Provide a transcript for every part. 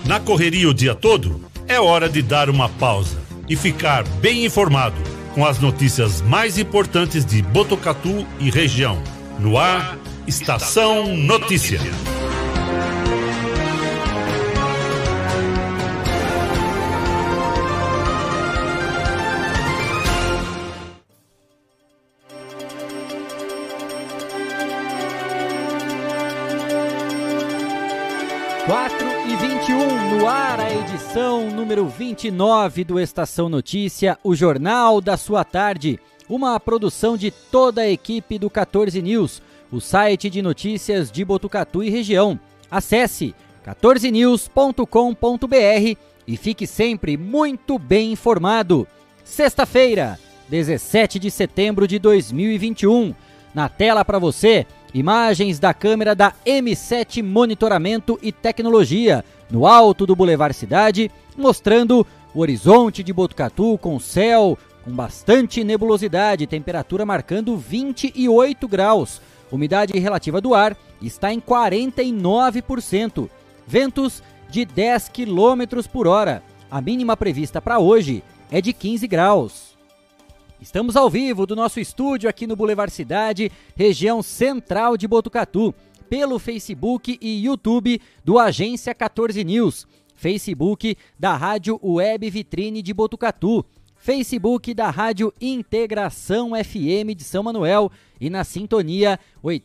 Na correria o dia todo, é hora de dar uma pausa e ficar bem informado com as notícias mais importantes de Botucatu e região. No ar, Estação Notícia. E 21 no ar, a edição número 29 do Estação Notícia, o jornal da sua tarde, uma produção de toda a equipe do 14 News, o site de notícias de Botucatu e região. Acesse 14news.com.br e fique sempre muito bem informado. Sexta-feira, 17 de setembro de 2021. Na tela para você, imagens da câmera da M7 Monitoramento e Tecnologia, no alto do Boulevard Cidade, mostrando o horizonte de Botucatu com céu com bastante nebulosidade, temperatura marcando 28 graus. Umidade relativa do ar está em 49%. Ventos de 10 km por hora. A mínima prevista para hoje é de 15 graus. Estamos ao vivo do nosso estúdio aqui no Boulevard Cidade, região central de Botucatu, pelo Facebook e YouTube do Agência 14 News, Facebook da Rádio Web Vitrine de Botucatu, Facebook da Rádio Integração FM de São Manuel e na sintonia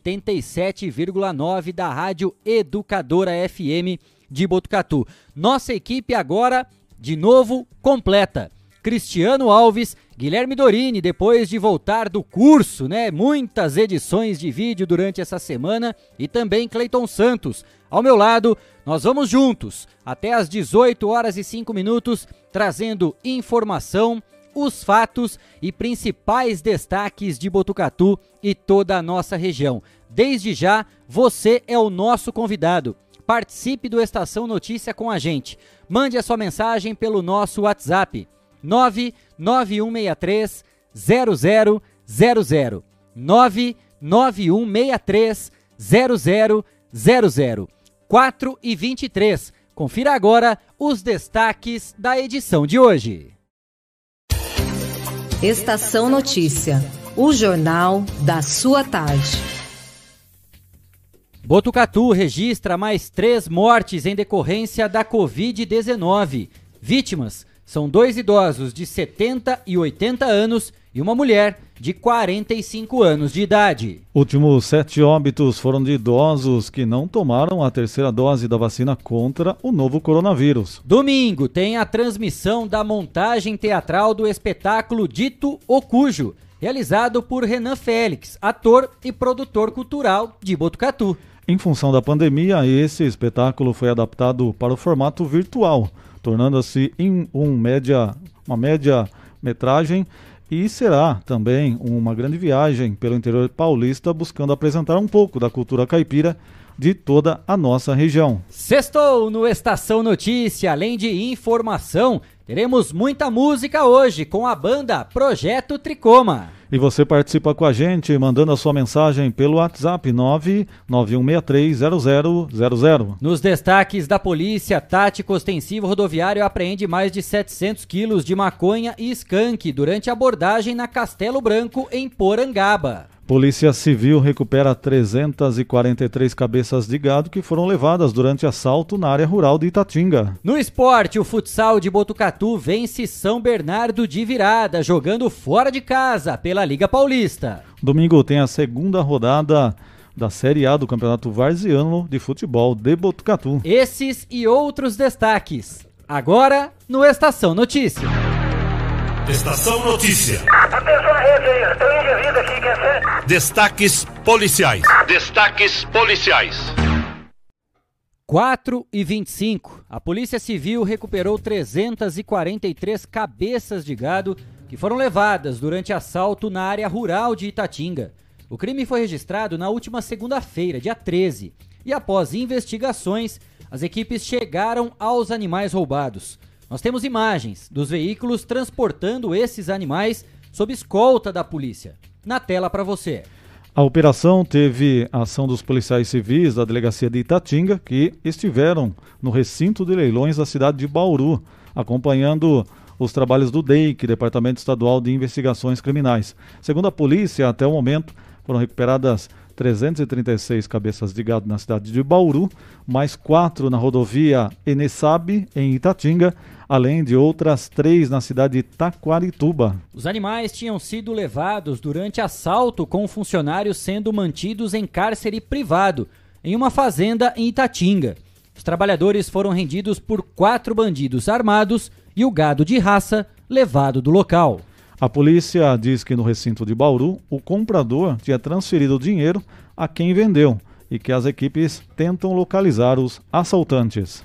87,9 da Rádio Educadora FM de Botucatu. Nossa equipe agora, de novo, completa. Cristiano Alves, Guilherme Dorini, depois de voltar do curso, muitas edições de vídeo durante essa semana, e também Cleiton Santos. Ao meu lado, nós vamos juntos, até às 18 horas e 5 minutos, trazendo informação, os fatos e principais destaques de Botucatu e toda a nossa região. Desde já, você é o nosso convidado. Participe do Estação Notícia com a gente. Mande a sua mensagem pelo nosso WhatsApp. 99163 0000 99163 0000 4h23. Confira agora os destaques da edição de hoje. Estação Notícia, o jornal da sua tarde. Botucatu registra mais 3 mortes em decorrência da Covid-19. Vítimas são 2 idosos de 70 e 80 anos e uma mulher de 45 anos de idade. Últimos 7 óbitos foram de idosos que não tomaram a terceira dose da vacina contra o novo coronavírus. Domingo tem a transmissão da montagem teatral do espetáculo Dito o Cujo, realizado por Renan Félix, ator e produtor cultural de Botucatu. Em função da pandemia, esse espetáculo foi adaptado para o formato virtual, tornando-se em uma média-metragem e será também uma grande viagem pelo interior paulista, buscando apresentar um pouco da cultura caipira de toda a nossa região. Sextou no Estação Notícia, além de informação, teremos muita música hoje com a banda Projeto Tricoma. E você participa com a gente mandando a sua mensagem pelo WhatsApp 991630000. Nos destaques da polícia, tático ostensivo rodoviário apreende mais de 700 quilos de maconha e skunk durante abordagem na Castelo Branco, em Porangaba. Polícia Civil recupera 343 cabeças de gado que foram levadas durante assalto na área rural de Itatinga. No esporte, o futsal de Botucatu vence São Bernardo de virada, jogando fora de casa pela Liga Paulista. Domingo tem a segunda rodada da Série A do Campeonato Varziano de Futebol de Botucatu. Esses e outros destaques, agora no Estação Notícia. Estação Notícia. Atenção, rede aí, tem indivíduo aqui, quer ser? Destaques policiais. 4h25. A Polícia Civil recuperou 343 cabeças de gado que foram levadas durante assalto na área rural de Itatinga. O crime foi registrado na última segunda-feira, dia 13, e após investigações, as equipes chegaram aos animais roubados. Nós temos imagens dos veículos transportando esses animais sob escolta da polícia. Na tela para você. A operação teve a ação dos policiais civis da delegacia de Itatinga, que estiveram no recinto de leilões da cidade de Bauru, acompanhando os trabalhos do DEIC, Departamento Estadual de Investigações Criminais. Segundo a polícia, até o momento foram recuperadas 336 cabeças de gado na cidade de Bauru, mais 4 na rodovia Enesabe, em Itatinga, além de outras 3 na cidade de Taquarituba. Os animais tinham sido levados durante assalto, com funcionários sendo mantidos em cárcere privado, em uma fazenda em Itatinga. Os trabalhadores foram rendidos por 4 bandidos armados e o gado de raça levado do local. A polícia diz que no recinto de Bauru, o comprador tinha transferido o dinheiro a quem vendeu e que as equipes tentam localizar os assaltantes.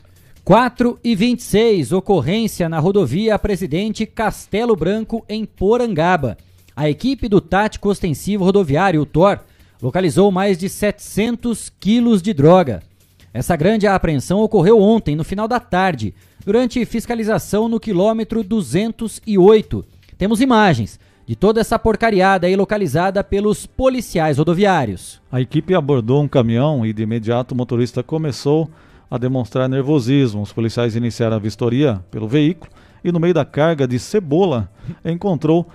4h26, ocorrência na rodovia Presidente Castelo Branco, em Porangaba. A equipe do Tático Ostensivo Rodoviário, o TOR, localizou mais de 700 quilos de droga. Essa grande apreensão ocorreu ontem, no final da tarde, durante fiscalização no quilômetro 208. Temos imagens de toda essa porcariada aí localizada pelos policiais rodoviários. A equipe abordou um caminhão e de imediato o motorista começou a demonstrar nervosismo. Os policiais iniciaram a vistoria pelo veículo e no meio da carga de cebola encontrou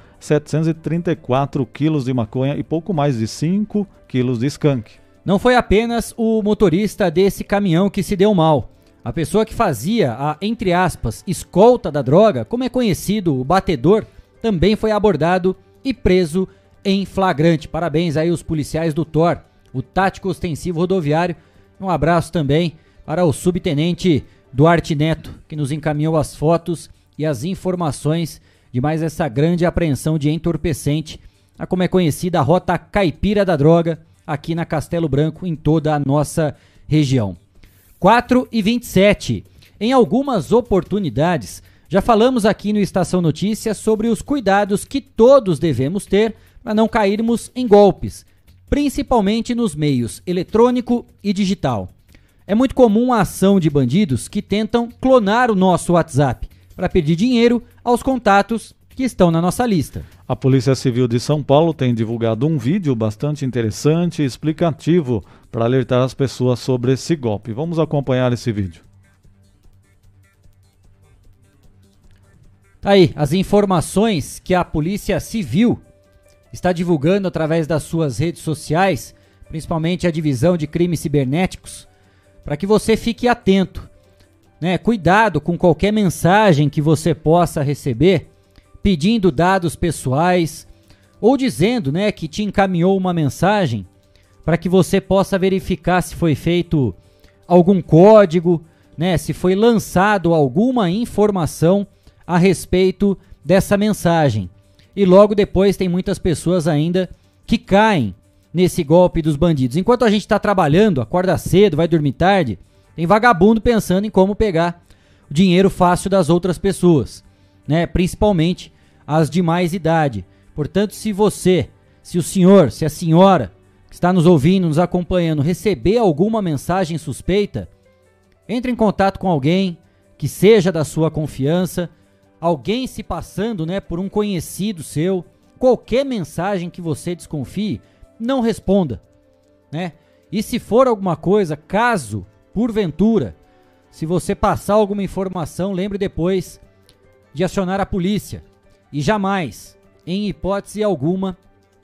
734 quilos de maconha e pouco mais de 5 quilos de skunk. Não foi apenas o motorista desse caminhão que se deu mal. A pessoa que fazia a, entre aspas, escolta da droga, como é conhecido o batedor, também foi abordado e preso em flagrante. Parabéns aí aos policiais do TOR, o Tático Ostensivo Rodoviário. Um abraço também para o subtenente Duarte Neto, que nos encaminhou as fotos e as informações de mais essa grande apreensão de entorpecente, a como é conhecida a Rota Caipira da Droga, aqui na Castelo Branco, em toda a nossa região. 4h27. Em algumas oportunidades, já falamos aqui no Estação Notícias sobre os cuidados que todos devemos ter para não cairmos em golpes, principalmente nos meios eletrônico e digital. É muito comum a ação de bandidos que tentam clonar o nosso WhatsApp para pedir dinheiro aos contatos que estão na nossa lista. A Polícia Civil de São Paulo tem divulgado um vídeo bastante interessante e explicativo para alertar as pessoas sobre esse golpe. Vamos acompanhar esse vídeo. Aí, as informações que a Polícia Civil está divulgando através das suas redes sociais, principalmente a Divisão de Crimes Cibernéticos, para que você fique atento, né? Cuidado com qualquer mensagem que você possa receber, pedindo dados pessoais ou dizendo, né, que te encaminhou uma mensagem para que você possa verificar se foi feito algum código, né, se foi lançado alguma informação a respeito dessa mensagem. E logo depois tem muitas pessoas ainda que caem nesse golpe dos bandidos. Enquanto a gente está trabalhando, acorda cedo, vai dormir tarde, tem vagabundo pensando em como pegar o dinheiro fácil das outras pessoas, né? Principalmente as de mais idade. Portanto, se você, se o senhor, se a senhora que está nos ouvindo, nos acompanhando, receber alguma mensagem suspeita, entre em contato com alguém que seja da sua confiança, alguém se passando, né, por um conhecido seu. Qualquer mensagem que você desconfie, não responda, né? E se for alguma coisa, caso, porventura, se você passar alguma informação, lembre depois de acionar a polícia. E jamais, em hipótese alguma,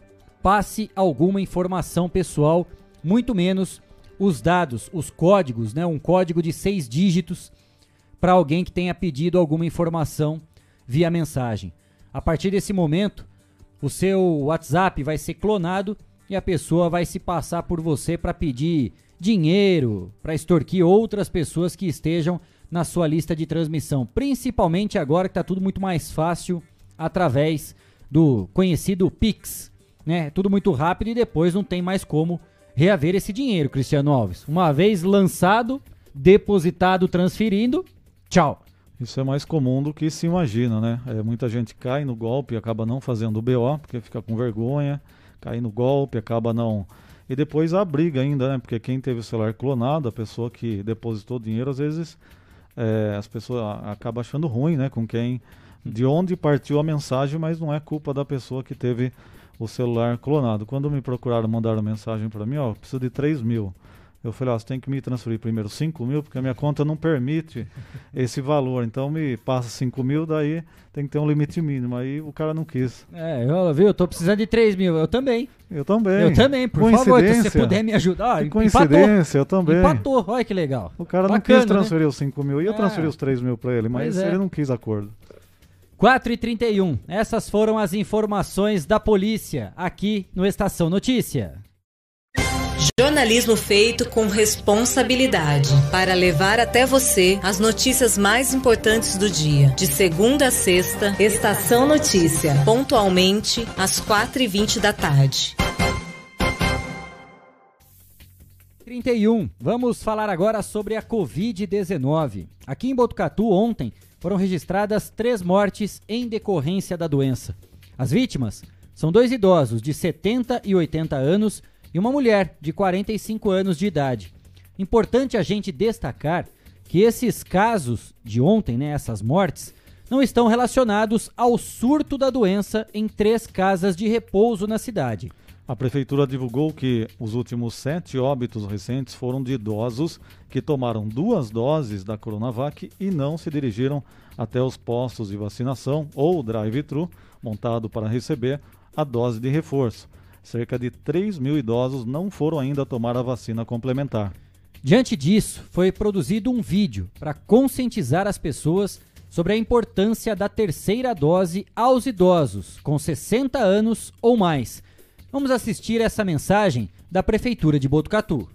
passe alguma informação pessoal, muito menos os dados, os códigos, né? Um código de 6 dígitos para alguém que tenha pedido alguma informação via mensagem. A partir desse momento, o seu WhatsApp vai ser clonado e a pessoa vai se passar por você para pedir dinheiro, para extorquir outras pessoas que estejam na sua lista de transmissão. Principalmente agora que está tudo muito mais fácil através do conhecido Pix, né? Tudo muito rápido e depois não tem mais como reaver esse dinheiro, Cristiano Alves. Uma vez lançado, depositado, transferindo, tchau. Isso é mais comum do que se imagina, né? Muita gente cai no golpe e acaba não fazendo o BO, porque fica com vergonha, cai no golpe, acaba não... E depois a briga ainda, né? Porque quem teve o celular clonado, a pessoa que depositou dinheiro, às vezes as pessoas acabam achando ruim, né? Com quem, de onde partiu a mensagem, mas não é culpa da pessoa que teve o celular clonado. Quando me procuraram, mandaram mensagem para mim, preciso de 3 mil. Eu falei, você tem que me transferir primeiro 5 mil, porque a minha conta não permite esse valor. Então me passa 5 mil, daí tem que ter um limite mínimo. Aí o cara não quis. Eu tô precisando de 3 mil. Eu também, por favor, se você puder me ajudar. Que coincidência, eu também. Empatou, olha que legal. O cara não quis transferir os 5 mil, eu transferi os 3 mil para ele, mas ele não quis acordo. 4h31, essas foram as informações da polícia aqui no Estação Notícia. Jornalismo feito com responsabilidade para levar até você as notícias mais importantes do dia. De segunda a sexta, Estação Notícia, pontualmente às 4h20 da tarde. 31, vamos falar agora sobre a Covid-19. Aqui em Botucatu, ontem, foram registradas 3 mortes em decorrência da doença. As vítimas são 2 idosos de 70 e 80 anos e uma mulher de 45 anos de idade. Importante a gente destacar que esses casos de ontem, essas mortes, não estão relacionados ao surto da doença em 3 casas de repouso na cidade. A prefeitura divulgou que os últimos 7 óbitos recentes foram de idosos que tomaram 2 doses da Coronavac e não se dirigiram até os postos de vacinação ou drive-thru montado para receber a dose de reforço. Cerca de 3 mil idosos não foram ainda tomar a vacina complementar. Diante disso, foi produzido um vídeo para conscientizar as pessoas sobre a importância da 3ª dose aos idosos com 60 anos ou mais. Vamos assistir essa mensagem da Prefeitura de Botucatu.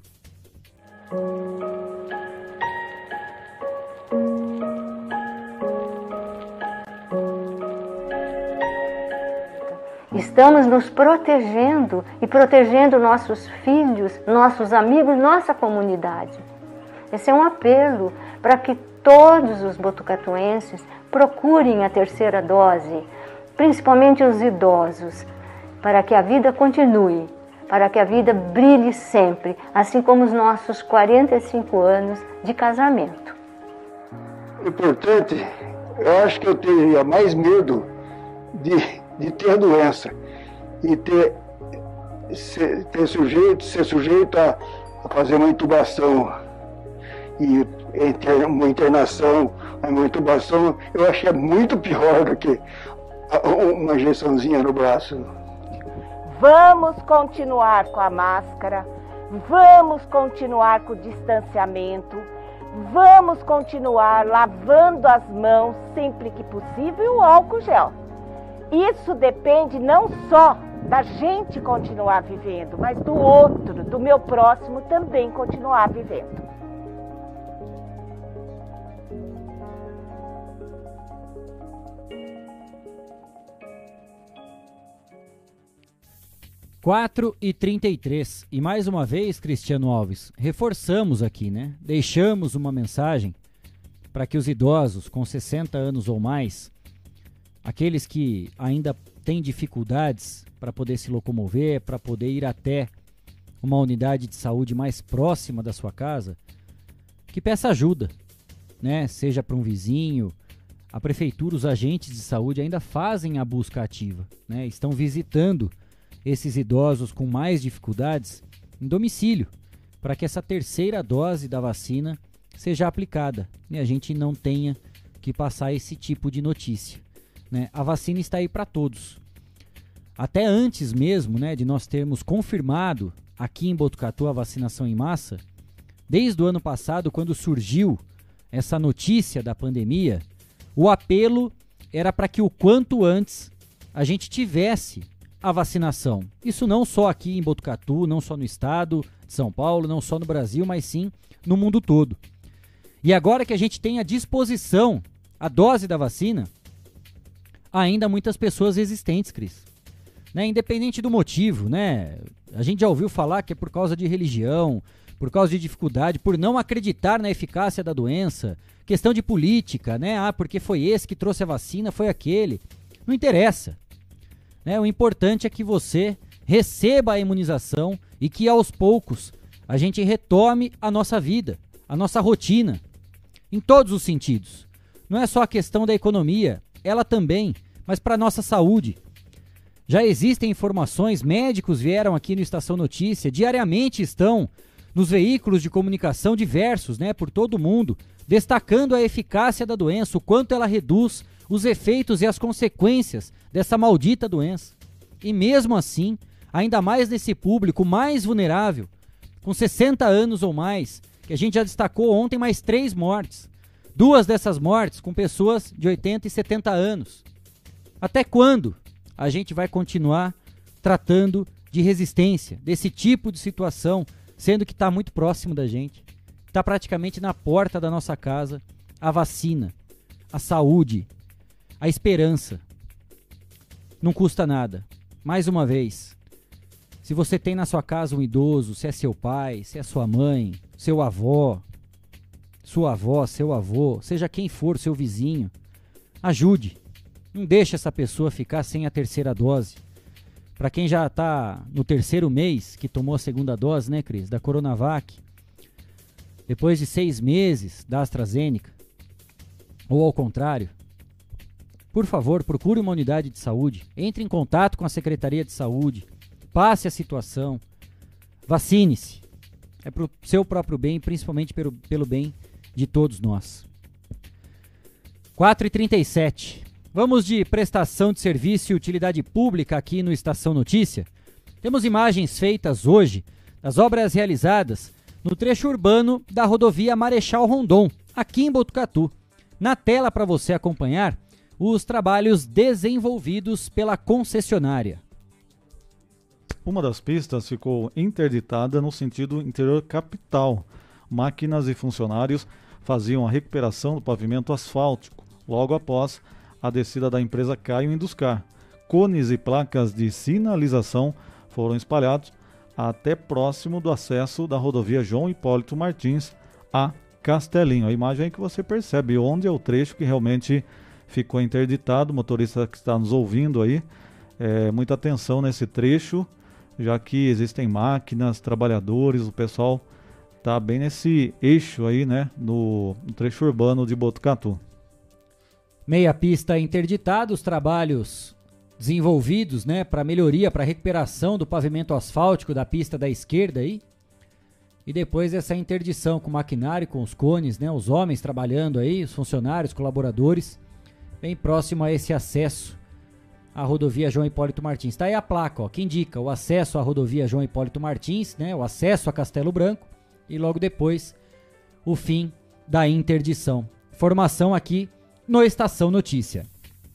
Estamos nos protegendo e protegendo nossos filhos, nossos amigos, nossa comunidade. Esse é um apelo para que todos os botucatuenses procurem a 3ª dose, principalmente os idosos, para que a vida continue, para que a vida brilhe sempre, assim como os nossos 45 anos de casamento. Importante, eu acho que eu teria mais medo de ter a doença e ser sujeito a fazer uma intubação e uma internação, uma intubação, eu acho que é muito pior do que uma injeçãozinha no braço. Vamos continuar com a máscara, vamos continuar com o distanciamento, vamos continuar lavando as mãos sempre que possível e o álcool gel. Isso depende não só da gente continuar vivendo, mas do outro, do meu próximo também continuar vivendo. – 4h33. E mais uma vez, Cristiano Alves, reforçamos aqui, Deixamos uma mensagem para que os idosos com 60 anos ou mais, aqueles que ainda têm dificuldades para poder se locomover, para poder ir até uma unidade de saúde mais próxima da sua casa, que peça ajuda, Seja para um vizinho. A prefeitura, os agentes de saúde ainda fazem a busca ativa, Estão visitando esses idosos com mais dificuldades em domicílio, para que essa 3ª dose da vacina seja aplicada e a gente não tenha que passar esse tipo de notícia. A vacina está aí para todos. Até antes mesmo de nós termos confirmado aqui em Botucatu a vacinação em massa, desde o ano passado, quando surgiu essa notícia da pandemia, o apelo era para que o quanto antes a gente tivesse a vacinação. Isso não só aqui em Botucatu, não só no estado de São Paulo, não só no Brasil, mas sim no mundo todo. E agora que a gente tem à disposição a dose da vacina, ainda há muitas pessoas resistentes, Cris. Independente do motivo, A gente já ouviu falar que é por causa de religião, por causa de dificuldade, por não acreditar na eficácia da doença, questão de política, porque foi esse que trouxe a vacina, foi aquele. Não interessa. O importante é que você receba a imunização e que aos poucos a gente retome a nossa vida, a nossa rotina, em todos os sentidos. Não é só a questão da economia, ela também, mas para a nossa saúde. Já existem informações, médicos vieram aqui no Estação Notícia, diariamente estão nos veículos de comunicação diversos, né, por todo o mundo, destacando a eficácia da doença, o quanto ela reduz os efeitos e as consequências dessa maldita doença. E mesmo assim, ainda mais nesse público mais vulnerável, com 60 anos ou mais, que a gente já destacou ontem mais 3 mortes. 2 dessas mortes com pessoas de 80 e 70 anos. Até quando a gente vai continuar tratando de resistência, desse tipo de situação, sendo que está muito próximo da gente? Está praticamente na porta da nossa casa a vacina, a saúde, a esperança. Não custa nada. Mais uma vez, se você tem na sua casa um idoso, se é seu pai, se é sua mãe, seu avó, sua avó, seu avô, seja quem for, seu vizinho, ajude. Não deixe essa pessoa ficar sem a terceira dose. Para quem já está no 3º mês, que tomou a segunda dose, né, Cris, da Coronavac, depois de 6 meses da AstraZeneca, ou ao contrário, por favor, procure uma unidade de saúde, entre em contato com a Secretaria de Saúde, passe a situação, vacine-se. É para o seu próprio bem, principalmente pelo bem de todos nós. 4h37. Vamos de prestação de serviço e utilidade pública aqui no Estação Notícia. Temos imagens feitas hoje das obras realizadas no trecho urbano da rodovia Marechal Rondon, aqui em Botucatu. Na tela para você acompanhar os trabalhos desenvolvidos pela concessionária. Uma das pistas ficou interditada no sentido interior capital. Máquinas e funcionários faziam a recuperação do pavimento asfáltico, logo após a descida da empresa Caio Induscar. Cones e placas de sinalização foram espalhados até próximo do acesso da rodovia João Hipólito Martins a Castelinho. A imagem aí que você percebe onde é o trecho que realmente ficou interditado. O motorista que está nos ouvindo aí, muita atenção nesse trecho, já que existem máquinas, trabalhadores, o pessoal está bem nesse eixo aí, né, no trecho urbano de Botucatu. Meia pista interditada, os trabalhos desenvolvidos, né, para melhoria, para recuperação do pavimento asfáltico da pista da esquerda aí. E depois essa interdição com o maquinário, com os cones, né, os homens trabalhando aí, os funcionários, colaboradores, bem próximo a esse acesso à rodovia João Hipólito Martins. Está aí a placa, ó, que indica o acesso à rodovia João Hipólito Martins, né, o acesso a Castelo Branco e logo depois o fim da interdição. Informação aqui no Estação Notícia.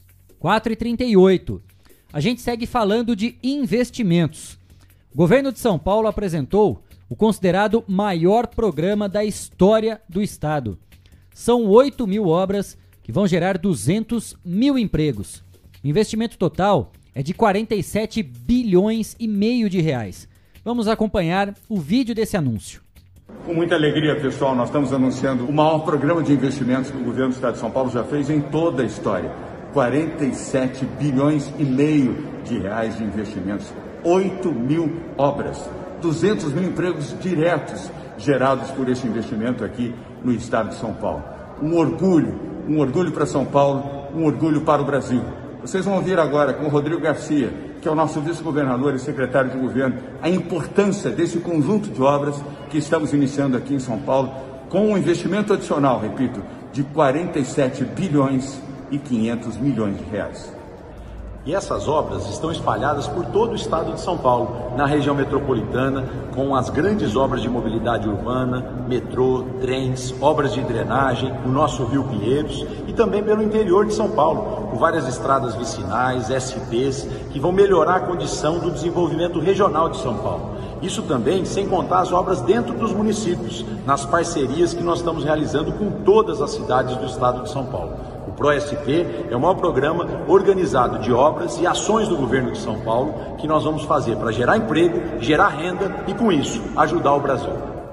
4h38. A gente segue falando de investimentos. O governo de São Paulo apresentou o considerado maior programa da história do estado. São 8.000 obras que vão gerar 200 mil empregos. O investimento total é de 47 bilhões e meio de reais. Vamos acompanhar o vídeo desse anúncio. Com muita alegria, pessoal, nós estamos anunciando o maior programa de investimentos que o governo do estado de São Paulo já fez em toda a história. 47 bilhões e meio de reais de investimentos. 8.000 obras. 200 mil empregos diretos gerados por esse investimento aqui no estado de São Paulo. Um orgulho para São Paulo, um orgulho para o Brasil. Vocês vão ouvir agora com o Rodrigo Garcia, que é o nosso vice-governador e secretário de governo, a importância desse conjunto de obras que estamos iniciando aqui em São Paulo, com um investimento adicional, repito, de 47 bilhões e 500 milhões de reais. E essas obras estão espalhadas por todo o estado de São Paulo, na região metropolitana, com as grandes obras de mobilidade urbana, metrô, trens, obras de drenagem, o nosso Rio Pinheiros e também pelo interior de São Paulo, com várias estradas vicinais, SPs, que vão melhorar a condição do desenvolvimento regional de São Paulo. Isso também sem contar as obras dentro dos municípios, nas parcerias que nós estamos realizando com todas as cidades do estado de São Paulo. O ProSP é o maior programa organizado de obras e ações do governo de São Paulo que nós vamos fazer para gerar emprego, gerar renda e, com isso, ajudar o Brasil.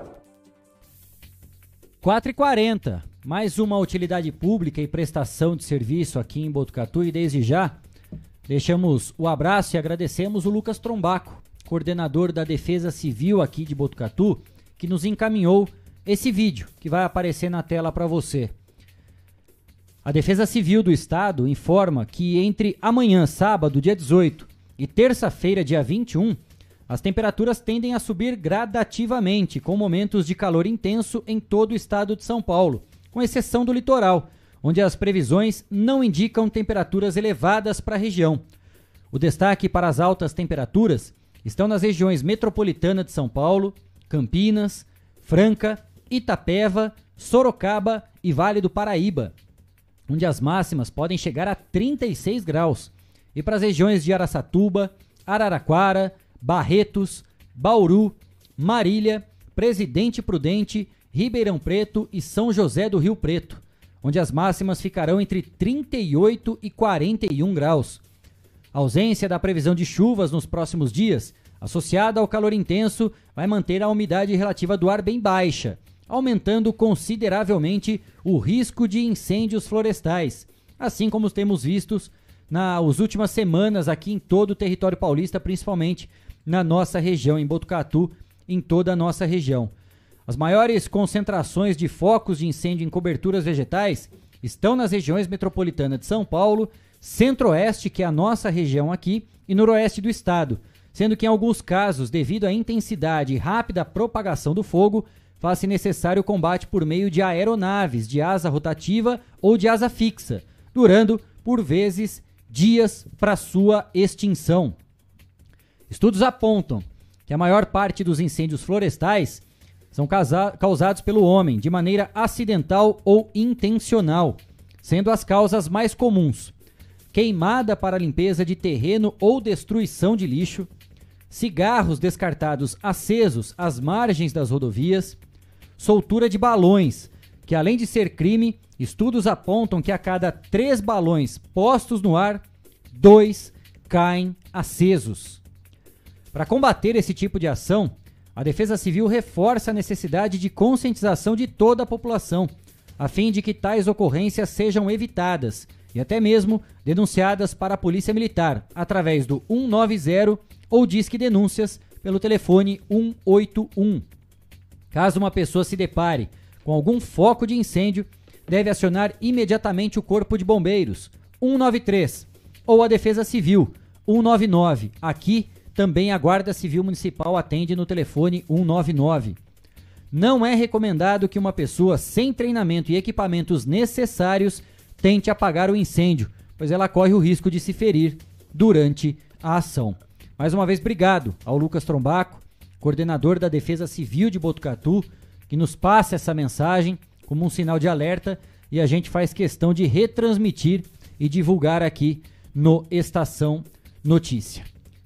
4h40. Mais uma utilidade pública e prestação de serviço aqui em Botucatu e desde já deixamos o abraço e agradecemos o Lucas Trombaco, coordenador da Defesa Civil aqui de Botucatu, que nos encaminhou esse vídeo que vai aparecer na tela para você. A Defesa Civil do Estado informa que entre amanhã, sábado, dia 18, e terça-feira, dia 21, as temperaturas tendem a subir gradativamente, com momentos de calor intenso em todo o estado de São Paulo, com exceção do litoral, onde as previsões não indicam temperaturas elevadas para a região. O destaque para as altas temperaturas estão nas regiões metropolitana de São Paulo, Campinas, Franca, Itapeva, Sorocaba e Vale do Paraíba, onde as máximas podem chegar a 36 graus, e para as regiões de Araçatuba, Araraquara, Barretos, Bauru, Marília, Presidente Prudente, Ribeirão Preto e São José do Rio Preto, onde as máximas ficarão entre 38 e 41 graus. A ausência da previsão de chuvas nos próximos dias, associada ao calor intenso, vai manter a umidade relativa do ar bem baixa, aumentando consideravelmente o risco de incêndios florestais, assim como temos vistos nas últimas semanas aqui em todo o território paulista, principalmente na nossa região, em Botucatu, em toda a nossa região. As maiores concentrações de focos de incêndio em coberturas vegetais estão nas regiões metropolitanas de São Paulo, Centro-Oeste, que é a nossa região aqui, e Noroeste do estado, sendo que em alguns casos, devido à intensidade e rápida propagação do fogo, faz-se necessário o combate por meio de aeronaves de asa rotativa ou de asa fixa, durando, por vezes, dias para sua extinção. Estudos apontam que a maior parte dos incêndios florestais são causados pelo homem, de maneira acidental ou intencional, sendo as causas mais comuns: queimada para limpeza de terreno ou destruição de lixo, cigarros descartados acesos às margens das rodovias, soltura de balões, que além de ser crime, estudos apontam que a cada 3 balões postos no ar, 2 caem acesos. Para combater esse tipo de ação, a Defesa Civil reforça a necessidade de conscientização de toda a população, a fim de que tais ocorrências sejam evitadas e até mesmo denunciadas para a Polícia Militar, através do 190 ou Disque Denúncias pelo telefone 181. Caso uma pessoa se depare com algum foco de incêndio, deve acionar imediatamente o Corpo de Bombeiros, 193, ou a Defesa Civil, 199. Aqui também a Guarda Civil Municipal atende no telefone 199. Não é recomendado que uma pessoa sem treinamento e equipamentos necessários tente apagar o incêndio, pois ela corre o risco de se ferir durante a ação. Mais uma vez, obrigado ao Lucas Trombaco, coordenador da Defesa Civil de Botucatu, que nos passa essa mensagem como um sinal de alerta, e a gente faz questão de retransmitir e divulgar aqui no Estação Notícia.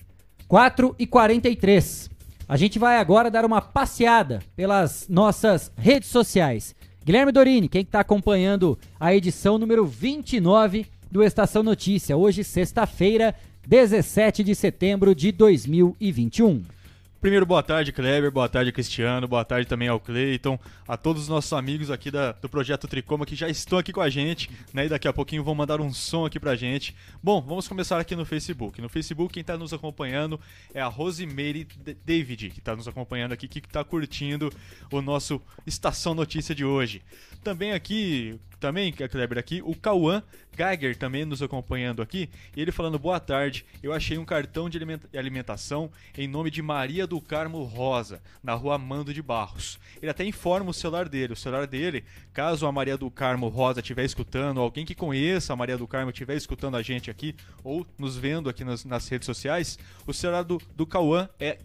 4h43. A gente vai agora dar uma passeada pelas nossas redes sociais. Guilherme Dorini, quem está acompanhando a edição número 29 do Estação Notícia, hoje sexta-feira, 17 de setembro de 2021. Primeiro, boa tarde, Kleber, boa tarde, Cristiano, boa tarde também ao Cleiton, a todos os nossos amigos aqui do Projeto Tricoma que já estão aqui com a gente, né, e daqui a pouquinho vão mandar um som aqui pra gente. Bom, vamos começar aqui no Facebook. No Facebook, quem tá nos acompanhando é a Rosemary David, que tá nos acompanhando aqui, que tá curtindo o nosso Estação Notícia de hoje. Também, Kleber, aqui, o Cauã Geiger também nos acompanhando aqui, e ele falando: boa tarde, eu achei um cartão de alimentação em nome de Maria do Carmo Rosa, na rua Amando de Barros. Ele até informa o celular dele, caso a Maria do Carmo Rosa estiver escutando, alguém que conheça a Maria do Carmo estiver escutando a gente aqui, ou nos vendo aqui nas redes sociais, o celular do Cauã é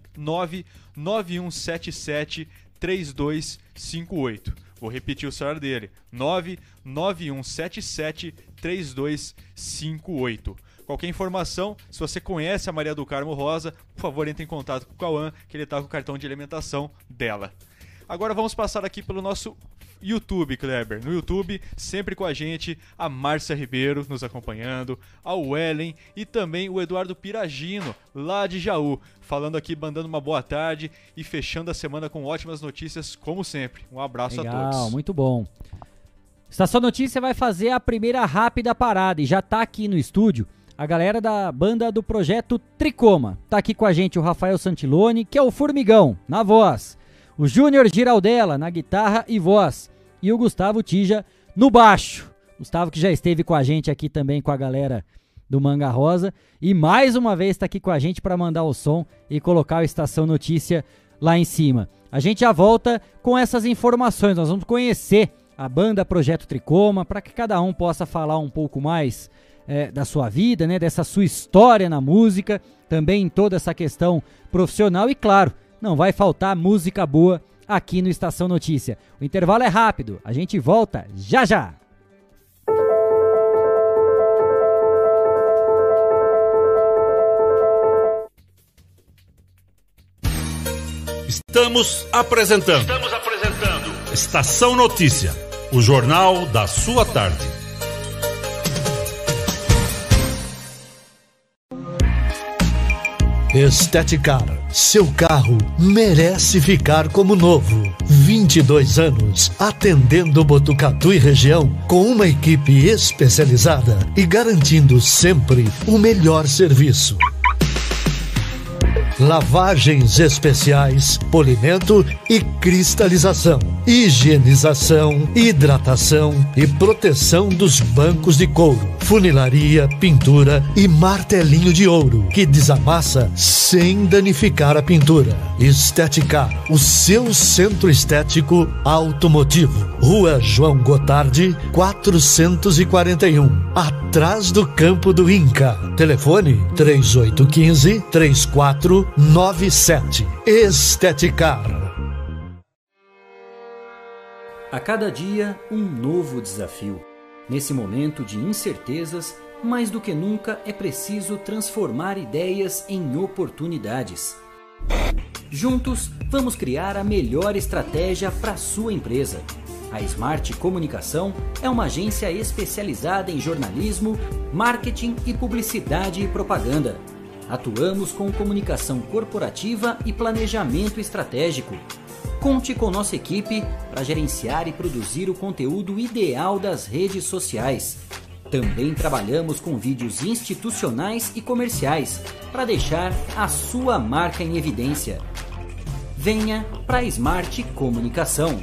99177 3258. Vou repetir o celular dele, 99177 3258. Qualquer informação, se você conhece a Maria do Carmo Rosa, por favor, entre em contato com o Cauã, que ele está com o cartão de alimentação dela. Agora vamos passar aqui pelo nosso YouTube, Kleber. No YouTube, sempre com a gente, a Márcia Ribeiro nos acompanhando, a Wellen e também o Eduardo Piragino, lá de Jaú, falando aqui, mandando uma boa tarde e fechando a semana com ótimas notícias, como sempre. Um abraço a todos. Legal, muito bom. Estação Notícia vai fazer a primeira rápida parada e já tá aqui no estúdio a galera da banda do Projeto Tricoma. Tá aqui com a gente o Rafael Santiloni, que é o Formigão, na voz, o Júnior Giraldella na guitarra e voz, e o Gustavo Tija no baixo. Gustavo, que já esteve com a gente aqui também com a galera do Manga Rosa. E mais uma vez está aqui com a gente para mandar o som e colocar o Estação Notícia lá em cima. A gente já volta com essas informações. Nós vamos conhecer a banda Projeto Tricoma, para que cada um possa falar um pouco mais da sua vida, né, dessa sua história na música, também em toda essa questão profissional e, claro, não vai faltar música boa aqui no Estação Notícia. O intervalo é rápido, a gente volta já já! Estamos apresentando Estação Notícia, o jornal da sua tarde. Esteticar, seu carro merece ficar como novo. 22 anos atendendo Botucatu e região com uma equipe especializada e garantindo sempre o melhor serviço. Lavagens especiais, polimento e cristalização, higienização, hidratação e proteção dos bancos de couro, funilaria, pintura e martelinho de ouro, que desamassa sem danificar a pintura. Esteticar, o seu centro estético automotivo. Rua João Gotardi, 441, atrás do Campo do Inca. Telefone 3815-3497. Esteticar. A cada dia, um novo desafio. Nesse momento de incertezas, mais do que nunca é preciso transformar ideias em oportunidades. Juntos, vamos criar a melhor estratégia para a sua empresa. A Smart Comunicação é uma agência especializada em jornalismo, marketing e publicidade e propaganda. Atuamos com comunicação corporativa e planejamento estratégico. Conte com nossa equipe para gerenciar e produzir o conteúdo ideal das redes sociais. Também trabalhamos com vídeos institucionais e comerciais para deixar a sua marca em evidência. Venha para a Smart Comunicação.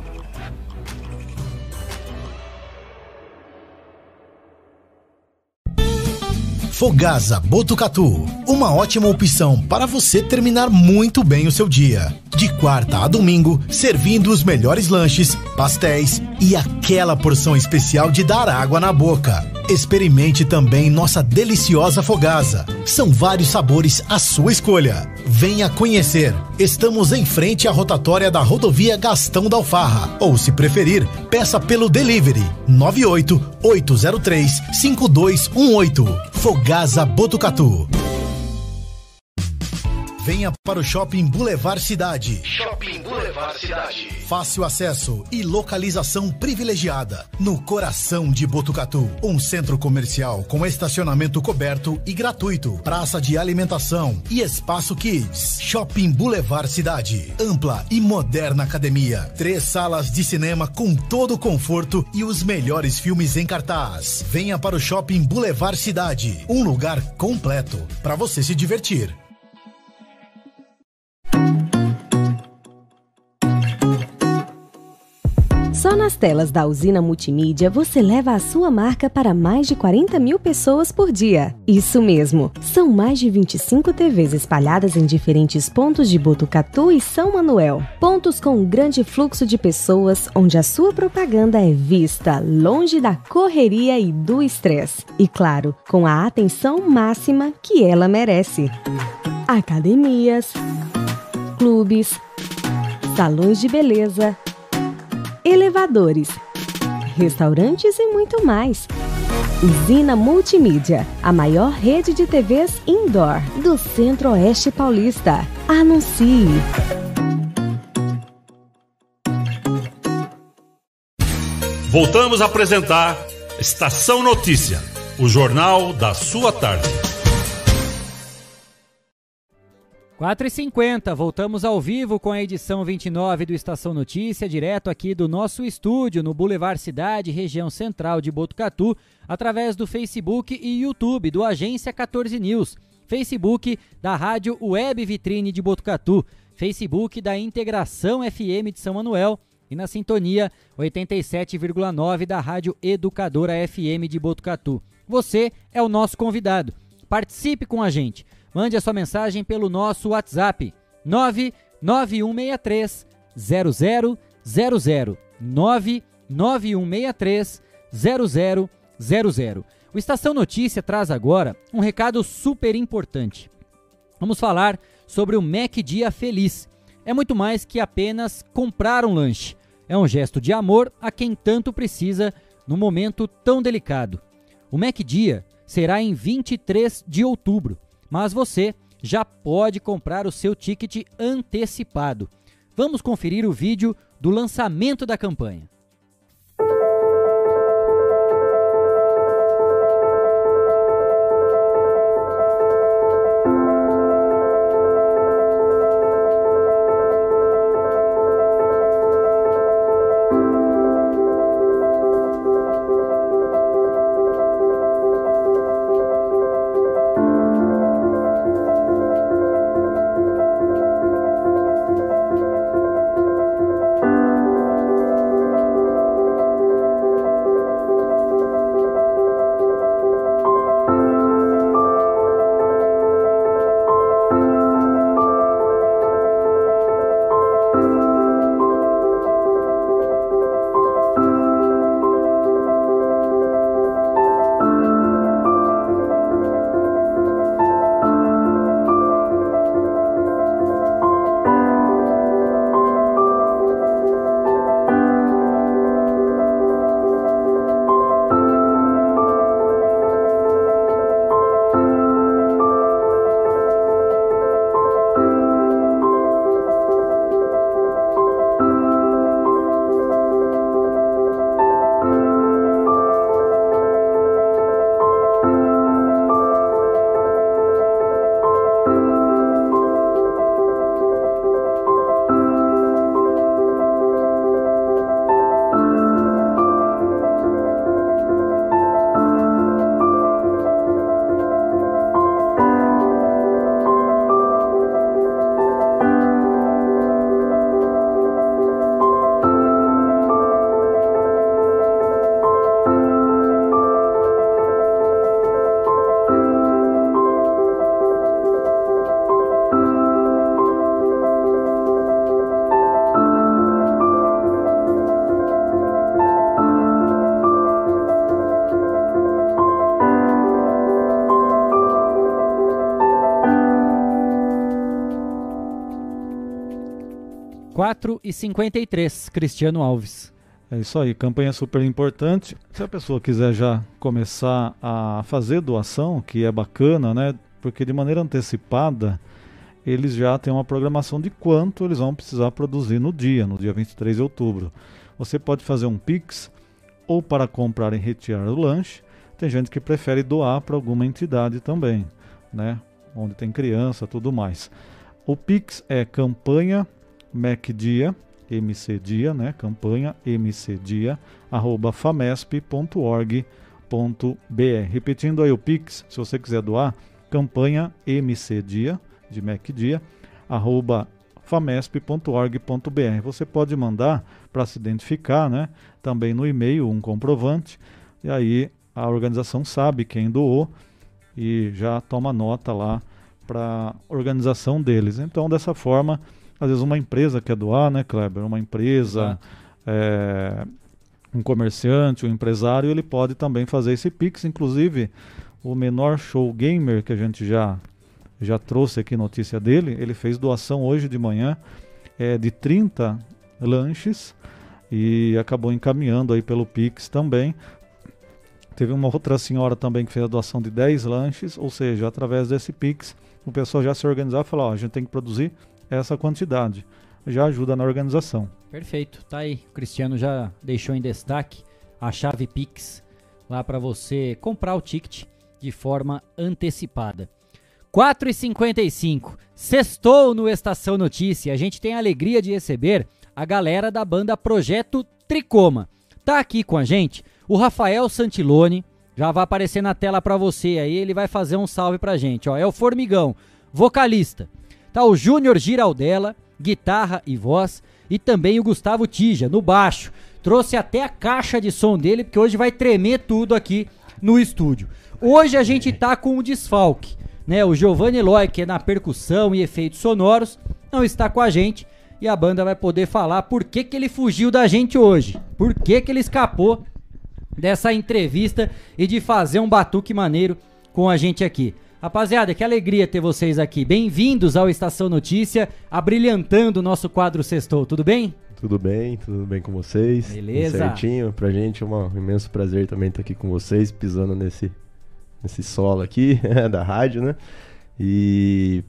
Fogasa Botucatu, uma ótima opção para você terminar muito bem o seu dia. De quarta a domingo, servindo os melhores lanches, pastéis e aquela porção especial de dar água na boca. Experimente também nossa deliciosa Fogasa. São vários sabores à sua escolha. Venha conhecer. Estamos em frente à rotatória da rodovia Gastão da Alfarra. Ou, se preferir, peça pelo delivery 98-803-5218. Fogasa Botucatu. Venha para o Shopping Boulevard Cidade. Shopping Boulevard Cidade. Fácil acesso e localização privilegiada. No coração de Botucatu. Um centro comercial com estacionamento coberto e gratuito. Praça de alimentação e espaço kids. Shopping Boulevard Cidade. Ampla e moderna academia. 3 salas de cinema com todo o conforto e os melhores filmes em cartaz. Venha para o Shopping Boulevard Cidade. Um lugar completo para você se divertir. Só nas telas da Usina Multimídia você leva a sua marca para mais de 40 mil pessoas por dia. Isso mesmo, são mais de 25 TVs espalhadas em diferentes pontos de Botucatu e São Manuel. Pontos com um grande fluxo de pessoas, onde a sua propaganda é vista longe da correria e do estresse. E claro, com a atenção máxima que ela merece. Academias, clubes, salões de beleza, elevadores, restaurantes e muito mais. Usina Multimídia, a maior rede de TVs indoor do Centro-Oeste Paulista. Anuncie! Voltamos a apresentar Estação Notícia, o jornal da sua tarde. 4h50, voltamos ao vivo com a edição 29 do Estação Notícia, direto aqui do nosso estúdio no Boulevard Cidade, região central de Botucatu, através do Facebook e YouTube do Agência 14 News, Facebook da Rádio Web Vitrine de Botucatu, Facebook da Integração FM de São Manuel e na sintonia 87,9 da Rádio Educadora FM de Botucatu. você é o nosso convidado. Participe com a gente. Mande a sua mensagem pelo nosso WhatsApp 99163 0000 99163 0000. O Estação Notícia traz agora um recado super importante. Vamos falar sobre o Mac Dia Feliz. É muito mais que apenas comprar um lanche. É um gesto de amor a quem tanto precisa num momento tão delicado. O Mac Dia será em 23 de outubro, mas você já pode comprar o seu ticket antecipado. Vamos conferir o vídeo do lançamento da campanha. e 53, Cristiano Alves. É isso aí, campanha super importante. Se a pessoa quiser já começar a fazer doação, que é bacana, né? Porque de maneira antecipada, eles já têm uma programação de quanto eles vão precisar produzir no dia 23 de outubro. Você pode fazer um Pix ou para comprar e retirar o lanche. Tem gente que prefere doar para alguma entidade também, né? Onde tem criança, tudo mais. O Pix é campanha MacDia, MCDia, né? Campanha MCDia, @famesp.org.br. Repetindo aí o Pix, se você quiser doar, campanha MCDia, de MacDia, @famesp.org.br. Você pode mandar para se identificar, né? Também no e-mail um comprovante, e aí a organização sabe quem doou e já toma nota lá para a organização deles. Então, dessa forma, às vezes uma empresa quer doar, né, Kleber? Uma empresa, um comerciante, um empresário, ele pode também fazer esse Pix. Inclusive, o Menor Show Gamer, que a gente já trouxe aqui notícia dele, ele fez doação hoje de manhã de 30 lanches e acabou encaminhando aí pelo Pix também. Teve uma outra senhora também que fez a doação de 10 lanches, ou seja, através desse Pix, o pessoal já se organizar e falar, ó, a gente tem que produzir essa quantidade. Já ajuda na organização. Perfeito, tá aí. O Cristiano já deixou em destaque a chave Pix lá para você comprar o ticket de forma antecipada. 4h55, sextou no Estação Notícia. A gente tem a alegria de receber a galera da banda Projeto Tricoma. Tá aqui com a gente o Rafael Santiloni, já vai aparecer na tela para você aí, ele vai fazer um salve pra gente, ó. É o Formigão, vocalista. Tá o Júnior Giraldella, guitarra e voz, e também o Gustavo Tija, no baixo. Trouxe até a caixa de som dele, porque hoje vai tremer tudo aqui no estúdio. Hoje a gente tá com um desfalque, né? O Giovanni Eloy, que é na percussão e efeitos sonoros, não está com a gente e a banda vai poder falar por que ele fugiu da gente hoje, por que ele escapou dessa entrevista e de fazer um batuque maneiro com a gente aqui. Rapaziada, que alegria ter vocês aqui. Bem-vindos ao Estação Notícia, abrilhantando o nosso quadro Sextou. Tudo bem? Tudo bem com vocês. Beleza. Tudo certinho. Pra gente é um imenso prazer também estar aqui com vocês, pisando nesse solo aqui da rádio, né? E,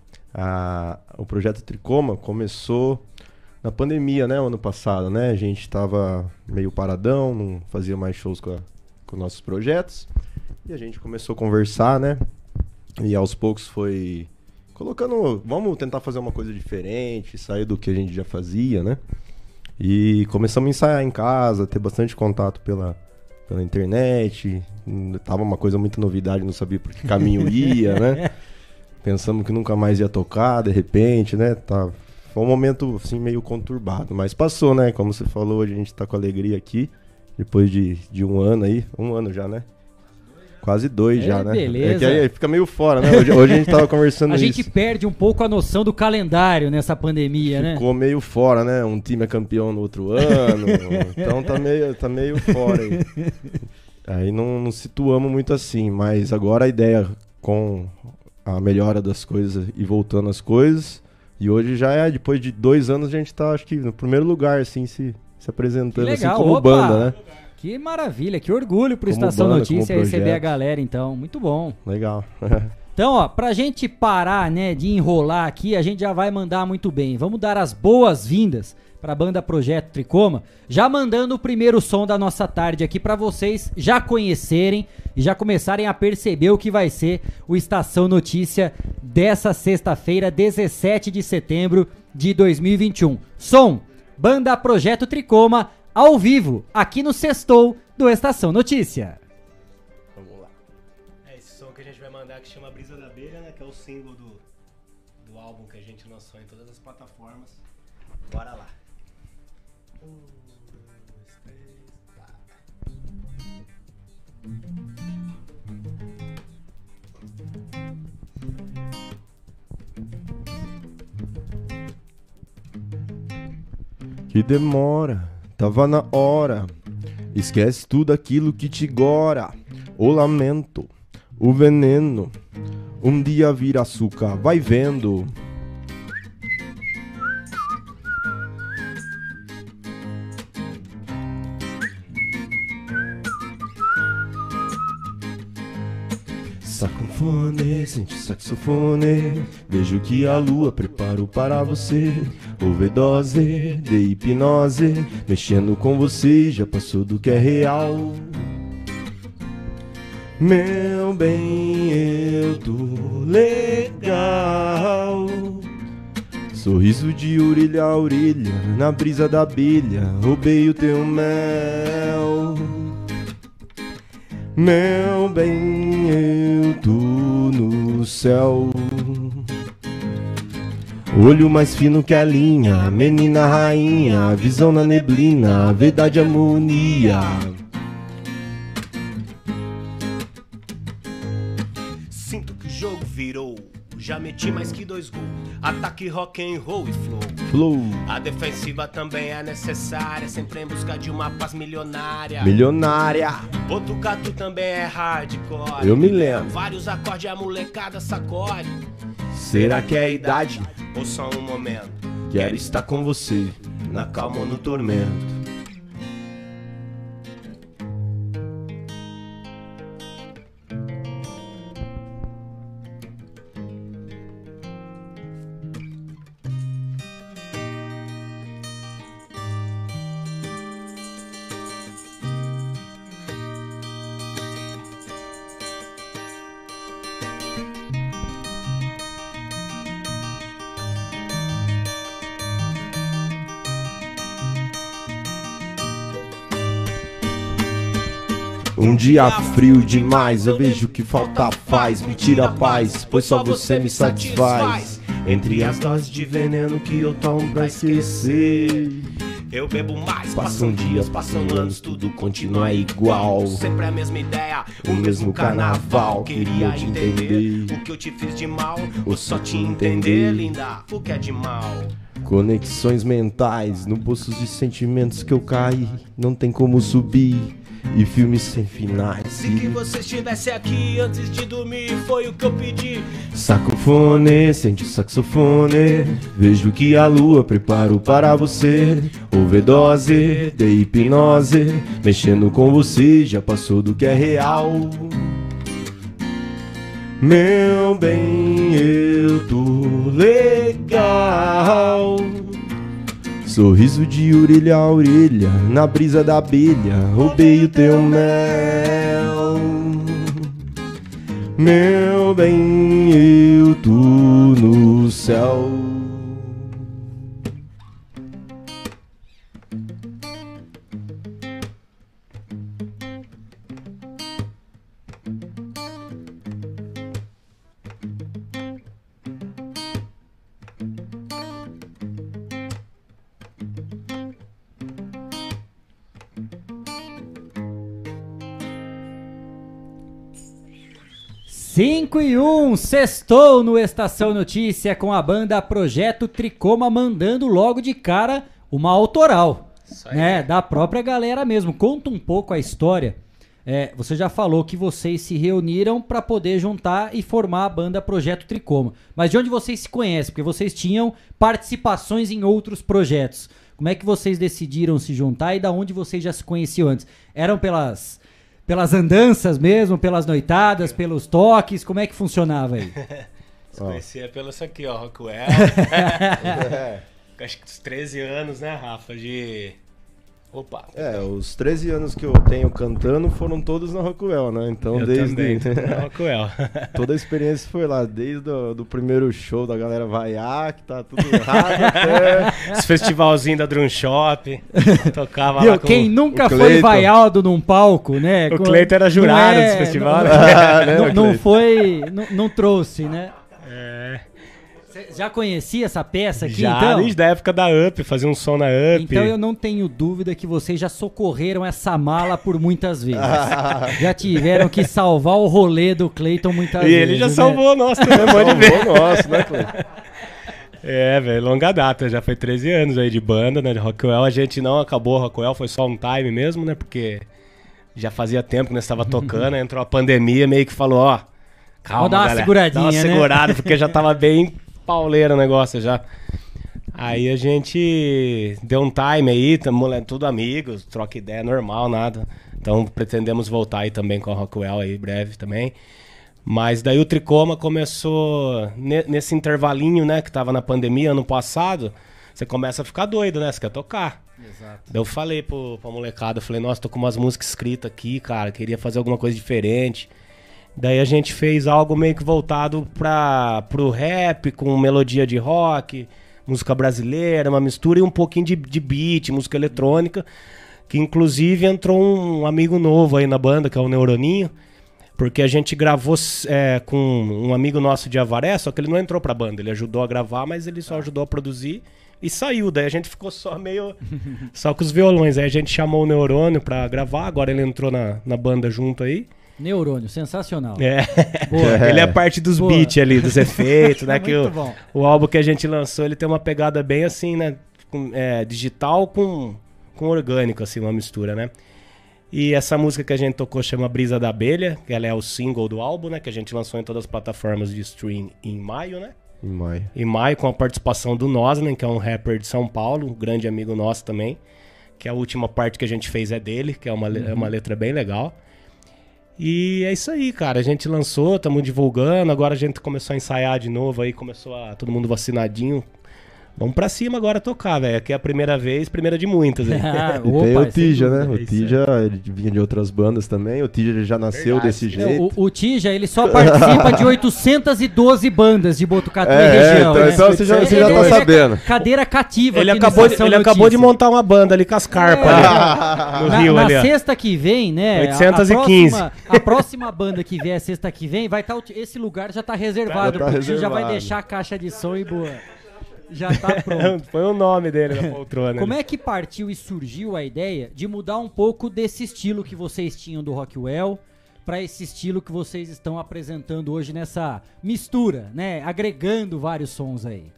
o projeto Tricoma começou na pandemia, né? O ano passado, né? A gente tava meio paradão, não fazia mais shows com nossos projetos. E a gente começou a conversar, né? E aos poucos foi colocando, vamos tentar fazer uma coisa diferente, sair do que a gente já fazia, né? E começamos a ensaiar em casa, ter bastante contato pela internet. Tava uma coisa muito novidade, não sabia por que caminho ia, né? Pensamos que nunca mais ia tocar, de repente, né? Foi um momento, assim, meio conturbado, mas passou, né? Como você falou, hoje a gente tá com alegria aqui, depois de um ano aí, um ano já, né? Quase 2 já, né? Beleza. É que aí fica meio fora, né? Hoje a gente tava conversando isso. A gente perde um pouco a noção do calendário nessa pandemia, né? Ficou meio fora, né? Um time é campeão no outro ano, então tá meio fora aí. Aí não situamos muito assim, mas agora a ideia com a melhora das coisas e voltando às coisas, e hoje já depois de 2 anos a gente tá, acho que no primeiro lugar, assim, se apresentando legal, assim como banda, né? Que maravilha, que orgulho pro Como Estação banda, Notícia como receber projeto. a galera, então, muito bom. Legal. Então, ó, pra gente parar, né, de enrolar aqui, a gente já vai mandar muito bem. Vamos dar as boas-vindas pra banda Projeto Tricoma, já mandando o primeiro som da nossa tarde aqui pra vocês já conhecerem e já começarem a perceber o que vai ser o Estação Notícia dessa sexta-feira, 17 de setembro de 2021. Som, banda Projeto Tricoma, ao vivo, aqui no Sextou do Estação Notícia. Vamos lá. É esse som que a gente vai mandar que chama Brisa da Abelha, né? Que é o símbolo do álbum que a gente lançou em todas as plataformas. Bora lá. 1, 2, 3, Que demora, tava na hora. Esquece tudo aquilo que te gora. O lamento, o veneno. Um dia vira açúcar, vai vendo. Saxofone, sente o saxofone. Vejo que a lua preparou para você. Overdose de hipnose, mexendo com você, já passou do que é real. Meu bem, eu tô legal. Sorriso de orelha a orelha, na brisa da abelha, roubei o teu mel. Meu bem, eu tô no céu. Olho mais fino que a linha, menina rainha, visão na neblina, verdade harmonia. Sinto que o jogo virou, já meti mais que 2 gols. Ataque, rock and roll e flow. A defensiva também é necessária, sempre em busca de uma paz milionária. Botucatu também é hardcore. Eu me lembro. Vários acordes a molecada sacode. Será que é a idade? Ou só um momento? Quero estar com você, na calma ou no tormento. Um dia frio demais, eu vejo que falta paz, me tira a paz, pois só você me satisfaz. Entre as doses de veneno que eu tomo pra esquecer, eu bebo mais. Passam dias, passam anos, tudo continua igual. Sempre a mesma ideia, o mesmo carnaval. Queria entender o que eu te fiz de mal, ou só te entender, linda, o que é de mal. Conexões mentais, no poço de sentimentos que eu caí, não tem como subir. E filmes sem finais. Se que você estivesse aqui antes de dormir, foi o que eu pedi. Sacofone, sente o saxofone. Vejo que a lua preparo para você. Overdose de hipnose. Mexendo com você, já passou do que é real. Meu bem, eu tô legal. Sorriso de orelha a orelha, na brisa da abelha, roubei o teu mel. Meu bem, eu tô no céu. Cinco e 1, sextou no Estação Notícia com a banda Projeto Tricoma mandando logo de cara uma autoral, né, da própria galera mesmo. Conta um pouco a história. Você já falou que vocês se reuniram para poder juntar e formar a banda Projeto Tricoma. Mas de onde vocês se conhecem? Porque vocês tinham participações em outros projetos. Como é que vocês decidiram se juntar e da onde vocês já se conheciam antes? Eram pelas andanças mesmo, pelas noitadas, pelos toques? Como é que funcionava aí? Se conhecia pelo isso aqui, ó, Rockwell. Acho que uns 13 anos, né, Rafa? Opa! Os 13 anos que eu tenho cantando foram todos na Rockwell, né? Então, também, na Rockwell. Toda a experiência foi lá, desde do primeiro show da galera vaiar, que tá tudo errado, até... Os festivalzinhos da Drum Shop, tocava Viu, lá com quem nunca foi vaiado num palco, né? O Cleiton era jurado desse festival. Não trouxe, né? Você já conhecia essa peça aqui, já, então? Desde a época da Up, fazia um som na Up. Então eu não tenho dúvida que vocês já socorreram essa mala por muitas vezes. Já tiveram que salvar o rolê do Cleiton muitas vezes. E ele já salvou o nosso também, pode ver. Salvou o nosso, né, Cleiton? Velho, longa data, já foi 13 anos aí de banda, né, de Rockwell. A gente não acabou o Rockwell, foi só um time mesmo, né, porque já fazia tempo que nós estava tocando, entrou a pandemia, meio que falou, ó, calma, dá uma galera, seguradinha, dá uma segurada, né? porque já tava bem pauleiro o negócio já. Aí a gente deu um time aí, tudo amigos, troca ideia normal, nada. Então pretendemos voltar aí também com a Rockwell aí breve também. Mas daí o Tricoma começou nesse intervalinho, né, que tava na pandemia ano passado. Você começa a ficar doido, né? Você quer tocar. Exato. Daí eu falei pra molecada, eu falei, nossa, tô com umas músicas escritas aqui, cara, queria fazer alguma coisa diferente. Daí a gente fez algo meio que voltado pro rap, com melodia de rock, música brasileira, uma mistura e um pouquinho de beat, música eletrônica, que inclusive entrou um amigo novo aí na banda, que é o Neuroninho, porque a gente gravou com um amigo nosso de Avaré, só que ele não entrou pra banda, ele ajudou a gravar, mas ele só ajudou a produzir e saiu. Daí a gente ficou só com os violões, aí a gente chamou o Neurônio pra gravar, agora ele entrou na banda junto aí. Neurônio, sensacional. Boa. Ele é parte dos beats ali, dos efeitos, né? Que Muito bom. O álbum que a gente lançou, ele tem uma pegada bem assim, né? Digital com orgânico, assim, uma mistura, né? E essa música que a gente tocou chama Brisa da Abelha, que ela é o single do álbum, né? Que a gente lançou em todas as plataformas de stream em maio, né? Em maio, com a participação do Noslen, que é um rapper de São Paulo, um grande amigo nosso também. Que a última parte que a gente fez é dele, que é uma letra bem legal. E é isso aí, cara. A gente lançou, estamos divulgando. Agora a gente começou a ensaiar de novo aí, todo mundo vacinadinho. Vamos pra cima agora tocar, velho. Aqui é a primeira vez, primeira de muitas. Hein? E tem o Tija, né? O Tija, ele vinha de outras bandas também. O Tija já nasceu desse jeito. O Tija, ele só participa de 812 bandas de Botucatu e região. Então você já tá sabendo. Cadeira cativa. Ele acabou de montar uma banda ali com as carpas ali, no Rio. Na sexta que vem, né? 815. A próxima banda que vier sexta que vem, vai estar esse lugar já tá reservado. O Tija vai deixar a caixa de som e boa. Já tá pronto. Foi o nome dele na poltrona. Como é que partiu e surgiu a ideia de mudar um pouco desse estilo que vocês tinham do Rockwell para esse estilo que vocês estão apresentando hoje nessa mistura, né? Agregando vários sons aí.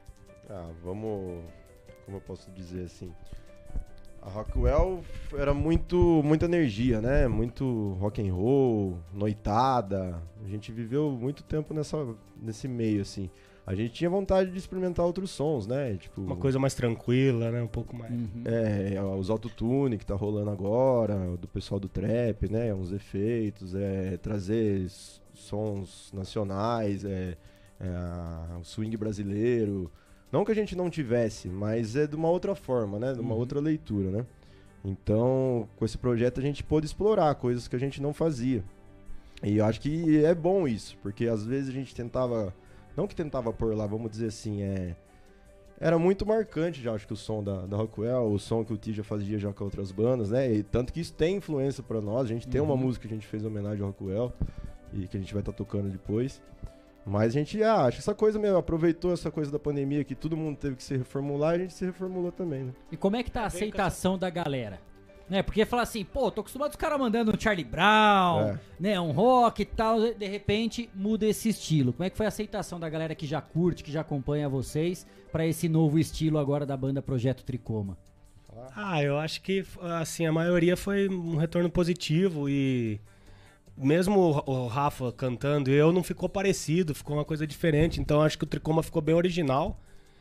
Como eu posso dizer assim? A Rockwell era muita energia, né? Muito rock and roll, noitada. A gente viveu muito tempo nesse meio, assim. A gente tinha vontade de experimentar outros sons, né? Tipo, uma coisa mais tranquila, né? Um pouco mais... Os autotune que tá rolando agora, do pessoal do trap, né? Uns efeitos, trazer sons nacionais, o swing brasileiro. Não que a gente não tivesse, mas é de uma outra forma, né? De uma outra leitura, né? Então, com esse projeto a gente pôde explorar coisas que a gente não fazia. E eu acho que é bom isso, porque às vezes a gente tentava... Não que tentava pôr lá, vamos dizer assim, era muito marcante já, acho que o som da Rockwell, o som que o Tija fazia já com outras bandas, né? E tanto que isso tem influência pra nós, a gente tem uma música que a gente fez em homenagem ao Rockwell, e que a gente vai estar tocando depois. Mas a gente, acho que essa coisa mesmo, aproveitou essa coisa da pandemia, que todo mundo teve que se reformular, e a gente se reformulou também, né? E como é que tá a aceitação da galera? Né? Porque fala assim, pô, tô acostumado os caras mandando um Charlie Brown, né, um rock e tal, de repente muda esse estilo. Como é que foi a aceitação da galera que já curte, que já acompanha vocês, pra esse novo estilo agora da banda Projeto Tricoma? Eu acho que, assim, a maioria foi um retorno positivo e mesmo o Rafa cantando, não ficou parecido, ficou uma coisa diferente, então acho que o Tricoma ficou bem original.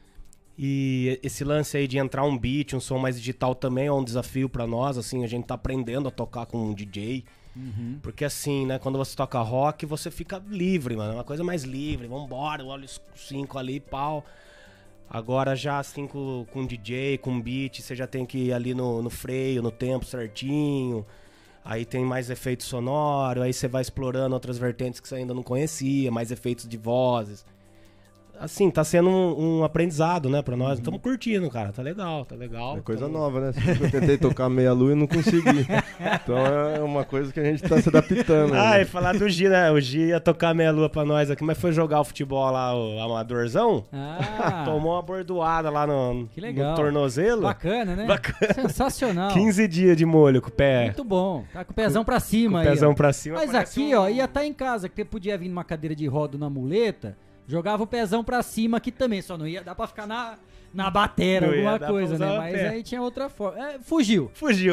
E esse lance aí de entrar um beat, um som mais digital também é um desafio pra nós, assim, a gente tá aprendendo a tocar com um DJ. Porque assim, né, quando você toca rock, você fica livre, mano, é uma coisa mais livre, vambora, olha os 5 ali, pau. Agora já assim com DJ, com beat, você já tem que ir ali no freio, no tempo certinho. Aí tem mais efeito sonoro, aí você vai explorando outras vertentes que você ainda não conhecia, mais efeitos de vozes. Assim, tá sendo um aprendizado, né, pra nós. Estamos curtindo, cara. Tá legal. É coisa nova, né? Eu tentei tocar meia lua e não consegui. Então é uma coisa que a gente tá se adaptando. E falar do Gi, né? O Gi ia tocar meia lua pra nós aqui, mas foi jogar o futebol lá, o amadorzão. Tomou uma bordoada lá no tornozelo. Bacana, né? Bacana. Sensacional. 15 dias de molho com o pé. Muito bom. Tá com o pezão pra cima aí. Pezão pra cima. Mas aqui, ia estar em casa, que podia vir numa cadeira de roda na muleta. Jogava o pezão pra cima aqui também, só não ia dar pra ficar na batera, alguma coisa, né? Mas aí tinha outra forma. Fugiu.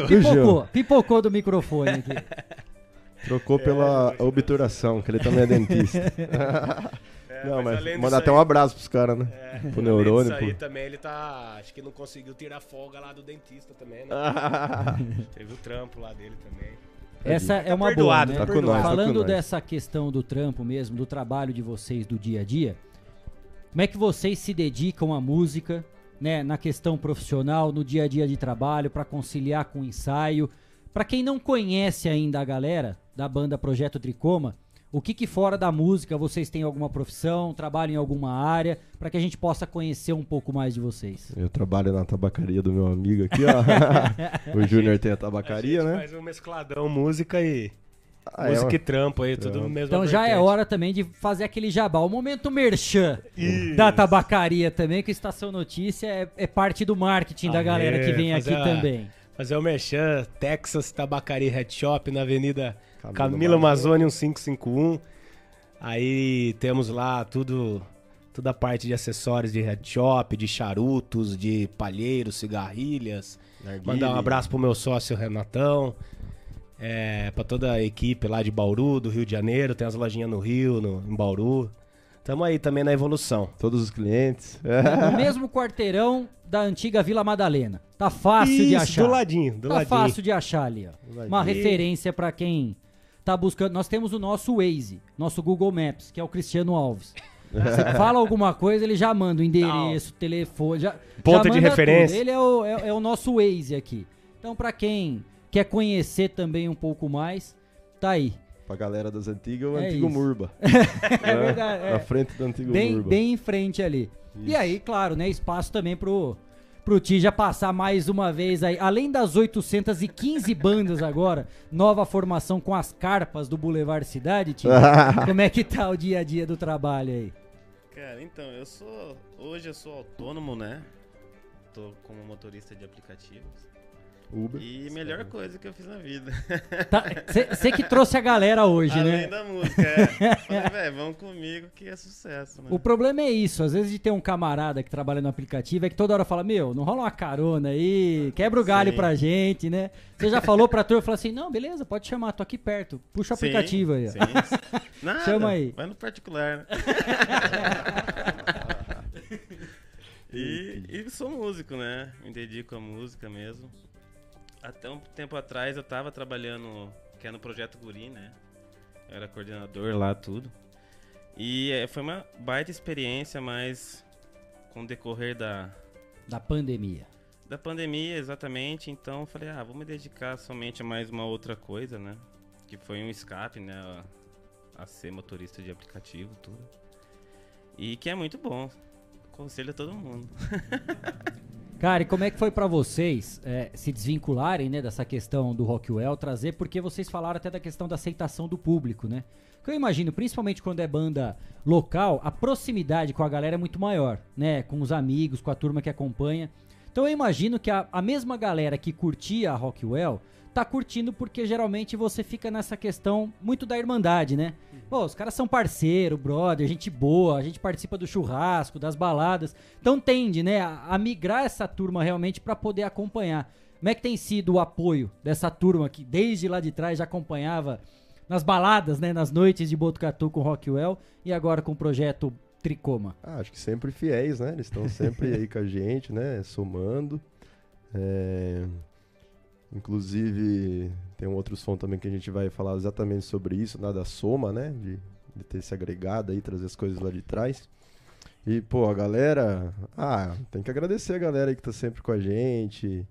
Pipocou do microfone aqui. Trocou pela obturação, que ele também é dentista. Não, mas manda até um abraço pros caras, né? Pro neurônio. Isso aí também ele tá... Acho que não conseguiu tirar folga lá do dentista também, né? Teve o trampo lá dele também. Essa é uma boa, né? Tá com nós, Falando dessa questão do trampo mesmo, do trabalho de vocês do dia a dia, como é que vocês se dedicam à música, né, na questão profissional, no dia a dia de trabalho, para conciliar com o ensaio? Para quem não conhece ainda a galera da banda Projeto Tricoma, o que fora da música vocês têm alguma profissão, trabalham em alguma área, para que a gente possa conhecer um pouco mais de vocês? Eu trabalho na tabacaria do meu amigo aqui, ó. O Júnior tem a tabacaria, né? Faz um mescladão, música e trampo aí, tudo mesmo. Então já é hora também de fazer aquele jabá. O momento merchan da tabacaria também, que a Estação Notícia é parte do marketing da galera que vem aqui também. Fazer o merchan, Texas Tabacaria Head Shop na Avenida Camilo Mazzoni 1551. Aí temos lá toda a parte de acessórios de head shop, de charutos, de palheiros, cigarrilhas. Mandar um abraço pro meu sócio Renatão. Pra toda a equipe lá de Bauru, do Rio de Janeiro. Tem as lojinhas no Rio, em Bauru. Tamo aí também na evolução. Todos os clientes. No mesmo quarteirão da antiga Vila Madalena. Tá fácil de achar. Do ladinho. Fácil de achar ali, ó. Uma referência pra quem tá buscando. Nós temos o nosso Waze, nosso Google Maps, que é o Cristiano Alves. Você fala alguma coisa, ele já manda o endereço, telefone, ponta de referência. Tudo. Ele é o nosso Waze aqui. Então, pra quem quer conhecer também um pouco mais, tá aí. Pra galera das antigas, o antigo Murba. É verdade. Na frente do antigo Murba. Bem em frente ali. Isso. E aí, claro, né, espaço também pro Tija passar mais uma vez aí. Além das 815 bandas agora, nova formação com as carpas do Boulevard Cidade, Tija. Como é que tá o dia a dia do trabalho aí? Cara, então, hoje eu sou autônomo, né? Tô como motorista de aplicativos. Uber. E melhor coisa que eu fiz na vida. Você que trouxe a galera hoje, Além né? Além da música, Falei, velho, vamos comigo que é sucesso, né? O problema é isso, às vezes de ter um camarada que trabalha no aplicativo é que toda hora fala, não rola uma carona aí, quebra o galho pra gente, né? Você já falou pra turma, falou assim, não, beleza, pode chamar, tô aqui perto, puxa o aplicativo aí. Ó. Sim. Nada, chama aí. Vai no particular, né? E sou músico, né? Me dedico à música mesmo. Até um tempo atrás eu tava trabalhando, que é no Projeto Guri, né? Eu era coordenador lá, tudo. E foi uma baita experiência, mas com o decorrer da pandemia. Da pandemia, exatamente. Então eu falei, vou me dedicar somente a mais uma outra coisa, né? Que foi um escape, né? A ser motorista de aplicativo, tudo. E que é muito bom. Aconselho a todo mundo. Cara, e como é que foi pra vocês se desvincularem, né, dessa questão do Rockwell, trazer, porque vocês falaram até da questão da aceitação do público, né? Que eu imagino, principalmente quando é banda local, a proximidade com a galera é muito maior, né? Com os amigos, com a turma que acompanha. Então eu imagino que a mesma galera que curtia a Rockwell tá curtindo porque geralmente você fica nessa questão muito da irmandade, né? Pô, os caras são parceiro, brother, gente boa, a gente participa do churrasco, das baladas. Então tende, né, a migrar essa turma realmente pra poder acompanhar. Como é que tem sido o apoio dessa turma que desde lá de trás já acompanhava nas baladas, né, nas noites de Botucatu com Rockwell e agora com o projeto Tricoma? Acho que sempre fiéis, né? Eles estão sempre aí com a gente, né? Somando. Inclusive, tem um outro som também que a gente vai falar exatamente sobre isso, da soma, né? De ter se agregado aí, trazer as coisas lá de trás. E, pô, a galera... tem que agradecer a galera aí que tá sempre com a gente.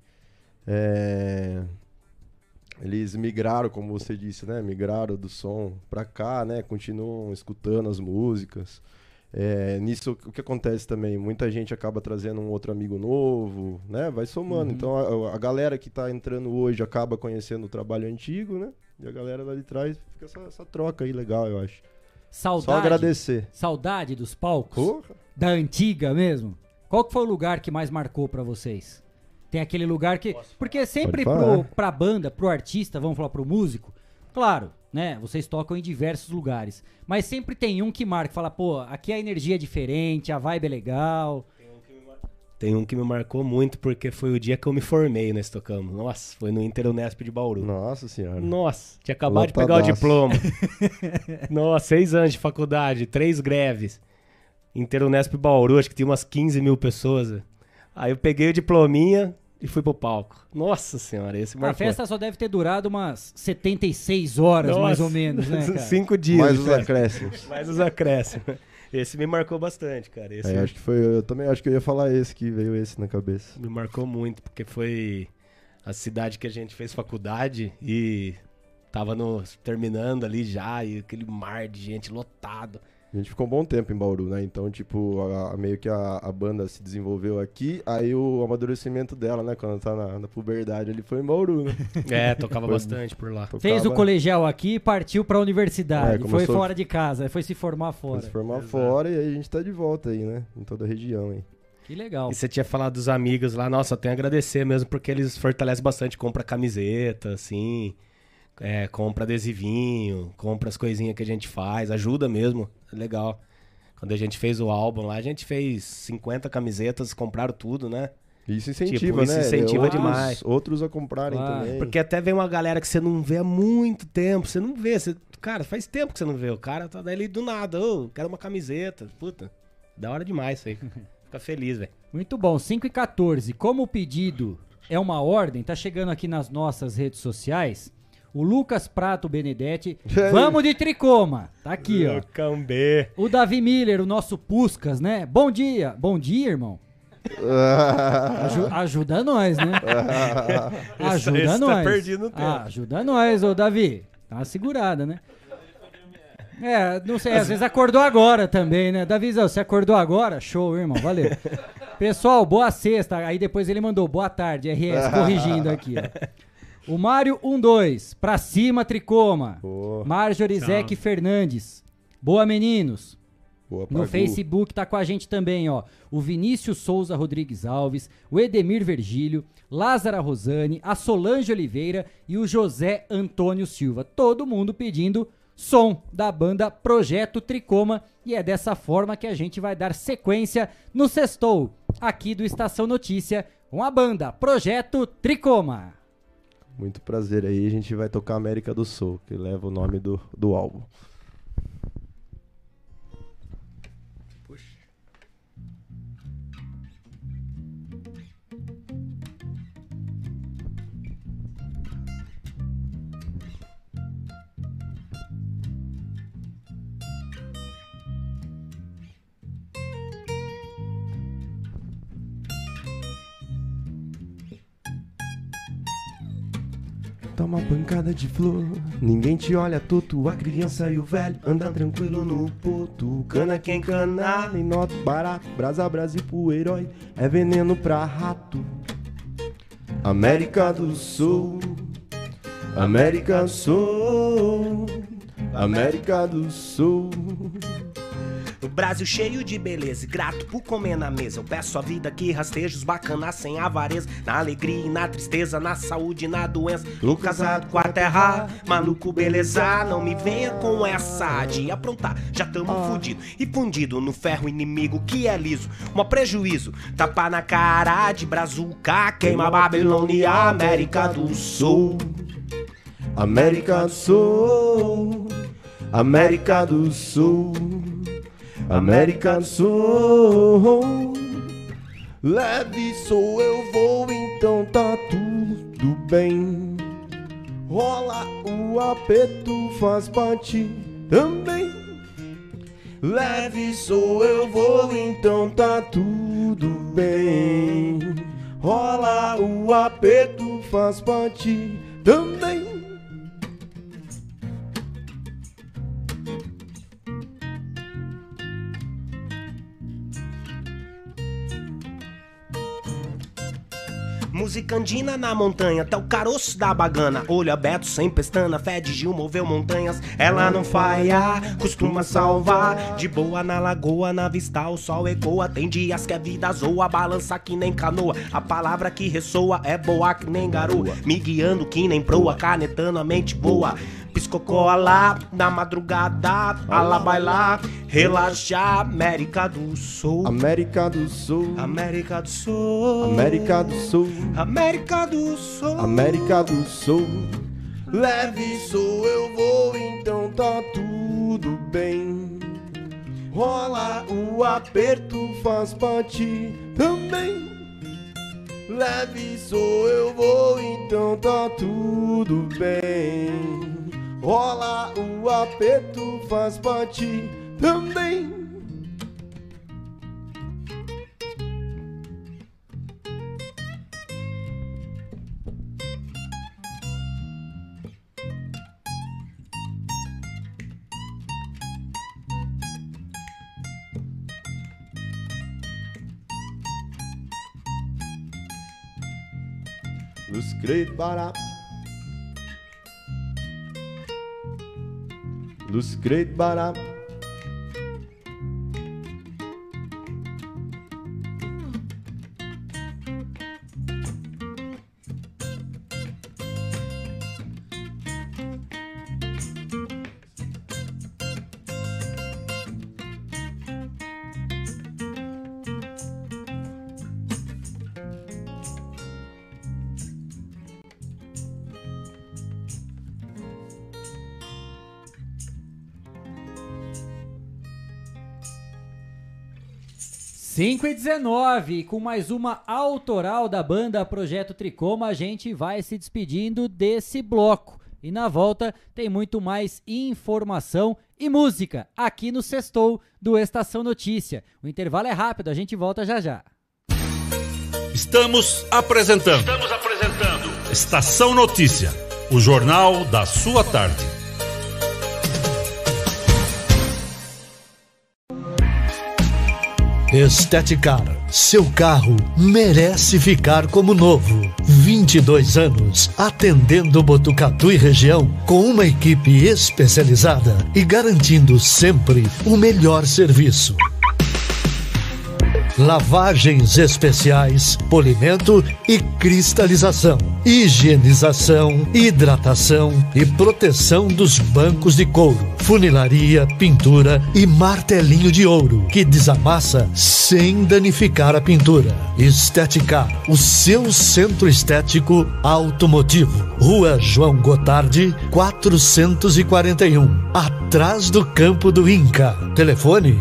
Eles migraram, como você disse, né? Migraram do som pra cá, né? Continuam escutando as músicas. Nisso, o que acontece também, muita gente acaba trazendo um outro amigo novo, né? Vai somando. Então, a galera que tá entrando hoje acaba conhecendo o trabalho antigo, né? E a galera lá de trás fica essa troca aí legal, eu acho. Saudade. Só agradecer. Saudade dos palcos? Porra. Da antiga mesmo? Qual que foi o lugar que mais marcou pra vocês? Tem aquele lugar que... Porque sempre pra banda, pro artista, vamos falar pro músico, claro, né? Vocês tocam em diversos lugares. Mas sempre tem um que marca, fala, pô, aqui a energia é diferente, a vibe é legal. Tem um que me marcou muito, porque foi o dia que eu me formei, nós tocamos. Nossa, foi no Interunesp de Bauru. Nossa senhora. Nossa, tinha acabado de pegar o diploma. Nossa, 6 anos de faculdade, 3 greves. Interunesp Bauru, acho que tinha umas 15 mil pessoas. Aí eu peguei o diplominha e fui pro palco. Nossa senhora, esse marcou. A festa só deve ter durado umas 76 horas, Nossa, mais ou menos, né, cara? 5 dias. Mais os acréscimos. Mais os acréscimos. Esse me marcou bastante, cara. Esse acho que foi, eu também acho que eu ia falar esse, que veio esse na cabeça. Me marcou muito, porque foi a cidade que a gente fez faculdade e tava terminando ali já, e aquele mar de gente lotado. A gente ficou um bom tempo em Bauru, né? Então, tipo, meio que a banda se desenvolveu aqui, aí o amadurecimento dela, né? Quando tá na puberdade, ele foi em Bauru, né? Tocava bastante por lá. Fez o colegial aqui e partiu pra universidade. Foi fora de casa, foi se formar fora. Foi se formar fora e aí a gente tá de volta aí, né? Em toda a região aí. Que legal. E você tinha falado dos amigos lá, nossa, eu tenho a agradecer mesmo, porque eles fortalecem bastante, compra camiseta, assim... compra adesivinho, compra as coisinhas que a gente faz, ajuda mesmo, é legal. Quando a gente fez o álbum lá, a gente fez 50 camisetas, compraram tudo, né? Isso incentiva, né? Isso incentiva demais. Outros a comprarem também. Porque até vem uma galera que você não vê há muito tempo, você não vê, cara, faz tempo que você não vê, o cara tá daí do nada, quero uma camiseta, puta, da hora demais isso aí, fica feliz, velho. Muito bom, 5h14, como o pedido é uma ordem, tá chegando aqui nas nossas redes sociais... O Lucas Prato Benedetti, vamos de Tricoma, tá aqui, ó. Cambê. O Davi Miller, o nosso Puscas, né? Bom dia, irmão. Ajuda nós, né? Ajuda nós. Tá perdido no tempo. Ajuda nós, ô Davi. Tá uma segurada, né? Não sei, às vezes acordou agora também, né? Davizão, você acordou agora? Show, irmão, valeu. Pessoal, boa sexta. Aí depois ele mandou boa tarde, RS, corrigindo aqui, ó. O Mário 12, pra cima Tricoma. Marjorie Zec Fernandes. Boa, meninos. Boa, no Facebook tá com a gente também, ó, o Vinícius Souza Rodrigues Alves, o Edemir Vergílio, Lázara Rosane, a Solange Oliveira e o José Antônio Silva. Todo mundo pedindo som da banda Projeto Tricoma, e é dessa forma que a gente vai dar sequência no Sextou, aqui do Estação Notícia, com a banda Projeto Tricoma. Muito prazer aí, a gente vai tocar América do Sul, que leva o nome do álbum. Toma pancada de flor, ninguém te olha torto. A criança e o velho andam tranquilo no porto. Cana quem cana, nem nota barato. Brasa, brasa e poeira, é veneno pra rato. América do Sul, América do Sul, América do Sul. O Brasil cheio de beleza e grato por comer na mesa. Eu peço a vida que rastejos bacanas sem avareza. Na alegria e na tristeza, na saúde e na doença. No casado com a terra, maluco beleza. Não me venha com essa de aprontar, já tamo fudido e fundido no ferro inimigo que é liso. Um prejuízo, tapa na cara de brazuca. Queima Babilônia, América do Sul. América do Sul, América do Sul, América do Sul. Leve sou eu vou, então tá tudo bem. Rola o aperto, faz parte também. Leve sou eu vou, então tá tudo bem. Rola o aperto, faz parte também. Música andina na montanha, até o caroço da bagana. Olho aberto, sem pestana, fé de Gil moveu montanhas. Ela não falha, costuma salvar. De boa na lagoa, na vista o sol ecoa. Tem dias que a vida zoa, balança que nem canoa. A palavra que ressoa é boa que nem garoa. Me guiando que nem proa, canetando a mente boa. Piscocola na madrugada, ala bailar, relaxar. América do Sul, América do Sul, América do Sul, América do Sul, América do Sul, América do Sul. Leve sou eu vou, então tá tudo bem. Rola o aperto, faz parte também. Leve sou eu vou, então tá tudo bem. Rola o aperto, faz parte também. Luz credo barato, luz credo barato. Cinco e 19, com mais uma autoral da banda Projeto Tricoma, a gente vai se despedindo desse bloco. E na volta tem muito mais informação e música aqui no Sextou do Estação Notícia. O intervalo é rápido, a gente volta já já. Estamos apresentando Estação Notícia, o jornal da sua tarde. Esteticar, seu carro merece ficar como novo. 22 anos atendendo Botucatu e região com uma equipe especializada e garantindo sempre o melhor serviço. Lavagens especiais, polimento e cristalização, higienização, hidratação e proteção dos bancos de couro, funilaria, pintura e martelinho de ouro, que desamassa sem danificar a pintura. Esteticar, o seu centro estético automotivo. Rua João Gotardi, 441, atrás do Campo do Inca. Telefone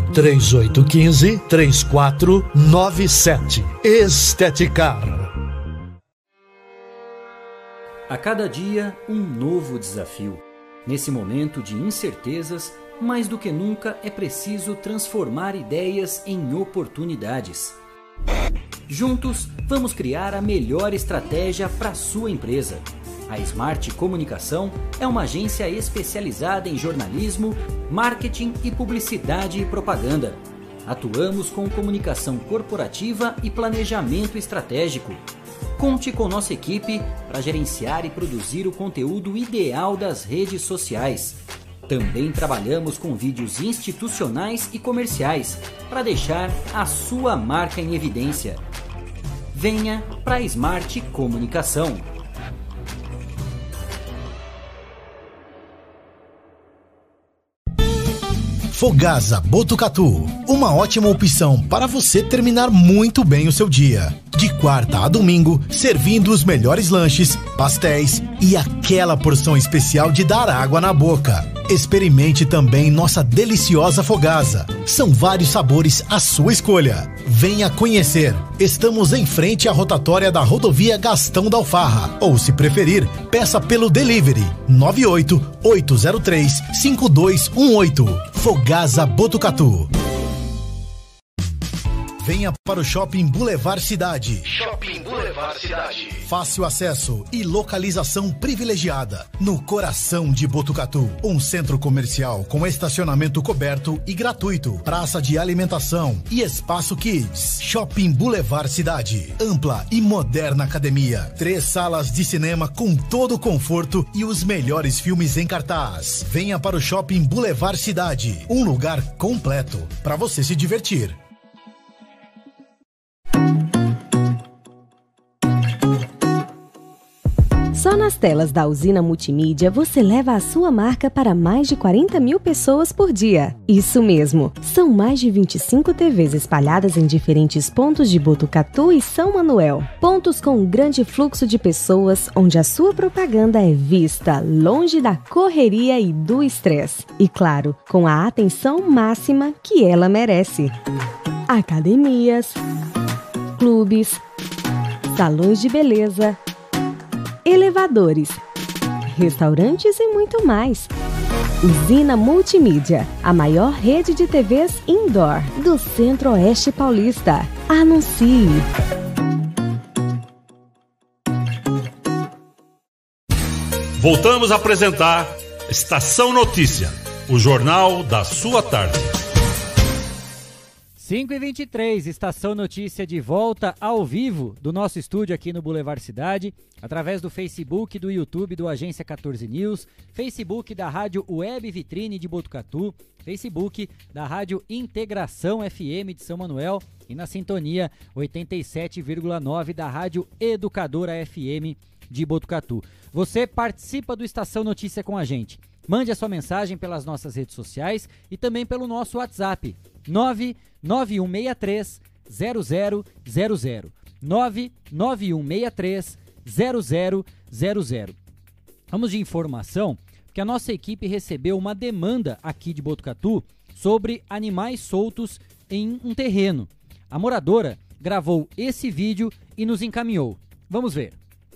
3815-3497. Esteticar. A cada dia, um novo desafio. Nesse momento de incertezas, mais do que nunca é preciso transformar ideias em oportunidades. Juntos, vamos criar a melhor estratégia para a sua empresa. A Smart Comunicação é uma agência especializada em jornalismo, marketing e publicidade e propaganda. Atuamos com comunicação corporativa e planejamento estratégico. Conte com nossa equipe para gerenciar e produzir o conteúdo ideal das redes sociais. Também trabalhamos com vídeos institucionais e comerciais para deixar a sua marca em evidência. Venha para a Smart Comunicação. Fogasa Botucatu, uma ótima opção para você terminar muito bem o seu dia. De quarta a domingo, servindo os melhores lanches, pastéis e aquela porção especial de dar água na boca. Experimente também nossa deliciosa Fogasa. São vários sabores à sua escolha. Venha conhecer. Estamos em frente à rotatória da rodovia Gastão da Alfarra. Ou, se preferir, peça pelo delivery 98-803-5218. Fogasa Botucatu. Venha para o Shopping Boulevard Cidade. Shopping Boulevard Cidade. Fácil acesso e localização privilegiada. No coração de Botucatu. Um centro comercial com estacionamento coberto e gratuito. Praça de alimentação e espaço kids. Shopping Boulevard Cidade. Ampla e moderna academia. 3 salas de cinema com todo o conforto e os melhores filmes em cartaz. Venha para o Shopping Boulevard Cidade. Um lugar completo para você se divertir. Só nas telas da Usina Multimídia você leva a sua marca para mais de 40 mil pessoas por dia. Isso mesmo, são mais de 25 TVs espalhadas em diferentes pontos de Botucatu e São Manuel. Pontos com um grande fluxo de pessoas, onde a sua propaganda é vista longe da correria e do estresse. E claro, com a atenção máxima que ela merece. Academias, clubes, salões de beleza, elevadores, restaurantes e muito mais. Usina Multimídia, a maior rede de TVs indoor do Centro-Oeste Paulista. Anuncie! Voltamos a apresentar Estação Notícia, o jornal da sua tarde. 5h23, Estação Notícia de volta ao vivo do nosso estúdio aqui no Boulevard Cidade, através do Facebook, do YouTube do Agência 14 News, Facebook da Rádio Web Vitrine de Botucatu, Facebook da Rádio Integração FM de São Manuel e na sintonia 87,9 da Rádio Educadora FM de Botucatu. Você participa do Estação Notícia com a gente. Mande a sua mensagem pelas nossas redes sociais e também pelo nosso WhatsApp 991630000 991630000. Vamos de informação, porque a nossa equipe recebeu uma demanda aqui de Botucatu sobre animais soltos em um terreno. A moradora gravou esse vídeo e nos encaminhou. Vamos ver.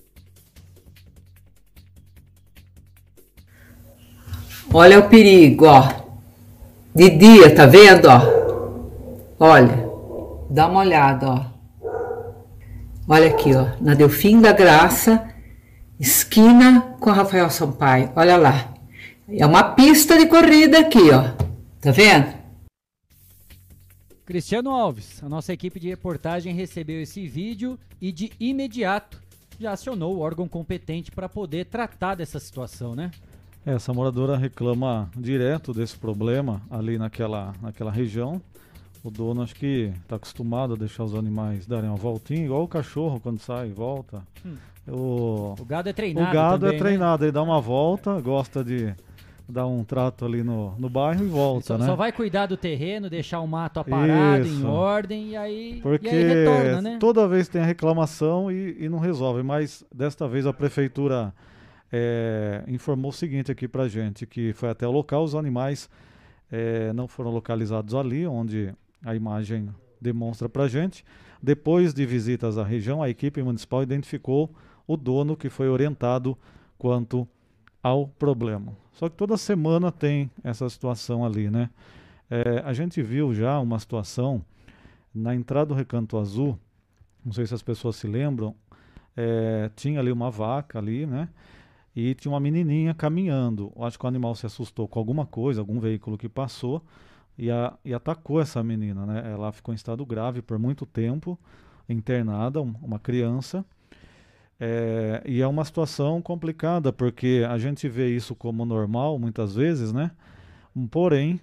Olha o perigo, ó. De dia, tá vendo, ó? Olha, dá uma olhada, ó. Olha aqui, ó, na Delfim da Graça, esquina com a Rafael Sampaio. Olha lá. É uma pista de corrida aqui, ó. Tá vendo? Cristiano Alves, a nossa equipe de reportagem recebeu esse vídeo e de imediato já acionou o órgão competente para poder tratar dessa situação, né? Essa moradora reclama direto desse problema ali naquela região. O dono acho que está acostumado a deixar os animais darem uma voltinha, igual o cachorro quando sai e volta. O gado é treinado. O gado também, é treinado, né? ele dá uma volta, gosta de dar um trato ali no bairro e volta, né? Só vai cuidar do terreno, deixar o mato aparado, em ordem, e aí retorna, né? Toda vez tem a reclamação e não resolve, mas desta vez a prefeitura informou o seguinte aqui pra gente, que foi até o local, os animais não foram localizados ali, onde a imagem demonstra pra gente. Depois de visitas à região, a equipe municipal identificou o dono, que foi orientado quanto ao problema. Só que toda semana tem essa situação ali, né? A gente viu já uma situação na entrada do Recanto Azul, não sei se as pessoas se lembram, tinha ali uma vaca ali, né? E tinha uma menininha caminhando. Eu acho que o animal se assustou com alguma coisa, algum veículo que passou e atacou essa menina, né? Ela ficou em estado grave por muito tempo, internada, uma criança. E é uma situação complicada, porque a gente vê isso como normal muitas vezes, né? Porém,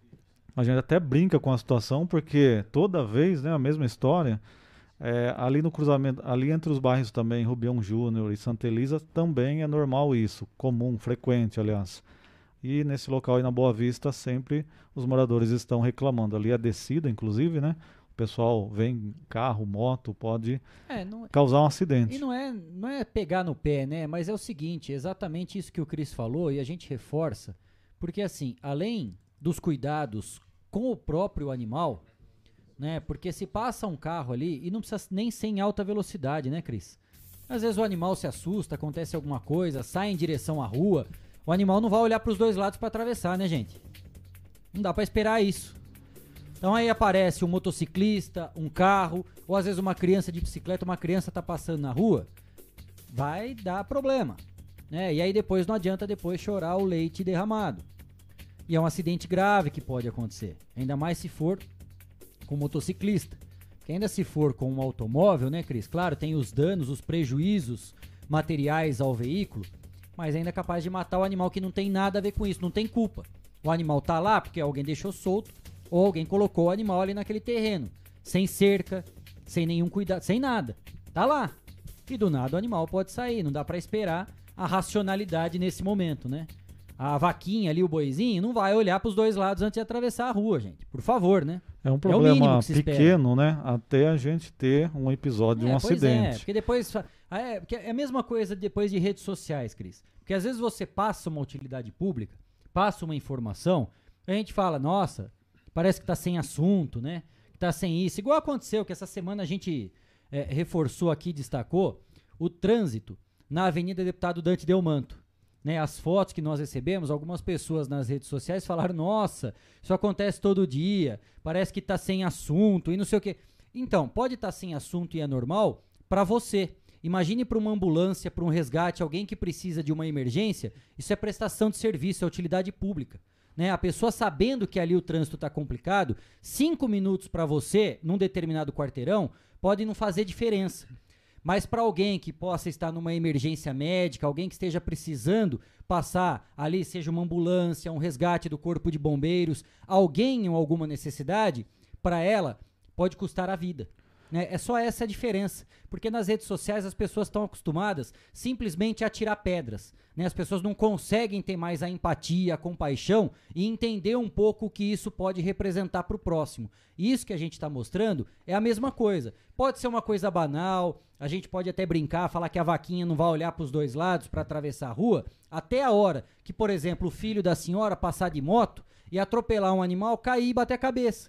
a gente até brinca com a situação, porque toda vez, né, a mesma história. Ali no cruzamento, ali entre os bairros também, Rubião Júnior e Santa Elisa, também é normal isso, comum, frequente, aliás. E nesse local aí na Boa Vista, sempre os moradores estão reclamando. Ali a descida, inclusive, né? O pessoal vem carro, moto, pode causar um acidente. E não é pegar no pé, né? Mas é o seguinte, exatamente isso que o Cris falou e a gente reforça, porque assim, além dos cuidados com o próprio animal, né? Porque se passa um carro ali, e não precisa nem ser em alta velocidade, né, Cris? Às vezes o animal se assusta, acontece alguma coisa, sai em direção à rua, o animal não vai olhar para os dois lados para atravessar, né, gente? Não dá para esperar isso. Então aí aparece um motociclista, um carro, ou às vezes uma criança de bicicleta, uma criança tá passando na rua, vai dar problema, né? E aí depois não adianta depois chorar o leite derramado. E é um acidente grave que pode acontecer, ainda mais se for com motociclista. Que ainda se for com um automóvel, né, Cris? Claro, tem os danos, os prejuízos materiais ao veículo, mas ainda é capaz de matar o animal que não tem nada a ver com isso, não tem culpa. O animal tá lá porque alguém deixou solto, ou alguém colocou o animal ali naquele terreno, sem cerca, sem nenhum cuidado, sem nada. Tá lá. E do nada o animal pode sair, não dá pra esperar a racionalidade nesse momento, né? A vaquinha ali, o boizinho, não vai olhar pros dois lados antes de atravessar a rua, gente. Por favor, né? É um problema pequeno, né? Até a gente ter um episódio de um acidente. Porque depois... porque é a mesma coisa depois de redes sociais, Cris. Porque às vezes você passa uma utilidade pública, passa uma informação, a gente fala, nossa, parece que tá sem assunto, né? Que tá sem isso. Igual aconteceu que essa semana a gente reforçou aqui, destacou, o trânsito na Avenida Deputado Dante Delmanto. Né, as fotos que nós recebemos, algumas pessoas nas redes sociais falaram, nossa, isso acontece todo dia, parece que tá sem assunto e não sei o quê. Então, pode estar sem assunto e é normal para você. Imagine para uma ambulância, para um resgate, alguém que precisa de uma emergência, isso é prestação de serviço, é utilidade pública. Né? A pessoa sabendo que ali o trânsito está complicado, 5 minutos para você, num determinado quarteirão, pode não fazer diferença. Mas para alguém que possa estar numa emergência médica, alguém que esteja precisando passar ali, seja uma ambulância, um resgate do corpo de bombeiros, alguém em alguma necessidade, para ela pode custar a vida. Né? É só essa a diferença, porque nas redes sociais as pessoas estão acostumadas simplesmente a tirar pedras. Né? As pessoas não conseguem ter mais a empatia, a compaixão e entender um pouco o que isso pode representar para o próximo. Isso que a gente está mostrando é a mesma coisa. Pode ser uma coisa banal, a gente pode até brincar, falar que a vaquinha não vai olhar para os dois lados para atravessar a rua, até a hora que, por exemplo, o filho da senhora passar de moto e atropelar um animal, cair e bater a cabeça.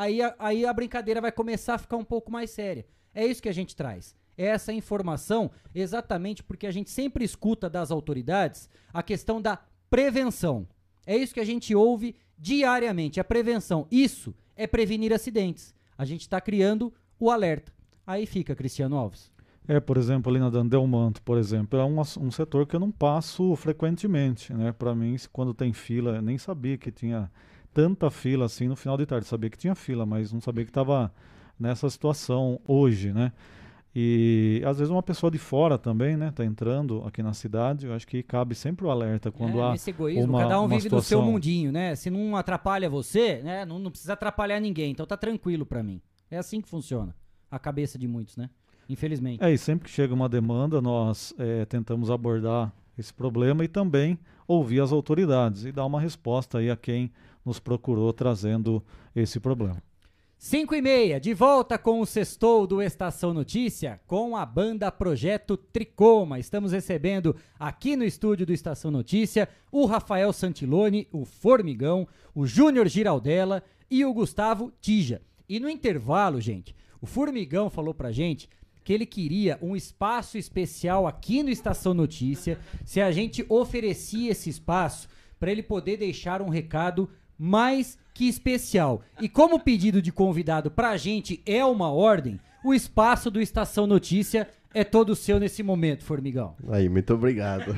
Aí a brincadeira vai começar a ficar um pouco mais séria. É isso que a gente traz. É essa informação exatamente porque a gente sempre escuta das autoridades a questão da prevenção. É isso que a gente ouve diariamente, a prevenção. Isso é prevenir acidentes. A gente está criando o alerta. Aí fica, Cristiano Alves. Por exemplo, ali na Delmanto, por exemplo, é um setor que eu não passo frequentemente, né? Para mim, quando tem fila, eu nem sabia que tinha tanta fila assim no final de tarde. Sabia que tinha fila, mas não sabia que estava nessa situação hoje, né? E às vezes uma pessoa de fora também, né, tá entrando aqui na cidade. Eu acho que cabe sempre o alerta quando há esse egoísmo, cada um vive do seu mundinho, né? Se não atrapalha você, né, não precisa atrapalhar ninguém. Então tá tranquilo pra mim. É assim que funciona a cabeça de muitos, né? Infelizmente. E sempre que chega uma demanda, nós tentamos abordar esse problema e também ouvir as autoridades e dar uma resposta aí a quem nos procurou trazendo esse problema. 5h30, de volta com o Sextou do Estação Notícia, com a banda Projeto Tricoma. Estamos recebendo aqui no estúdio do Estação Notícia o Rafael Santiloni, o Formigão, o Júnior Giraldella e o Gustavo Tija. E no intervalo, gente, o Formigão falou pra gente que ele queria um espaço especial aqui no Estação Notícia, se a gente oferecia esse espaço para ele poder deixar um recado mais que especial. E como o pedido de convidado pra gente é uma ordem, o espaço do Estação Notícia é todo seu nesse momento, Formigão. Aí, muito obrigado.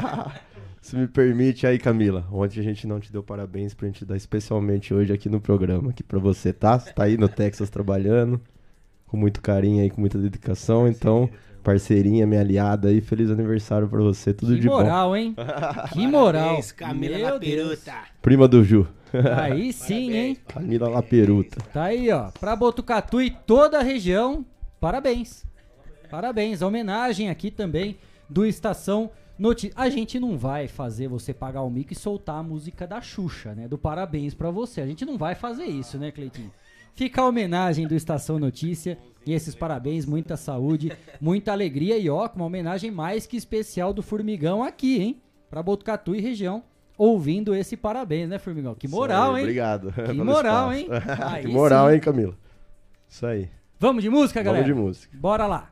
Se me permite aí, Camila, ontem a gente não te deu parabéns pra gente dar especialmente hoje aqui no programa, aqui pra você, tá? Você tá aí no Texas trabalhando, com muito carinho aí, com muita dedicação, então, parceirinha, minha aliada aí, feliz aniversário pra você, tudo de bom. Que moral, hein? Que moral. Parabéns, Camila Laperuta. Prima do Ju. Aí sim, hein? Camila Laperuta. Tá aí, ó, pra Botucatu e toda a região, parabéns. Parabéns, a homenagem aqui também do Estação Notícia. A gente não vai fazer você pagar o mico e soltar a música da Xuxa, né? Do parabéns pra você. A gente não vai fazer isso, né, Cleitinho? Fica a homenagem do Estação Notícia e esses parabéns, muita saúde, muita alegria e ó, com uma homenagem mais que especial do Formigão aqui, hein? Pra Botucatu e região, ouvindo esse parabéns, né, Formigão? Que moral, aí, hein? Obrigado. Que moral, hein? Aí, que moral, sim. hein, Camila? Isso aí. Vamos de música, galera? Vamos de música. Bora lá.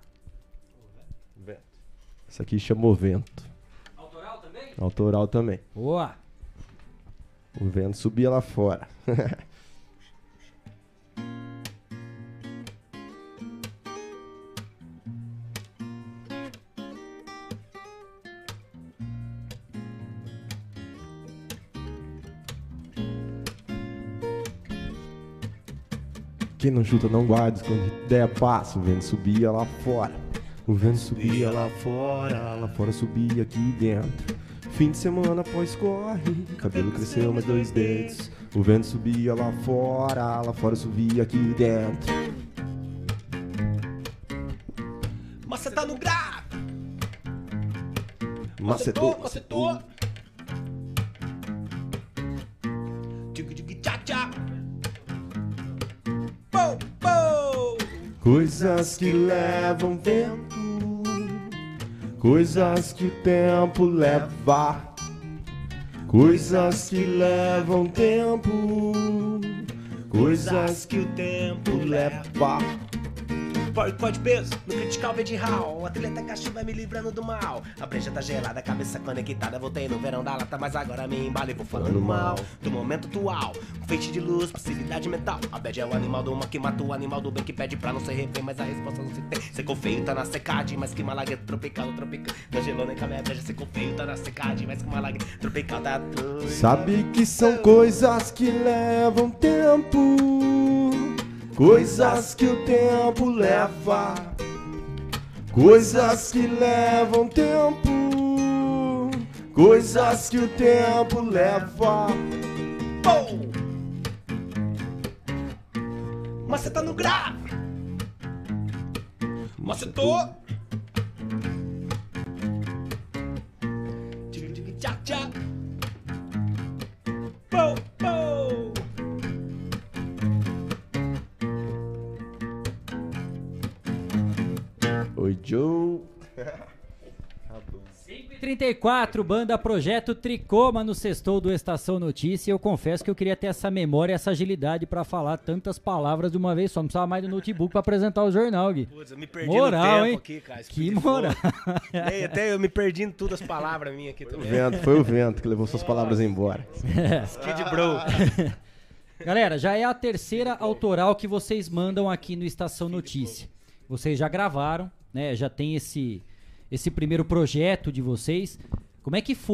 Essa aqui chama O Vento. Autoral também? Autoral também. Boa. O vento subia lá fora. Quem não chuta não guarda, quando ideia passa. O vento subia lá fora. O vento subia lá fora subia aqui dentro. Fim de semana após corre, cabelo cresceu mais 2 dedos. O vento subia lá fora subia aqui dentro. Maceta no grave. Macetou. Tchá-tchá. Coisas que levam vento, coisas que o tempo leva, coisas que levam tempo, coisas que o tempo leva. Porco de peso, no critical vem de hall. Atleta caixa vai me livrando do mal. A brecha tá gelada, cabeça conectada. Voltei no verão da lata, mas agora me embalo e vou falando mal do momento atual. Um feite de luz, facilidade mental. A bad é o animal do mal que mata o animal do bem que pede pra não ser refém, mas a resposta não se tem. Secou feio, tá na secagem, mas que malagueta tropical. Não gelou nem com a minha breja. Secou feio, tá na secagem, mas que malagueta tropical tá tudo. Sabe que são coisas que levam tempo, coisas que o tempo leva, coisas que levam tempo, coisas que o tempo leva. Maceta no grave. Macetou. Tchá-tchá. Oi, Joe. 5h34, banda Projeto Tricoma no Sextou do Estação Notícia. Eu confesso que eu queria ter essa memória, essa agilidade pra falar tantas palavras de uma vez só. Não precisava mais do notebook pra apresentar o jornal, Gui. Putz, eu me perdi moral, no tempo hein? Aqui, cara. Que moral. Até eu me perdi em todas as palavras minhas aqui também. Foi o vento que levou suas palavras embora. Skid Bro. Galera, já é a terceira autoral que vocês mandam aqui no Estação Notícia. Vocês já gravaram, né? Já tem esse primeiro projeto de vocês. Como é que foi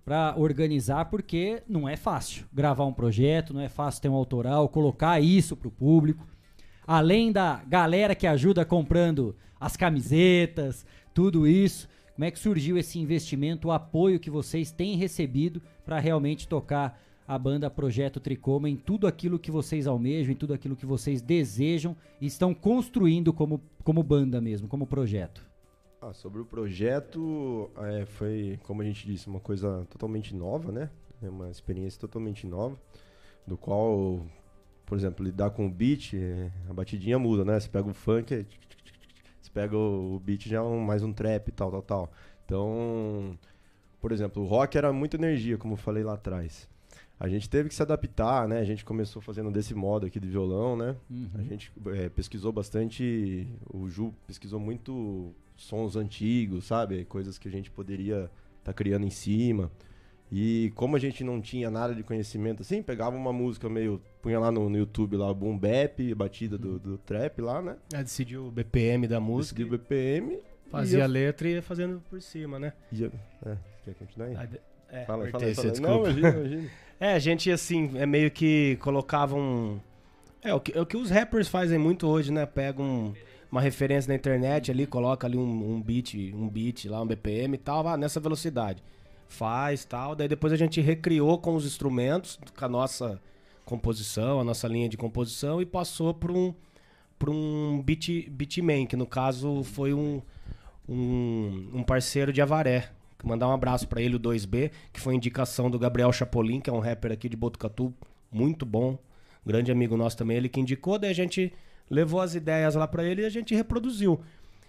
para organizar, porque não é fácil gravar um projeto, não é fácil ter um autoral, colocar isso pro público. Além da galera que ajuda comprando as camisetas, tudo isso, como é que surgiu esse investimento, o apoio que vocês têm recebido para realmente tocar a banda Projeto Tricoma em tudo aquilo que vocês almejam, em tudo aquilo que vocês desejam e estão construindo como banda mesmo, como projeto? Sobre o projeto, foi, como a gente disse, uma coisa totalmente nova, né? É uma experiência totalmente nova, do qual, por exemplo, lidar com o beat, a batidinha muda, né? Você pega o funk, você pega o beat, já é mais um trap e tal. Então, por exemplo, o rock era muita energia, como eu falei lá atrás. A gente teve que se adaptar, né? A gente começou fazendo desse modo aqui de violão, né? A gente pesquisou bastante, o Ju pesquisou muito sons antigos, sabe? Coisas que a gente poderia estar criando em cima. E como a gente não tinha nada de conhecimento assim, pegava uma música meio... Punha lá no YouTube lá o boom bap, batida do trap lá, né? Decidiu o BPM da música. Decidiu o BPM. Fazia a letra e ia fazendo por cima, né? Quer continuar aí? Fala aí. Não, imagina. A gente, assim, meio que colocava um... o que os rappers fazem muito hoje, né? Pegam uma referência na internet ali, coloca ali um beat lá, um BPM e tal, nessa velocidade. Faz, tal. Daí depois a gente recriou com os instrumentos, com a nossa composição, a nossa linha de composição, e passou para um beatman, que no caso foi um parceiro de Avaré. Mandar um abraço pra ele, o 2B, que foi indicação do Gabriel Chapolin, que é um rapper aqui de Botucatu, muito bom, grande amigo nosso também, ele que indicou, daí a gente levou as ideias lá pra ele e a gente reproduziu.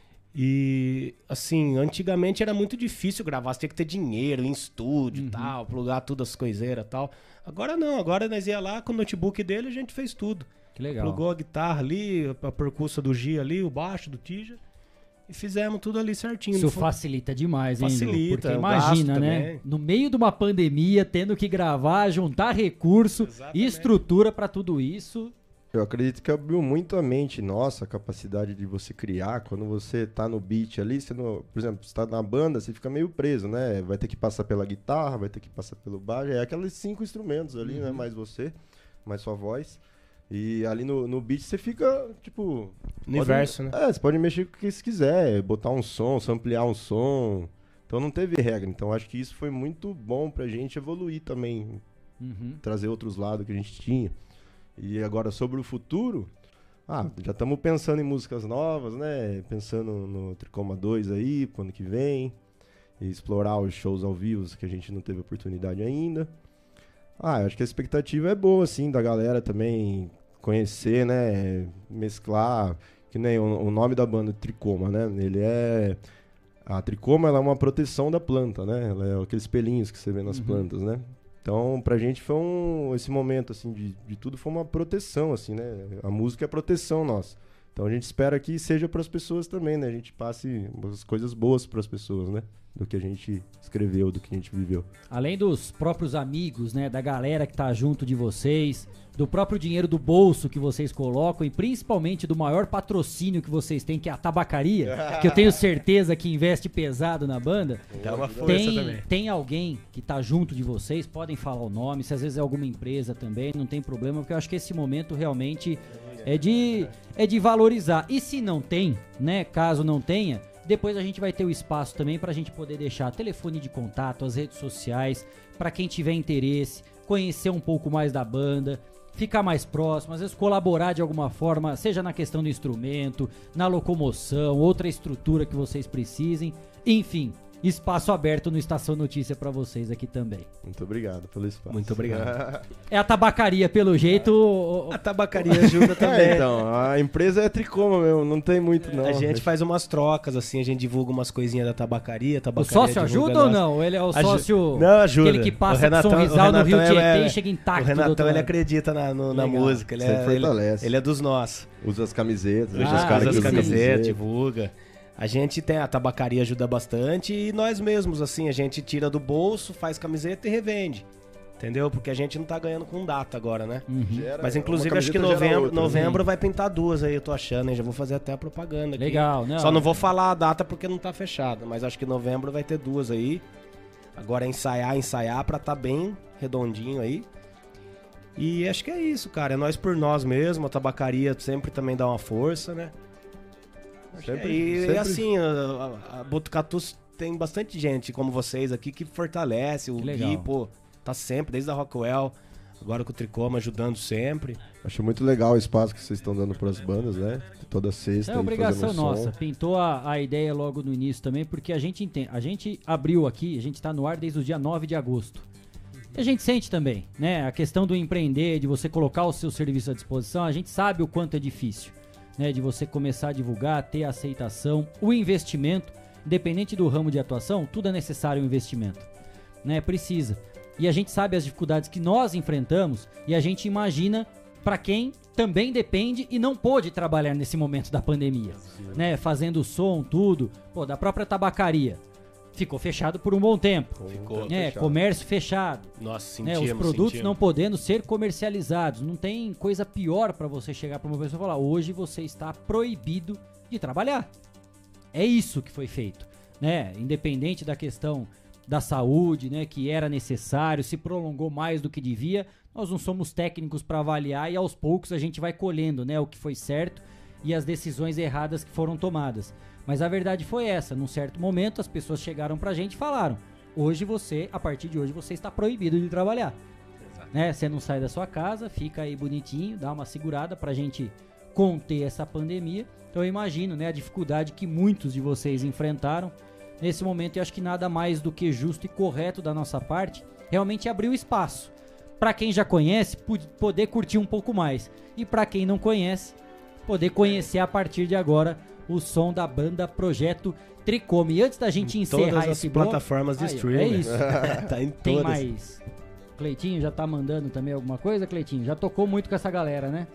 E, assim, antigamente era muito difícil gravar, você tinha que ter dinheiro em estúdio e tal, plugar tudo as coiseiras e tal. Agora não, agora nós ia lá com o notebook dele e a gente fez tudo. Que legal. Plugou a guitarra ali, a percussa do G ali, o baixo do Tija. E fizemos tudo ali certinho. Isso facilita demais, hein, Facilita, porque imagina, né? Também. No meio de uma pandemia, tendo que gravar, juntar recurso e estrutura pra tudo isso. Eu acredito que abriu muito a mente nossa, a capacidade de você criar. Quando você tá no beat ali, você não, por exemplo, você tá na banda, você fica meio preso, né? Vai ter que passar pela guitarra, vai ter que passar pelo baixo. É aqueles 5 instrumentos ali, né? Mais você, mais sua voz. E ali no beat você fica, tipo... Universo, né? Você pode mexer com o que você quiser, botar um som, samplear um som. Então não teve regra. Então acho que isso foi muito bom pra gente evoluir também. Trazer outros lados que a gente tinha. E agora sobre o futuro... já estamos pensando em músicas novas, né? Pensando no Tricoma 2 aí, pro ano que vem. E explorar os shows ao vivo que a gente não teve oportunidade ainda. Acho que a expectativa é boa, assim, da galera também conhecer, né, mesclar, que nem o nome da banda Tricoma, né, a Tricoma, ela é uma proteção da planta, né, ela é aqueles pelinhos que você vê nas plantas, né, então pra gente foi esse momento, assim, de tudo foi uma proteção, assim, né, a música é proteção nossa, então a gente espera que seja pras pessoas também, né, a gente passe as coisas boas pras pessoas, né, do que a gente escreveu, do que a gente viveu. Além dos próprios amigos, né, da galera que tá junto de vocês, do próprio dinheiro do bolso que vocês colocam e principalmente do maior patrocínio que vocês têm, que é a tabacaria, que eu tenho certeza que investe pesado na banda. Dá uma força também. Tem alguém que tá junto de vocês, podem falar o nome, se às vezes é alguma empresa também, não tem problema, porque eu acho que esse momento realmente é de valorizar. E se não tem, né, caso não tenha, depois a gente vai ter o espaço também pra gente poder deixar telefone de contato, as redes sociais, pra quem tiver interesse, conhecer um pouco mais da banda, ficar mais próximo, às vezes colaborar de alguma forma, seja na questão do instrumento, na locomoção, outra estrutura que vocês precisem, enfim, espaço aberto no Estação Notícia pra vocês aqui também. Muito obrigado pelo espaço. Muito obrigado. É a tabacaria, pelo jeito... A tabacaria ajuda também. Então, a empresa é Tricoma mesmo, não tem muito não. A gente faz umas trocas, assim, a gente divulga umas coisinhas da tabacaria. O sócio ajuda ou não? Ele é o sócio... Não, ajuda. Aquele que passa de Sorrisal no Rio Tietê e chega intacto. O Renatão, ele acredita na música. Ele fortalece. Ele é dos nossos. Usa as camisetas. Usa as camisetas, divulga. A gente tem, a tabacaria ajuda bastante e nós mesmos, assim, a gente tira do bolso, faz camiseta e revende. Entendeu? Porque a gente não tá ganhando com data agora, né? Mas inclusive acho que novembro vai pintar 2 aí, eu tô achando, hein? Já vou fazer até a propaganda aqui. Legal, né? Só não vou falar a data porque não tá fechada, mas acho que novembro vai ter 2 aí. Agora é ensaiar pra tá bem redondinho aí. E acho que é isso, cara. É nós por nós mesmo. A tabacaria sempre também dá uma força, né? E assim, a Botucatu tem bastante gente como vocês aqui que fortalece. O Gui, pô, tá sempre, desde a Rockwell, agora com o Tricoma, ajudando sempre. Acho muito legal o espaço que vocês estão dando pras bandas, né? Toda sexta. É obrigação nossa. Pintou a ideia logo no início também, porque a gente entende. A gente abriu aqui, a gente tá no ar desde o dia 9 de agosto. E a gente sente também, né? A questão do empreender, de você colocar o seu serviço à disposição, a gente sabe o quanto é difícil, né? De você começar a divulgar, ter aceitação, o investimento, independente do ramo de atuação, tudo é necessário um investimento, né? Precisa. E a gente sabe as dificuldades que nós enfrentamos e a gente imagina para quem também depende e não pôde trabalhar nesse momento da pandemia, né? Fazendo som, tudo, pô, da própria tabacaria. Ficou fechado por um bom tempo. Ficou fechado. Comércio fechado. Nossa, sentimos, os produtos não podendo ser comercializados. Não tem coisa pior para você chegar para uma pessoa e falar: hoje você está proibido de trabalhar. É isso que foi feito, né? Independente da questão da saúde, né, que era necessário, se prolongou mais do que devia. Nós não somos técnicos para avaliar e aos poucos a gente vai colhendo, né, o que foi certo e as decisões erradas que foram tomadas. Mas a verdade foi essa, num certo momento as pessoas chegaram pra gente e falaram: hoje você, a partir de hoje, você está proibido de trabalhar. Né? Você não sai da sua casa, fica aí bonitinho, dá uma segurada pra gente conter essa pandemia. Então eu imagino, né, a dificuldade que muitos de vocês enfrentaram nesse momento. Eu acho que nada mais do que justo e correto da nossa parte realmente abrir o espaço pra quem já conhece poder curtir um pouco mais, e pra quem não conhece poder conhecer a partir de agora o som da banda Projeto Tricoma. E antes da gente encerrar todas esse as bloco, plataformas de streaming. é isso. Tá em Tem todas. mais. Cleitinho já tá mandando também alguma coisa, Cleitinho? Já tocou muito com essa galera, né?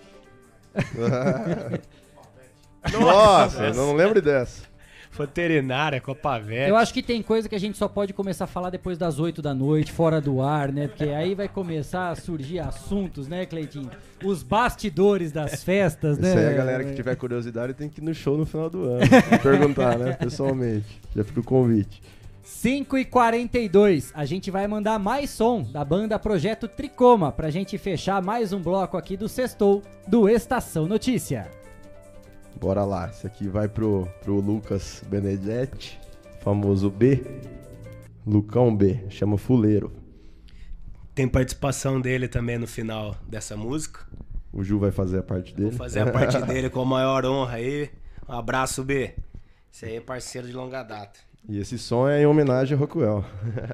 Nossa, eu não lembro dessa. Veterinária, Copavete. Eu acho que tem coisa que a gente só pode começar a falar depois das 8 da noite, fora do ar, né? Porque aí vai começar a surgir assuntos, né, Cleitinho? Os bastidores das festas, né? Isso aí, a galera que tiver curiosidade tem que ir no show no final do ano. Perguntar, né, pessoalmente. Já fica o convite. 5h42, a gente vai mandar mais som da banda Projeto Tricoma pra gente fechar mais um bloco aqui do Sextou do Estação Notícia. Bora lá, esse aqui vai pro Lucas Benedetti, famoso B, Lucão B, chama Fuleiro. Tem participação dele também no final dessa música. O Ju vai fazer a parte dele. Vou fazer a parte dele com a maior honra aí. Um abraço, B. Esse aí é parceiro de longa data. E esse som é em homenagem a Rockwell.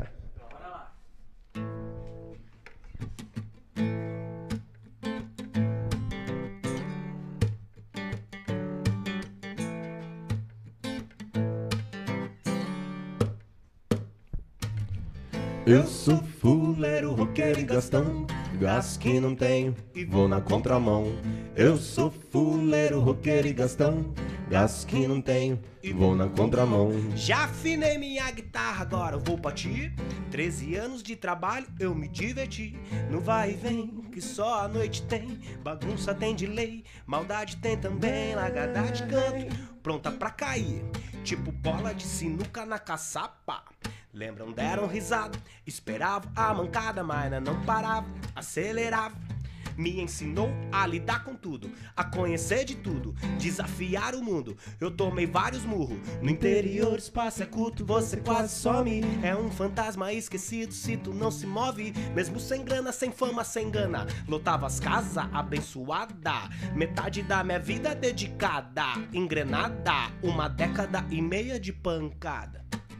Eu sou fuleiro, roqueiro e gastão, gás que não tenho e vou na contramão. Eu sou fuleiro, roqueiro e gastão, gás que não tenho e vou na contramão. Já afinei minha guitarra, agora eu vou pra ti. 13 anos de trabalho, eu me diverti. No vai e vem, que só a noite tem. Bagunça tem de lei, maldade tem também. Largada de canto, pronta pra cair, tipo bola de sinuca na caçapa. Lembram, deram risada, esperavam a mancada, mas não parava, acelerava. Me ensinou a lidar com tudo, a conhecer de tudo, desafiar o mundo. Eu tomei vários murros, no interior espaço é curto, você quase some. É um fantasma esquecido se tu não se move. Mesmo sem grana, sem fama, sem gana, lotava as casas, abençoada. Metade da minha vida dedicada, engrenada, 1 década e meia de pancada.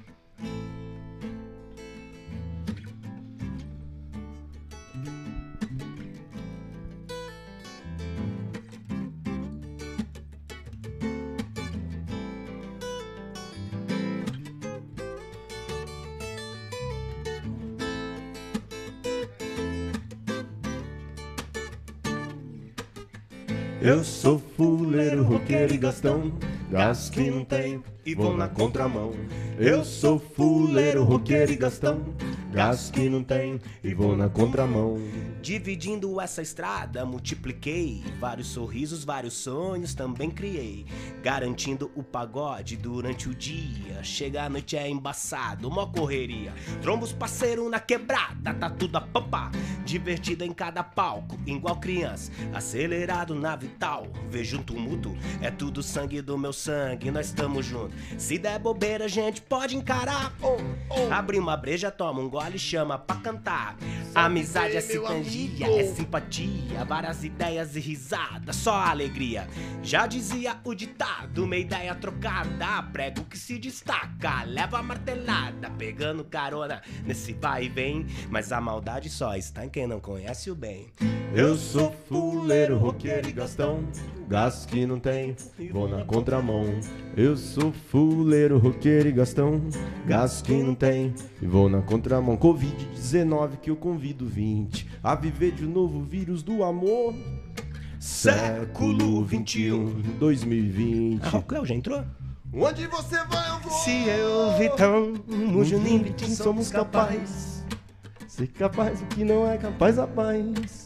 Eu sou fuleiro, roqueiro e gastão, gás que não tenho e vou na contramão. Eu sou fuleiro, roqueiro e gastão, gasto que não tem e vou na contramão. Dividindo essa estrada, multipliquei vários sorrisos, vários sonhos também criei, garantindo o pagode durante o dia. Chega a noite é embaçado, mó correria, trombos parceiro na quebrada, tá tudo a pampa, divertido em cada palco, igual criança, acelerado na vital. Vejo um tumulto, é tudo sangue do meu sangue, nós estamos juntos. Se der bobeira a gente pode encarar, abre uma breja, toma um gole, chama pra cantar. Amizade é sinergia, é simpatia, várias ideias e risadas, só alegria. Já dizia o ditado, uma ideia trocada, prego que se destaca, leva a martelada, pegando carona nesse vai e vem, mas a maldade só está em quem não conhece o bem. Eu sou fuleiro, roqueiro e gastão, gasto que não tem, vou na contramão. Eu sou fuleiro, roqueiro e gastão, gasto que não tem e vou na contramão. Covid-19 que eu convido 20 a viver de um novo vírus do amor. Século 21, 2020. Ah, o Cléo já entrou? Onde você vai eu vou. Se eu, Vitão, Juninho, Vitinho, somos capazes. Ser capaz o que não é capaz, rapaz.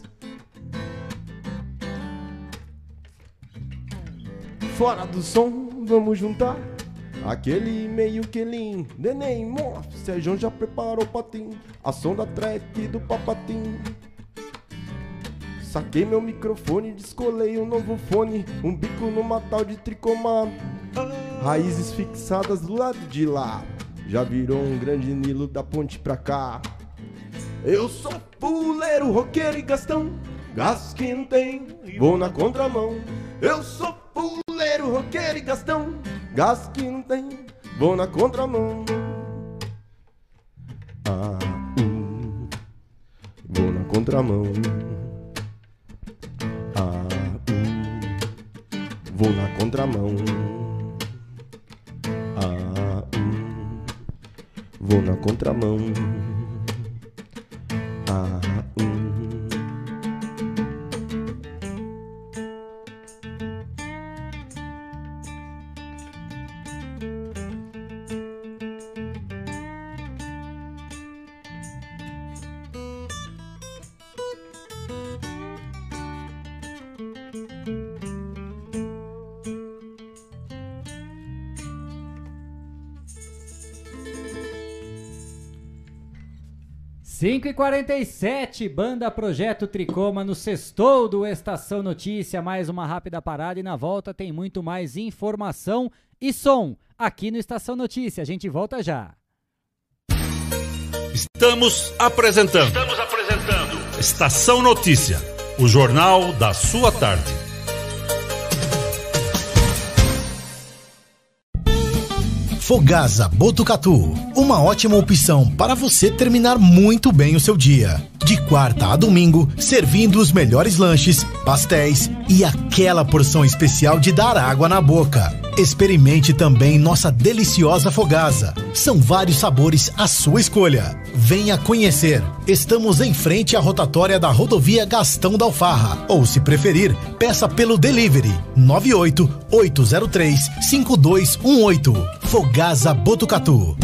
Fora do som, vamos juntar aquele meio que lim, neném, morf, Sérgio já preparou o patim, a som da track do papatim. Saquei meu microfone, descolei um novo fone, um bico numa tal de tricoma, raízes fixadas do lado de lá, já virou um grande Nilo da ponte pra cá. Eu sou fuleiro, roqueiro e gastão, gasto que não tem, vou na contramão. Eu sou fuleiro, roqueiro e gastão, gasto que não tem, vou na contramão. Vou na contramão. Vou na contramão. Vou na contramão. Cinco e 47, banda Projeto Tricoma no Sextou do Estação Notícia. Mais uma rápida parada e na volta tem muito mais informação e som aqui no Estação Notícia. A gente volta já. Estamos apresentando Estação Notícia, o jornal da sua tarde. Fogasa Botucatu, uma ótima opção para você terminar muito bem o seu dia. De quarta a domingo, servindo os melhores lanches, pastéis e aquela porção especial de dar água na boca. Experimente também nossa deliciosa Fogasa. São vários sabores à sua escolha. Venha conhecer. Estamos em frente à rotatória da rodovia Gastão da Alfarra. Ou, se preferir, peça pelo delivery 98-803-5218. Fogasa Botucatu.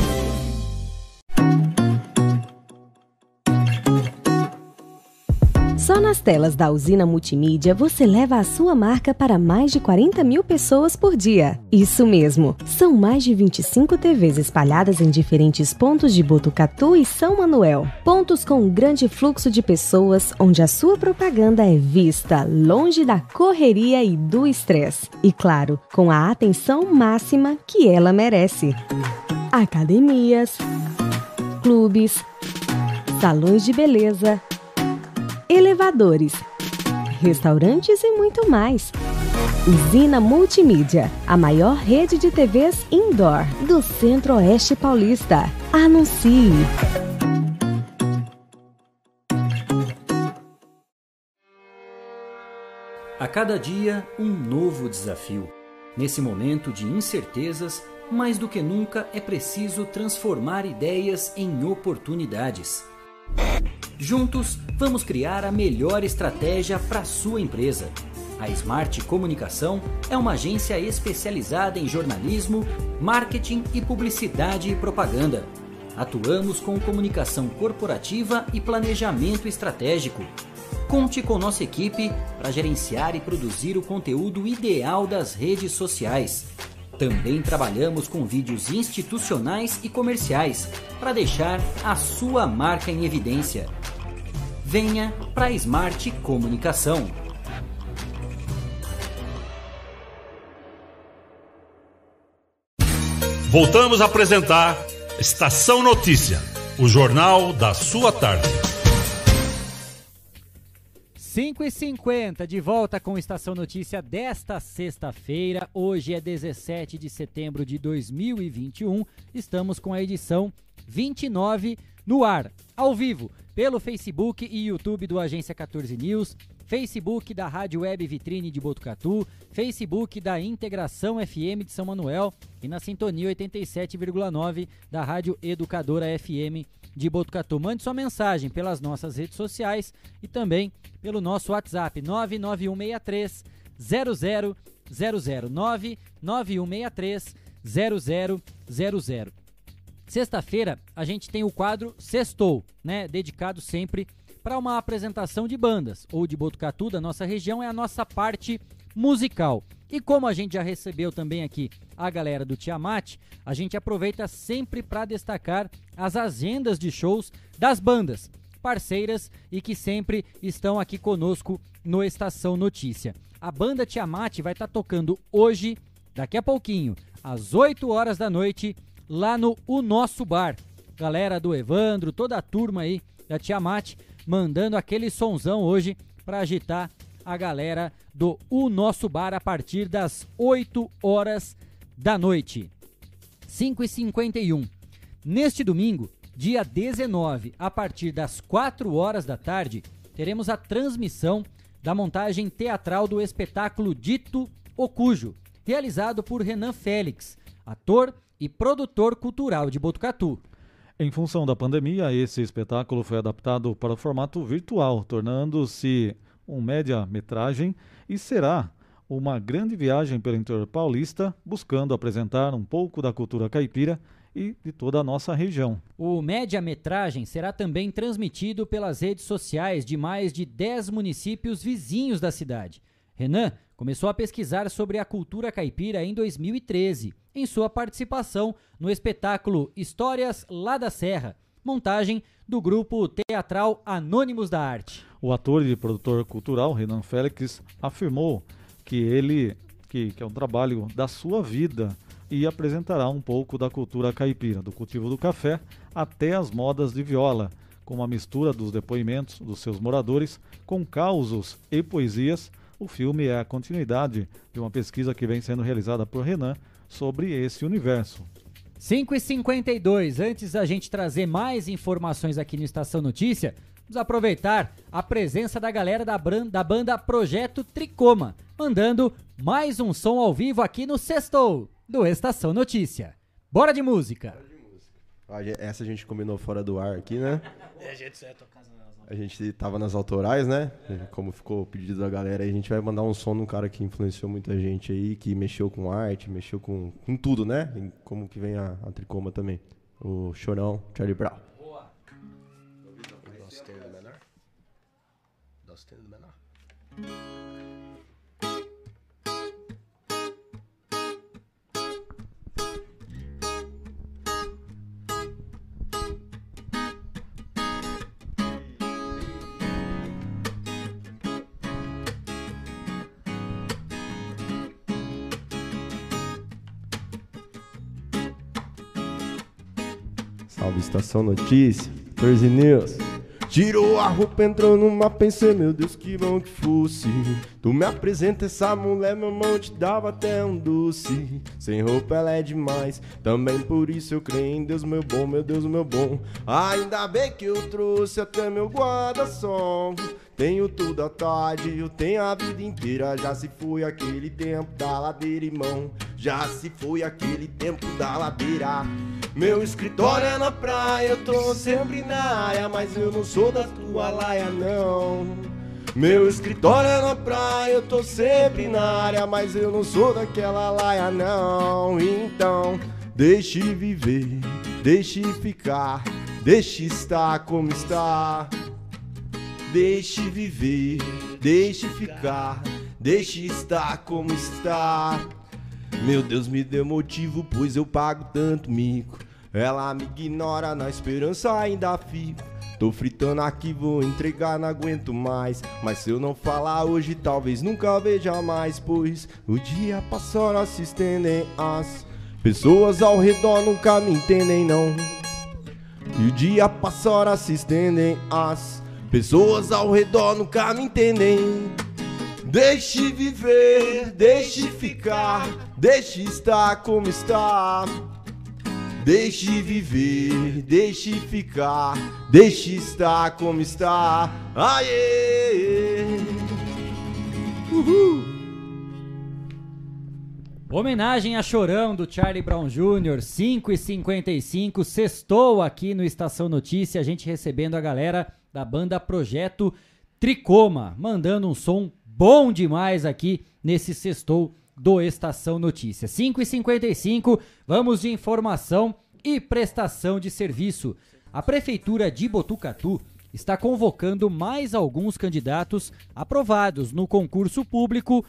Só nas telas da Usina Multimídia você leva a sua marca para mais de 40 mil pessoas por dia. Isso mesmo, são mais de 25 TVs espalhadas em diferentes pontos de Botucatu e São Manuel. Pontos com um grande fluxo de pessoas, onde a sua propaganda é vista, longe da correria e do estresse. E claro, com a atenção máxima que ela merece. Academias, clubes, salões de beleza, elevadores, restaurantes e muito mais. Usina Multimídia, a maior rede de TVs indoor do Centro-Oeste Paulista. Anuncie! A cada dia, um novo desafio. Nesse momento de incertezas, mais do que nunca é preciso transformar ideias em oportunidades. Juntos, vamos criar a melhor estratégia para a sua empresa. A Smart Comunicação é uma agência especializada em jornalismo, marketing e publicidade e propaganda. Atuamos com comunicação corporativa e planejamento estratégico. Conte com nossa equipe para gerenciar e produzir o conteúdo ideal das redes sociais. Também trabalhamos com vídeos institucionais e comerciais para deixar a sua marca em evidência. Venha para a Smart Comunicação. Voltamos a apresentar Estação Notícia, o jornal da sua tarde. 5h50, de volta com Estação Notícia desta sexta-feira. Hoje é 17 de setembro de 2021. Estamos com a edição 29 no ar, ao vivo, pelo Facebook e YouTube do Agência 14 News, Facebook da Rádio Web Vitrine de Botucatu, Facebook da Integração FM de São Manuel e na Sintonia 87,9 da Rádio Educadora FM de Botucatu. Mande sua mensagem pelas nossas redes sociais e também pelo nosso WhatsApp 99163 0000 99163 0000. Sexta-feira a gente tem o quadro Sextou, né, dedicado sempre para uma apresentação de bandas ou de Botucatu da nossa região, é a nossa parte musical. E como a gente já recebeu também aqui a galera do Tiamat, a gente aproveita sempre para destacar as agendas de shows das bandas parceiras e que sempre estão aqui conosco no Estação Notícia. A banda Tiamat vai estar tocando hoje, daqui a pouquinho, às 8 horas da noite, lá no O Nosso Bar. Galera do Evandro, toda a turma aí da Tiamat, mandando aquele sonzão hoje para agitar a galera do O Nosso Bar a partir das 8 horas da noite. 5h51. Neste domingo, dia 19, a partir das 4 horas da tarde, teremos a transmissão da montagem teatral do espetáculo Dito o Cujo, realizado por Renan Félix, ator e produtor cultural de Botucatu. Em função da pandemia, esse espetáculo foi adaptado para o formato virtual, tornando-se um média-metragem e será uma grande viagem pelo interior paulista, buscando apresentar um pouco da cultura caipira e de toda a nossa região. O média-metragem será também transmitido pelas redes sociais de mais de 10 municípios vizinhos da cidade. Renan começou a pesquisar sobre a cultura caipira em 2013, em sua participação no espetáculo Histórias lá da Serra, montagem do grupo teatral Anônimos da Arte. O ator e produtor cultural Renan Félix afirmou que é um trabalho da sua vida e apresentará um pouco da cultura caipira, do cultivo do café até as modas de viola, com uma mistura dos depoimentos dos seus moradores com causos e poesias. O filme é a continuidade de uma pesquisa que vem sendo realizada por Renan sobre esse universo. 5h52, antes da gente trazer mais informações aqui no Estação Notícia, vamos aproveitar a presença da galera da banda Projeto Tricoma, mandando mais um som ao vivo aqui no Sextou do Estação Notícia. Bora de música! Essa a gente combinou fora do ar aqui, né? A gente tava nas autorais, né? Como ficou o pedido da galera, a gente vai mandar um som de um cara que influenciou muita gente aí, que mexeu com arte, mexeu com tudo, né? E como que vem a Tricoma também. O Chorão, Charlie Brown. Boa! Dó sustenido menor? Dó sustenido menor? Salve Estação Notícia, 14 News. Tirou a roupa, entrou numa, pensei, meu Deus, que bom que fosse. Tu me apresenta essa mulher, meu irmão, te dava até um doce. Sem roupa ela é demais, também por isso eu creio em Deus, meu bom, meu Deus, meu bom. Ainda bem que eu trouxe até meu guarda-sol. Tenho tudo à tarde, eu tenho a vida inteira. Já se foi aquele tempo da ladeira, irmão. Já se foi aquele tempo da ladeira. Meu escritório é na praia, eu tô sempre na área, mas eu não sou da tua laia, não. Meu escritório é na praia, eu tô sempre na área, mas eu não sou daquela laia, não. Então, deixe viver, deixe ficar, deixe estar como está. Deixe viver, deixe ficar, deixe estar como está. Meu Deus me deu motivo, pois eu pago tanto mico. Ela me ignora, na esperança ainda fico. Tô fritando aqui, vou entregar, não aguento mais. Mas se eu não falar hoje, talvez nunca veja mais. Pois o dia passa, horas se estendem, as pessoas ao redor nunca me entendem não. E o dia passa, horas se estendem, as pessoas ao redor nunca me entendem. Deixe viver, deixe ficar, deixe estar como está. Deixe viver, deixe ficar, deixe estar como está. Aê! Uhul! Homenagem a Chorão do Charlie Brown Jr., 5h55, sextou aqui no Estação Notícia, a gente recebendo a galera da banda Projeto Tricoma, mandando um som bom demais aqui nesse sextou do Estação Notícia. 5h55, vamos de informação e prestação de serviço. A Prefeitura de Botucatu está convocando mais alguns candidatos aprovados no concurso público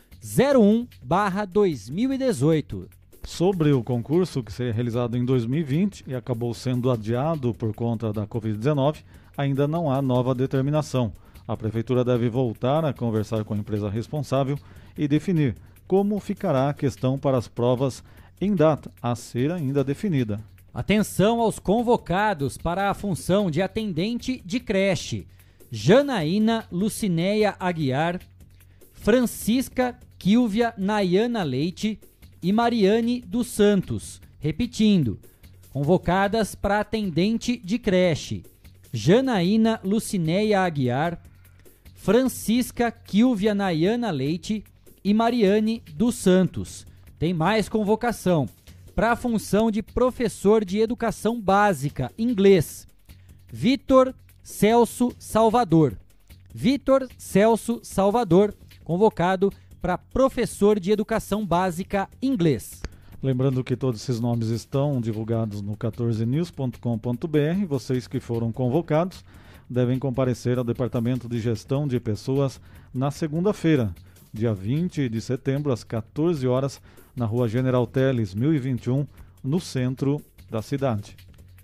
01/2018. Sobre o concurso que seria realizado em 2020 e acabou sendo adiado por conta da Covid-19, ainda não há nova determinação. A Prefeitura deve voltar a conversar com a empresa responsável e definir como ficará a questão para as provas em data a ser ainda definida. Atenção aos convocados para a função de atendente de creche: Janaína Lucinéia Aguiar, Francisca Quilvia Nayana Leite e Mariane dos Santos. Repetindo, convocadas para atendente de creche: Janaína Lucinéia Aguiar, Francisca Quilvia Nayana Leite e Mariane dos Santos. Tem mais convocação para a função de professor de educação básica, inglês: Vitor Celso Salvador. Vitor Celso Salvador, convocado para professor de educação básica, inglês. Lembrando que todos esses nomes estão divulgados no 14news.com.br. Vocês que foram convocados devem comparecer ao Departamento de Gestão de Pessoas na segunda-feira, dia 20 de setembro, às 14 horas, na Rua General Teles, 1021, no centro da cidade.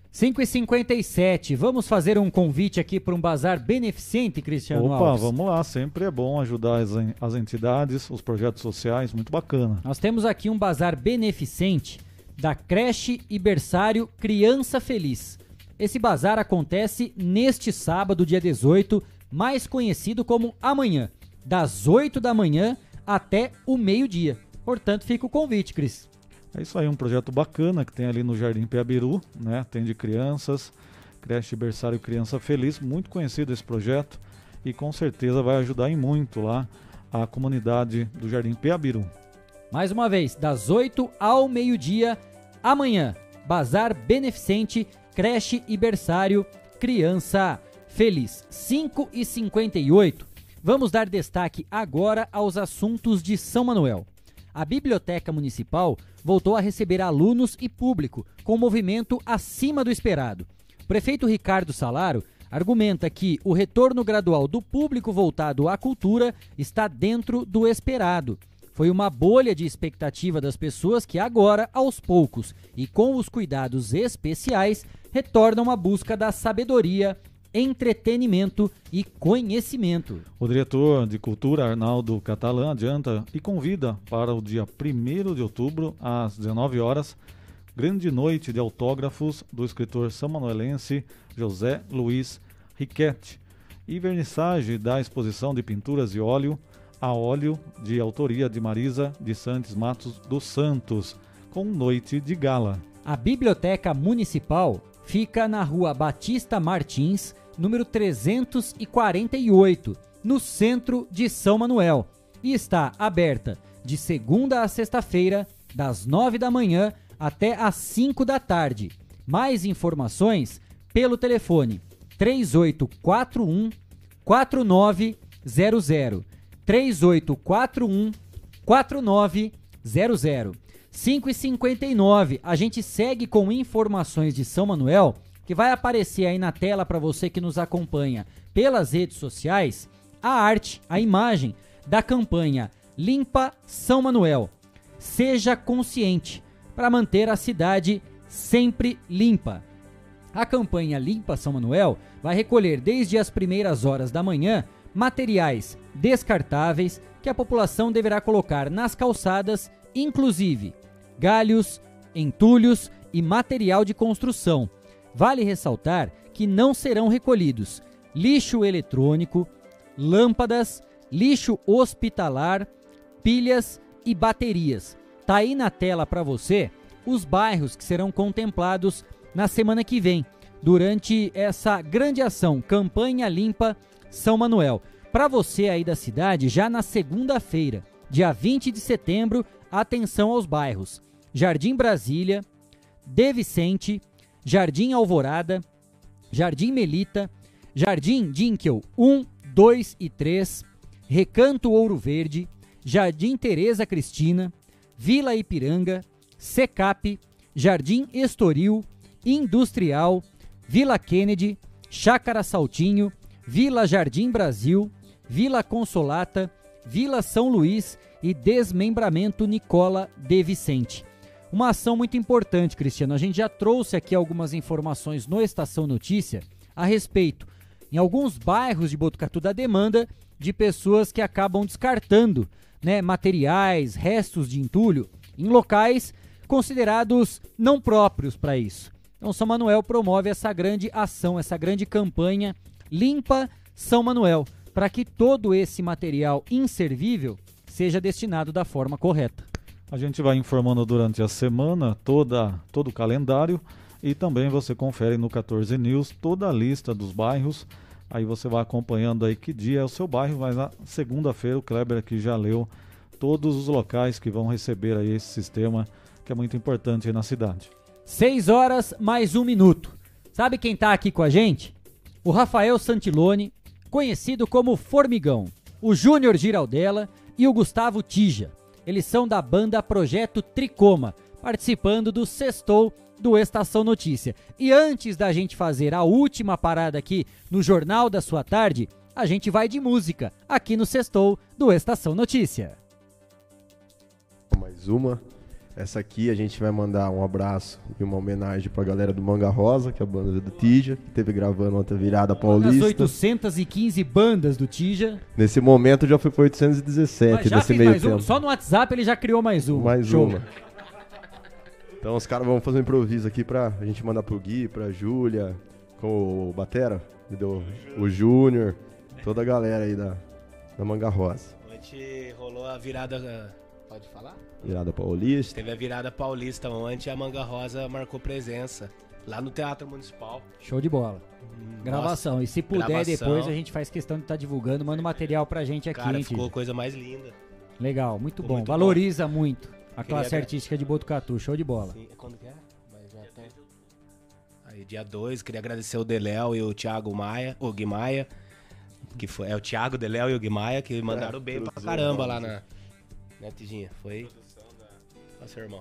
5h57, vamos fazer um convite aqui para um bazar beneficente, Cristiano Alves? Vamos lá, sempre é bom ajudar as entidades, os projetos sociais, muito bacana. Nós temos aqui um bazar beneficente da creche e berçário Criança Feliz. Esse bazar acontece neste sábado, dia 18, mais conhecido como amanhã, das 8 da manhã até o meio-dia. Portanto, fica o convite, Cris. É isso aí, um projeto bacana que tem ali no Jardim Piabiru, né? Atende crianças, creche e berçário Criança Feliz, muito conhecido esse projeto e com certeza vai ajudar em muito lá a comunidade do Jardim Piabiru. Mais uma vez, das 8 ao meio-dia, amanhã, bazar beneficente, creche e berçário Criança Feliz. 5h58, vamos dar destaque agora aos assuntos de São Manuel. A Biblioteca Municipal voltou a receber alunos e público, com movimento acima do esperado. O prefeito Ricardo Salaro argumenta que o retorno gradual do público voltado à cultura está dentro do esperado. Foi uma bolha de expectativa das pessoas que agora, aos poucos e com os cuidados especiais, retornam à busca da sabedoria, entretenimento e conhecimento. O diretor de Cultura, Arnaldo Catalã, adianta e convida para o dia 1º de outubro, às 19 horas, grande noite de autógrafos do escritor são-manuelense José Luiz Riquetti e vernissage da exposição de pinturas e óleo a óleo de autoria de Marisa de Santos Matos dos Santos, com noite de gala. A Biblioteca Municipal fica na Rua Batista Martins, número 348, no centro de São Manuel, e está aberta de segunda a sexta-feira, das 9 da manhã até às 5 da tarde. Mais informações pelo telefone 3841 4900. 3841 4900. 5h59, a gente segue com informações de São Manuel, que vai aparecer aí na tela para você que nos acompanha pelas redes sociais, a arte, a imagem da campanha Limpa São Manuel. Seja consciente para manter a cidade sempre limpa. A campanha Limpa São Manuel vai recolher desde as primeiras horas da manhã materiais descartáveis que a população deverá colocar nas calçadas, inclusive galhos, entulhos e material de construção. Vale ressaltar que não serão recolhidos lixo eletrônico, lâmpadas, lixo hospitalar, pilhas e baterias. Tá aí na tela para você os bairros que serão contemplados na semana que vem, durante essa grande ação, Campanha Limpa São Manuel. Para você aí da cidade, já na segunda-feira, dia 20 de setembro, atenção aos bairros: Jardim Brasília, De Vicente, Jardim Alvorada, Jardim Melita, Jardim Dinkel 1, 2 e 3, Recanto Ouro Verde, Jardim Tereza Cristina, Vila Ipiranga, Secap, Jardim Estoril, Industrial, Vila Kennedy, Chácara Saltinho, Vila Jardim Brasil, Vila Consolata, Vila São Luís e Desmembramento Nicola de Vicente. Uma ação muito importante, Cristiano. A gente já trouxe aqui algumas informações no Estação Notícia a respeito, em alguns bairros de Botucatu, da demanda de pessoas que acabam descartando, né, materiais, restos de entulho em locais considerados não próprios para isso. Então, São Manuel promove essa grande ação, essa grande campanha Limpa São Manuel, para que todo esse material inservível seja destinado da forma correta. A gente vai informando durante a semana todo o calendário e também você confere no 14 News toda a lista dos bairros. Aí você vai acompanhando aí que dia é o seu bairro, mas na segunda-feira o Kleber aqui já leu todos os locais que vão receber aí esse sistema que é muito importante aí na cidade. 6 horas mais 1 minuto. Sabe quem tá aqui com a gente? O Rafael Santiloni, conhecido como Formigão, o Júnior Giraldella e o Gustavo Tija. Eles são da banda Projeto Tricoma, participando do Sextou do Estação Notícia. E antes da gente fazer a última parada aqui no Jornal da Sua Tarde, a gente vai de música aqui no Sextou do Estação Notícia. Mais uma. Essa aqui a gente vai mandar um abraço e uma homenagem pra galera do Manga Rosa, que é a banda do Tija, que teve gravando ontem Virada Paulista. As 815 bandas do Tija. Nesse momento já foi para 817 desse meio tempo. Um. Só no WhatsApp ele já criou mais uma. Mais Show. uma. Então os caras vão fazer um improviso aqui pra gente mandar pro Gui, pra Júlia, com o Batera, o Júnior, toda a galera aí da Manga Rosa. Ontem rolou a virada... Pode falar? Virada Paulista. Teve a virada paulista ontem, a Manga Rosa marcou presença lá no Teatro Municipal. Show de bola. Gravação. Nossa, e se puder gravação. depois a gente faz questão de estar divulgando, manda material pra gente aqui. Cara, hein, ficou Tija? coisa mais linda. Legal, muito Ficou bom. muito Valoriza bom. muito a classe artística de Botucatu. Show de bola. Sim. Quando que é? Mas já tem. Aí, dia 2, queria agradecer o Deléo e o Thiago Maia, o Gui Maia, que foi, o Thiago, Deléo e o Gui Maia, que mandaram bem pra caramba lá na... Né, Tijinha? Foi... Nossa, irmão.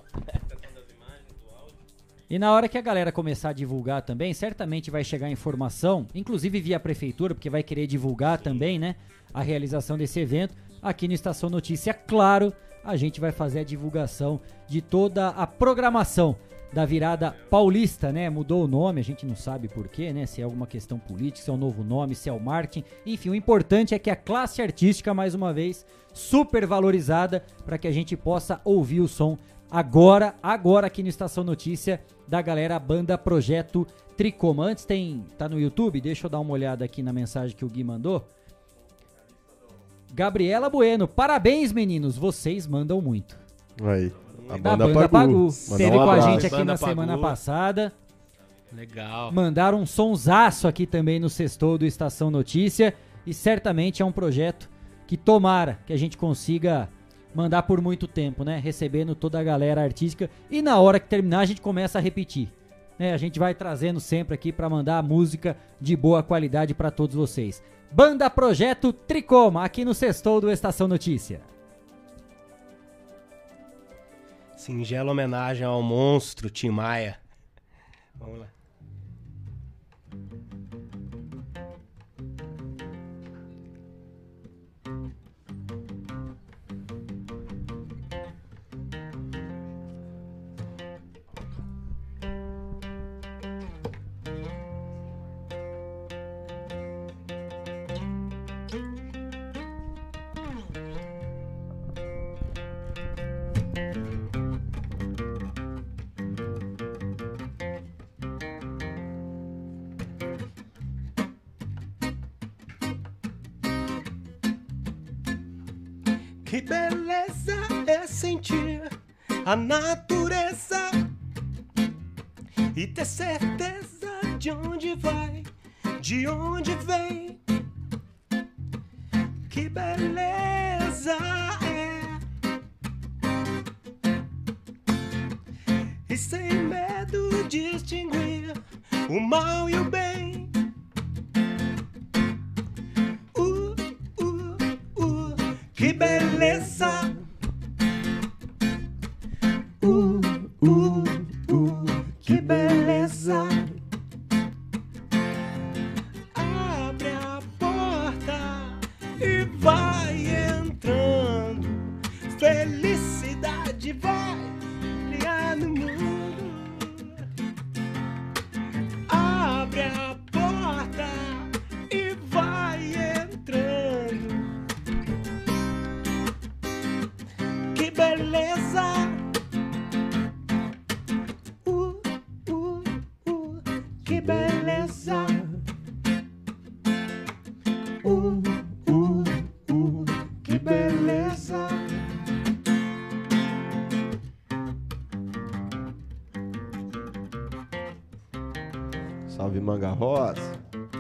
E na hora que a galera começar a divulgar também, certamente vai chegar informação, inclusive via prefeitura, porque vai querer divulgar também, né, a realização desse evento. Aqui no Estação Notícia, claro, a gente vai fazer a divulgação de toda a programação da virada paulista, né? Mudou o nome, a gente não sabe porquê, né? Se é alguma questão política, se é um novo nome, se é o marketing. Enfim, o importante é que a classe artística, mais uma vez, super valorizada para que a gente possa ouvir o som agora aqui no Estação Notícia da galera banda Projeto Tricoma. Antes tá no YouTube, deixa eu dar uma olhada aqui na mensagem que o Gui mandou. Gabriela Bueno, parabéns meninos, vocês mandam muito. Aí, a da banda Pagu. Esteve com a gente aqui na semana passada. Legal. Mandaram um sonsaço aqui também no Sextou do Estação Notícia. E certamente é um projeto que tomara que a gente consiga mandar por muito tempo, né? Recebendo toda a galera artística. E na hora que terminar a gente começa a repetir, né? A gente vai trazendo sempre aqui para mandar música de boa qualidade para todos vocês. Banda Projeto Tricoma, aqui no Sextou do Estação Notícia. Singela homenagem ao monstro Tim Maia. Vamos lá. Que beleza é sentir a natureza e ter certeza de onde vai, de onde vem. Que beleza é. E sem medo distinguir o mal e o bem. Que beleza! Que beleza! Abre a porta e vai entrando. Felicidade vai brilhar no mundo. Abre a porta e vai entrando. Que beleza! Que beleza! Que beleza! Salve Manga Rosa!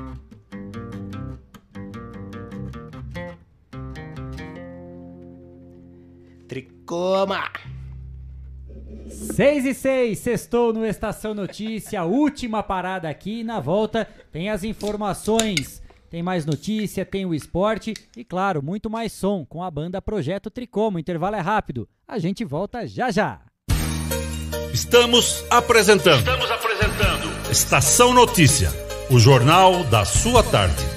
Tricoma! 6:06, sextou no Estação Notícia, última parada aqui. Na volta tem as informações, tem mais notícia, tem o esporte e, claro, muito mais som com a banda Projeto Tricoma. O intervalo é rápido, a gente volta já já. Estamos apresentando Estação Notícia, o jornal da sua tarde.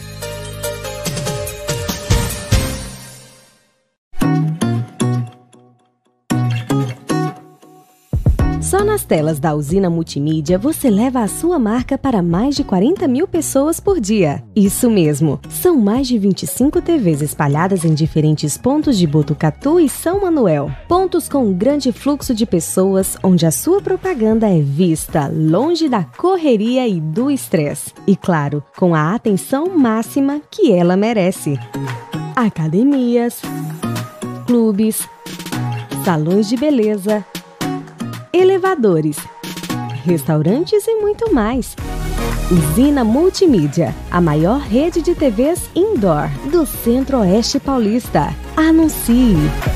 Só nas telas da Usina Multimídia você leva a sua marca para mais de 40 mil pessoas por dia. Isso mesmo, são mais de 25 TVs espalhadas em diferentes pontos de Botucatu e São Manuel. Pontos com um grande fluxo de pessoas, onde a sua propaganda é vista longe da correria e do estresse. E claro, com a atenção máxima que ela merece. Academias, clubes, salões de beleza, elevadores, restaurantes e muito mais. Usina Multimídia, a maior rede de TVs indoor do Centro-Oeste Paulista. Anuncie!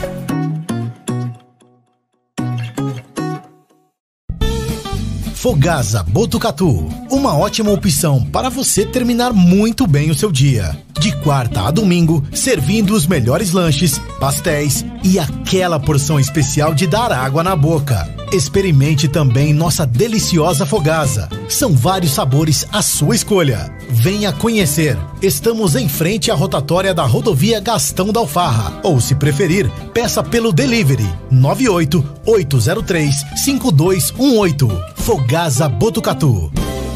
Fogasa Botucatu, uma ótima opção para você terminar muito bem o seu dia. De quarta a domingo, servindo os melhores lanches, pastéis e aquela porção especial de dar água na boca. Experimente também nossa deliciosa Fogasa. São vários sabores à sua escolha. Venha conhecer. Estamos em frente à rotatória da rodovia Gastão da Alfarra. Ou, se preferir, peça pelo delivery 98-803-5218. Fogasa Botucatu.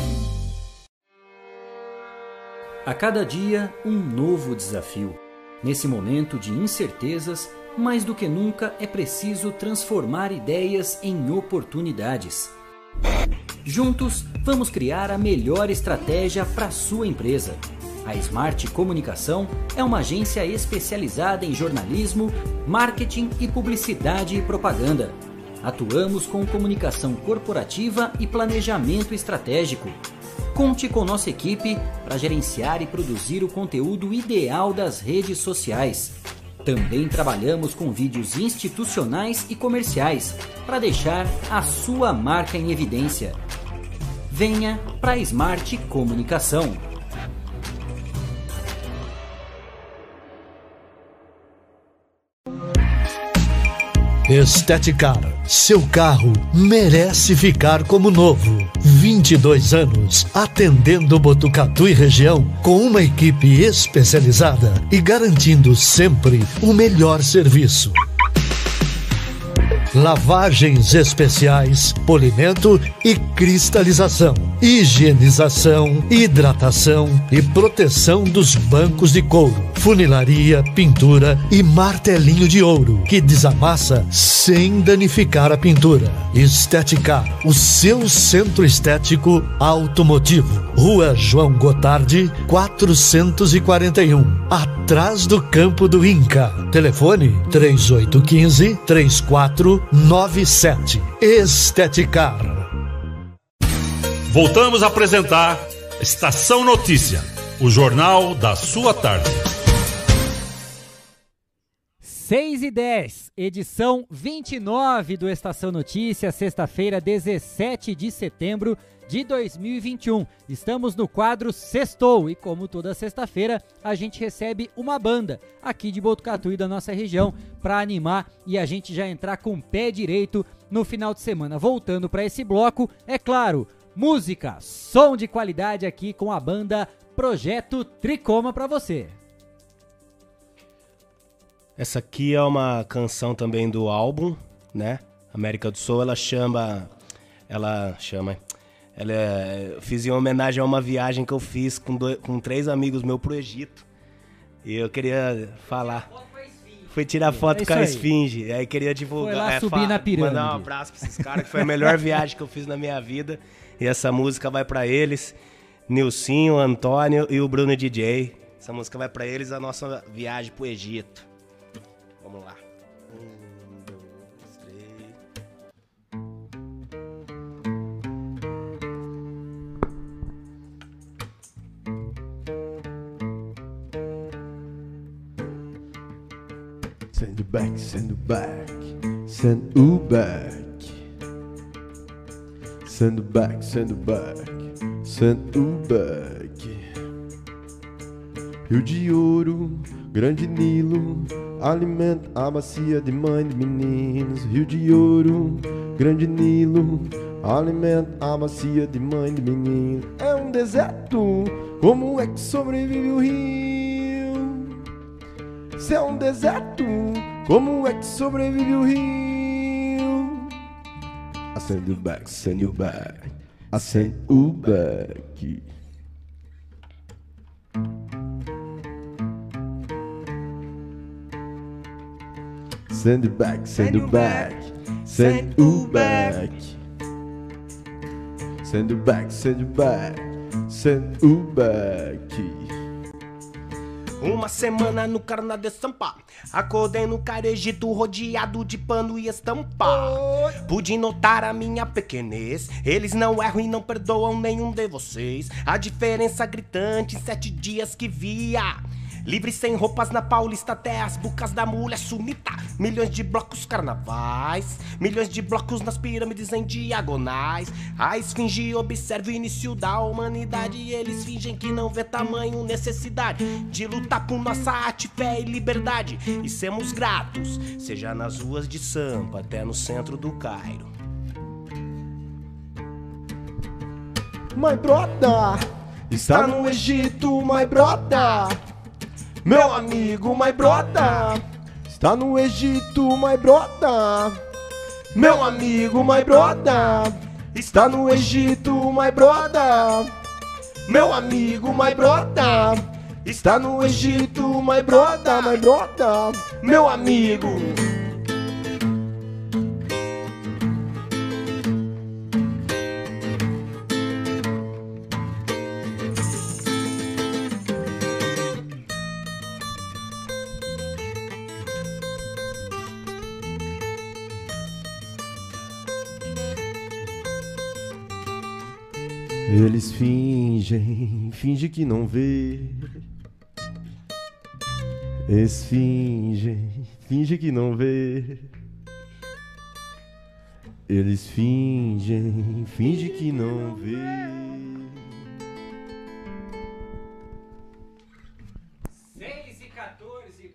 A cada dia, um novo desafio. Nesse momento de incertezas, mais do que nunca é preciso transformar ideias em oportunidades. Juntos, vamos criar a melhor estratégia para a sua empresa. A Smart Comunicação é uma agência especializada em jornalismo, marketing e publicidade e propaganda. Atuamos com comunicação corporativa e planejamento estratégico. Conte com nossa equipe para gerenciar e produzir o conteúdo ideal das redes sociais. Também trabalhamos com vídeos institucionais e comerciais para deixar a sua marca em evidência. Venha para a Smart Comunicação. Esteticar, seu carro merece ficar como novo. 22 anos atendendo Botucatu e região com uma equipe especializada e garantindo sempre o melhor serviço. Lavagens especiais, polimento e cristalização, higienização, hidratação e proteção dos bancos de couro, funilaria, pintura e martelinho de ouro, que desamassa sem danificar a pintura. Esteticar, o seu centro estético automotivo. Rua João Gotardi, 441, atrás do Campo do Inca. Telefone 3815-3497. Esteticar. Voltamos a apresentar Estação Notícia, o jornal da sua tarde. 6h10, edição 29 do Estação Notícia, sexta-feira, 17 de setembro de 2021. Estamos no quadro Sextou e, como toda sexta-feira, a gente recebe uma banda aqui de Botucatu e da nossa região para animar e a gente já entrar com o pé direito no final de semana. Voltando para esse bloco, é claro, música, som de qualidade aqui com a banda Projeto Tricoma para você. Essa aqui é uma canção também do álbum, né? América do Sul. Fiz em homenagem a uma viagem que eu fiz com 3 amigos meus pro Egito. E eu queria falar. Fui tirar foto com a esfinge. Aí queria divulgar. Foi lá subir na pirâmide. Mandar um abraço pra esses caras, que foi a melhor viagem que eu fiz na minha vida. E essa música vai pra eles. Nilcinho, Antônio e o Bruno DJ. Essa música vai pra eles, a nossa viagem pro Egito. Vamos lá. 1, 2, 3. Send it back, send it back, send you back. Send it back, send it back, send you back. Rio de Ouro, Grande Nilo, alimenta a bacia de mãe de meninos. Rio de Ouro, Grande Nilo, alimenta a bacia de mãe de meninos. É um deserto, como é que sobrevive o rio? Se é um deserto, como é que sobrevive o rio? I send you back, send you back, I send you back. Send it back, send it back, send you back. Send it back, send it back, send you back. Uma semana no Carnaval de Sampa, acordei no Carejito rodeado de pano e estampa. Pude notar a minha pequenez, eles não erram e não perdoam nenhum de vocês. A diferença gritante em 7 dias que via. Livre sem roupas na Paulista até as bocas da mulher sunita. Milhões de blocos carnavais, milhões de blocos nas pirâmides em diagonais. A esfinge observa o início da humanidade e eles fingem que não vê tamanho necessidade de lutar por nossa arte, fé e liberdade. E sermos gratos, seja nas ruas de Sampa até no centro do Cairo. My brother está no Egito, my brother. Meu amigo, my brother, está no Egito, my brother. Meu amigo, my brother, está no Egito, my brother. Meu amigo, my brother, está no Egito, my brother, my brother. Meu amigo. Eles fingem que não vê. Eles fingem que não vê. Eles fingem que não vê.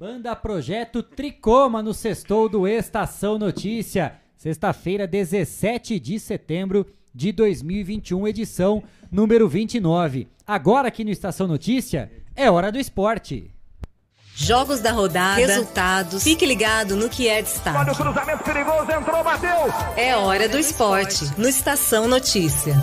Banda Projeto Tricoma no Sextou do Estação Notícia. Sexta-feira, 17 de setembro de 2021, edição número 29. Agora aqui no Estação Notícia, é hora do esporte. Jogos da rodada, resultados, fique ligado no que é destaque. Olha o cruzamento perigoso, entrou, bateu! É hora do esporte, no Estação Notícia.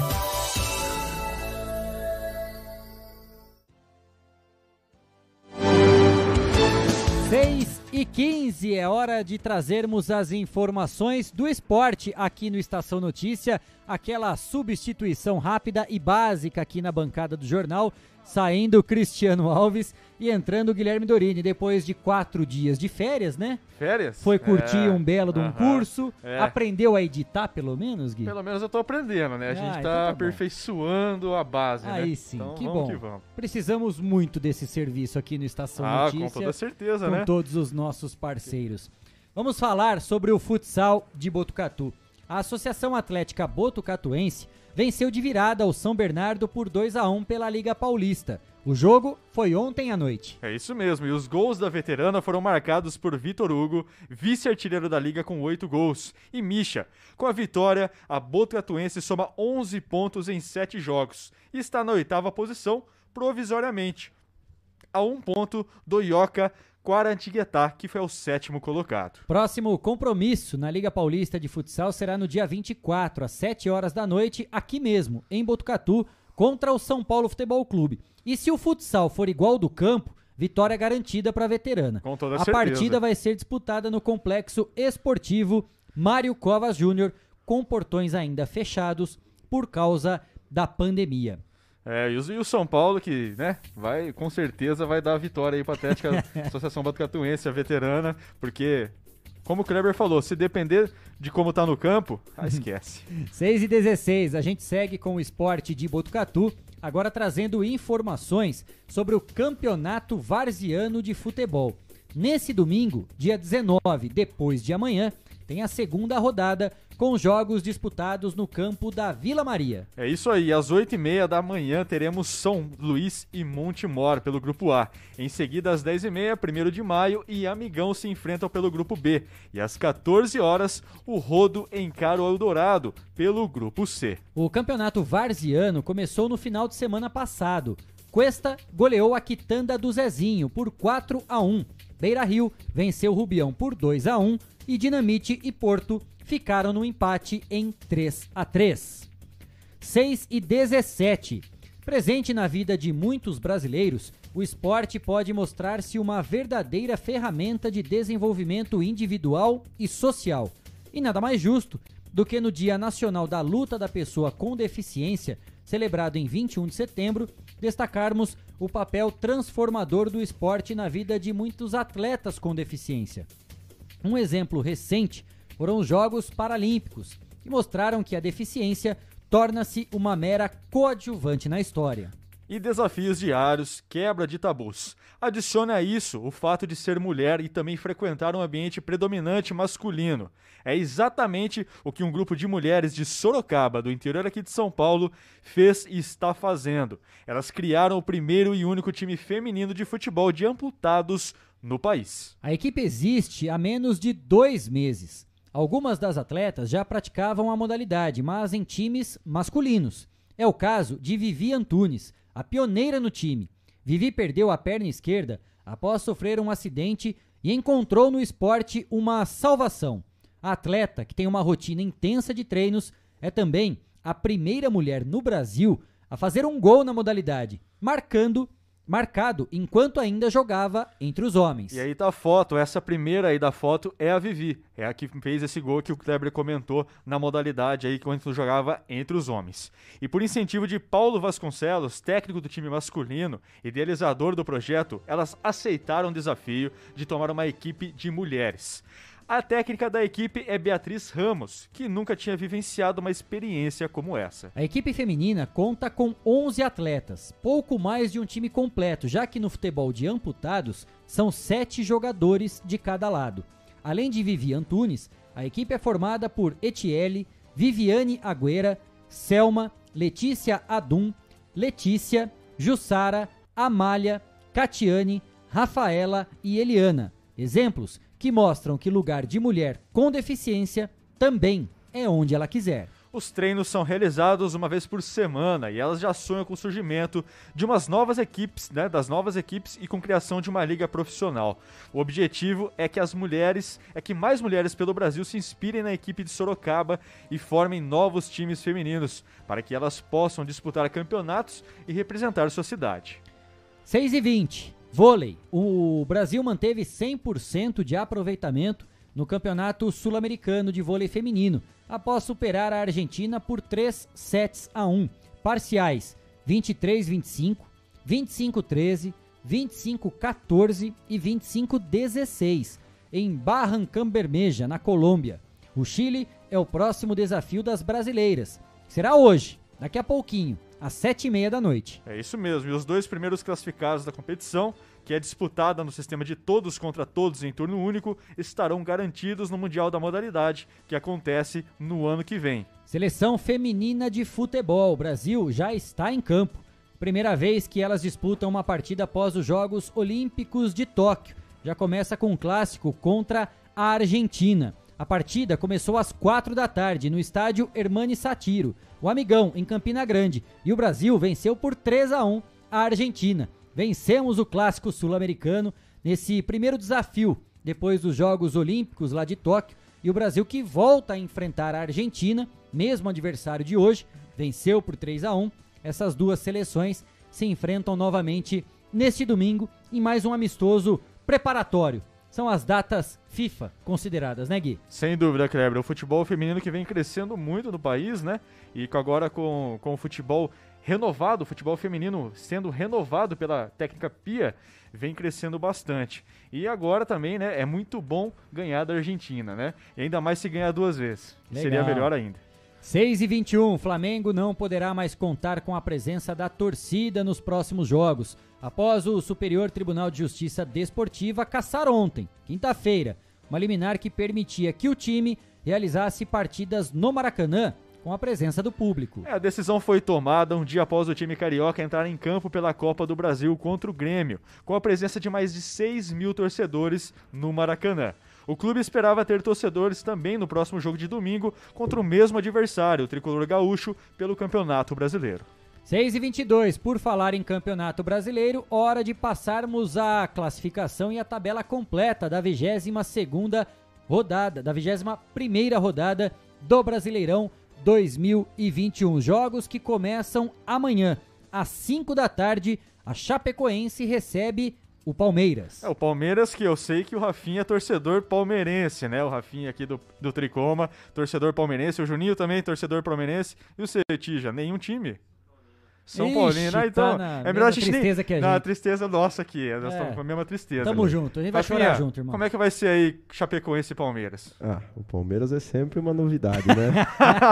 E 15, é hora de trazermos as informações do esporte aqui no Estação Notícia, aquela substituição rápida e básica aqui na bancada do jornal, saindo o Cristiano Alves e entrando o Guilherme Dorini, depois de 4 dias de férias, né? Férias? Foi curtir um belo de um curso, aprendeu a editar pelo menos, Gui? Pelo menos eu tô aprendendo, né? A gente tá aperfeiçoando a base, né? Aí sim, então, que bom. Que vamos. Precisamos muito desse serviço aqui no Estação Notícia. Com toda certeza, com né? Com todos os nossos parceiros. Vamos falar sobre o futsal de Botucatu. A Associação Atlética Botucatuense venceu de virada o São Bernardo por 2-1 pela Liga Paulista. O jogo foi ontem à noite. É isso mesmo, e os gols da veterana foram marcados por Vitor Hugo, vice-artilheiro da Liga com 8 gols, e Misha. Com a vitória, a Botucatuense soma 11 pontos em 7 jogos e está na 8ª posição provisoriamente, a 1 ponto do Ioca Quarantiguetá, que foi o 7º colocado. Próximo compromisso na Liga Paulista de Futsal será no dia 24, às 7 horas da noite, aqui mesmo, em Botucatu, contra o São Paulo Futebol Clube. E se o futsal for igual ao do campo, vitória garantida para a veterana. Com toda certeza. A partida vai ser disputada no Complexo Esportivo Mário Covas Júnior, com portões ainda fechados por causa da pandemia. E o São Paulo, que, né, com certeza vai dar a vitória aí pra Atlética Associação Botucatuense, a veterana, porque, como o Kleber falou, se depender de como tá no campo, esquece. 6h16, a gente segue com o esporte de Botucatu, agora trazendo informações sobre o Campeonato Varziano de Futebol. Nesse domingo, dia 19, depois de amanhã, tem a segunda rodada com jogos disputados no campo da Vila Maria. É isso aí, às 8h30 da manhã teremos São Luís e Montemor pelo Grupo A. Em seguida, às 10h30, 1º de maio e Amigão se enfrentam pelo Grupo B. E às 14 horas, o Rodo encara o Eldorado pelo Grupo C. O campeonato varziano começou no final de semana passado. Cuesta goleou a Quitanda do Zezinho por 4-1. Beira Rio venceu o Rubião por 2-1 e Dinamite e Porto ficaram no empate em 3-3. 6h17. Presente na vida de muitos brasileiros, o esporte pode mostrar-se uma verdadeira ferramenta de desenvolvimento individual e social. E nada mais justo do que no Dia Nacional da Luta da Pessoa com Deficiência, celebrado em 21 de setembro, destacarmos o papel transformador do esporte na vida de muitos atletas com deficiência. Um exemplo recente foram os Jogos Paralímpicos, que mostraram que a deficiência torna-se uma mera coadjuvante na história. E desafios diários, quebra de tabus. Adicione a isso o fato de ser mulher e também frequentar um ambiente predominante masculino. É exatamente o que um grupo de mulheres de Sorocaba, do interior aqui de São Paulo, fez e está fazendo. Elas criaram o primeiro e único time feminino de futebol de amputados no país. A equipe existe há menos de 2 meses. Algumas das atletas já praticavam a modalidade, mas em times masculinos. É o caso de Vivi Antunes, a pioneira no time. Vivi perdeu a perna esquerda após sofrer um acidente e encontrou no esporte uma salvação. A atleta, que tem uma rotina intensa de treinos, é também a primeira mulher no Brasil a fazer um gol na modalidade, marcado enquanto ainda jogava entre os homens. E aí tá a foto, essa primeira aí da foto é a Vivi, é a que fez esse gol que o Kleber comentou na modalidade aí quando jogava entre os homens. E por incentivo de Paulo Vasconcelos, técnico do time masculino, idealizador do projeto, elas aceitaram o desafio de tomar uma equipe de mulheres. A técnica da equipe é Beatriz Ramos, que nunca tinha vivenciado uma experiência como essa. A equipe feminina conta com 11 atletas, pouco mais de um time completo, já que no futebol de amputados são 7 jogadores de cada lado. Além de Vivi Antunes, a equipe é formada por Etiele, Viviane Agüera, Selma, Letícia Adum, Letícia, Jussara, Amália, Catiane, Rafaela e Eliana. Exemplos que mostram que lugar de mulher com deficiência também é onde ela quiser. Os treinos são realizados uma vez por semana e elas já sonham com o surgimento de umas novas equipes, né, das novas equipes e com criação de uma liga profissional. O objetivo é que mais mulheres pelo Brasil se inspirem na equipe de Sorocaba e formem novos times femininos, para que elas possam disputar campeonatos e representar sua cidade. 6h20, vôlei. O Brasil manteve 100% de aproveitamento no Campeonato Sul-Americano de Vôlei Feminino, após superar a Argentina por 3-1. Parciais 23-25, 25-13, 25-14 e 25-16, em Barrancabermeja, na Colômbia. O Chile é o próximo desafio das brasileiras. Será hoje, daqui a pouquinho, às 7h30 da noite. É isso mesmo, e os 2 primeiros classificados da competição, que é disputada no sistema de todos contra todos em turno único, estarão garantidos no Mundial da modalidade, que acontece no ano que vem. Seleção feminina de futebol. O Brasil já está em campo. Primeira vez que elas disputam uma partida após os Jogos Olímpicos de Tóquio. Já começa com um clássico contra a Argentina. A partida começou às 4 da tarde no estádio Hermani Satiro, o Amigão, em Campina Grande. E o Brasil venceu por 3-1 a Argentina. Vencemos o clássico sul-americano nesse primeiro desafio, depois dos Jogos Olímpicos lá de Tóquio, e o Brasil que volta a enfrentar a Argentina, mesmo adversário de hoje, venceu por 3-1. Essas duas seleções se enfrentam novamente neste domingo em mais um amistoso preparatório. São as datas FIFA consideradas, né, Gui? Sem dúvida, Kleber. O futebol feminino que vem crescendo muito no país, né? E agora com o futebol renovado, o futebol feminino sendo renovado pela técnica Pia, vem crescendo bastante. E agora também, né, é muito bom ganhar da Argentina, né? E ainda mais se ganhar 2 vezes. Legal. Seria melhor ainda. 6h21, Flamengo não poderá mais contar com a presença da torcida nos próximos jogos, após o Superior Tribunal de Justiça Desportiva cassar ontem, quinta-feira, uma liminar que permitia que o time realizasse partidas no Maracanã com a presença do público. A decisão foi tomada um dia após o time carioca entrar em campo pela Copa do Brasil contra o Grêmio, com a presença de mais de 6 mil torcedores no Maracanã. O clube esperava ter torcedores também no próximo jogo de domingo contra o mesmo adversário, o tricolor gaúcho, pelo Campeonato Brasileiro. 6h22, por falar em Campeonato Brasileiro, hora de passarmos a classificação e a tabela completa da 22ª rodada, da 21ª rodada do Brasileirão 2021. Jogos que começam amanhã, às 5 da tarde, a Chapecoense recebe o Palmeiras. O Palmeiras, que eu sei que o Rafinha é torcedor palmeirense, né? O Rafinha aqui do Tricoma, torcedor palmeirense. O Juninho também, torcedor palmeirense. E o Cetija, nenhum time? São Paulino. Então, é melhor a gente tristeza que a gente. Não, a tristeza nossa aqui. Nós estamos com a mesma tristeza. Tamo ali. junto, a gente vai Rafinha, chorar junto, irmão. Como é que vai ser aí Chapecoense e Palmeiras? O Palmeiras é sempre uma novidade, né?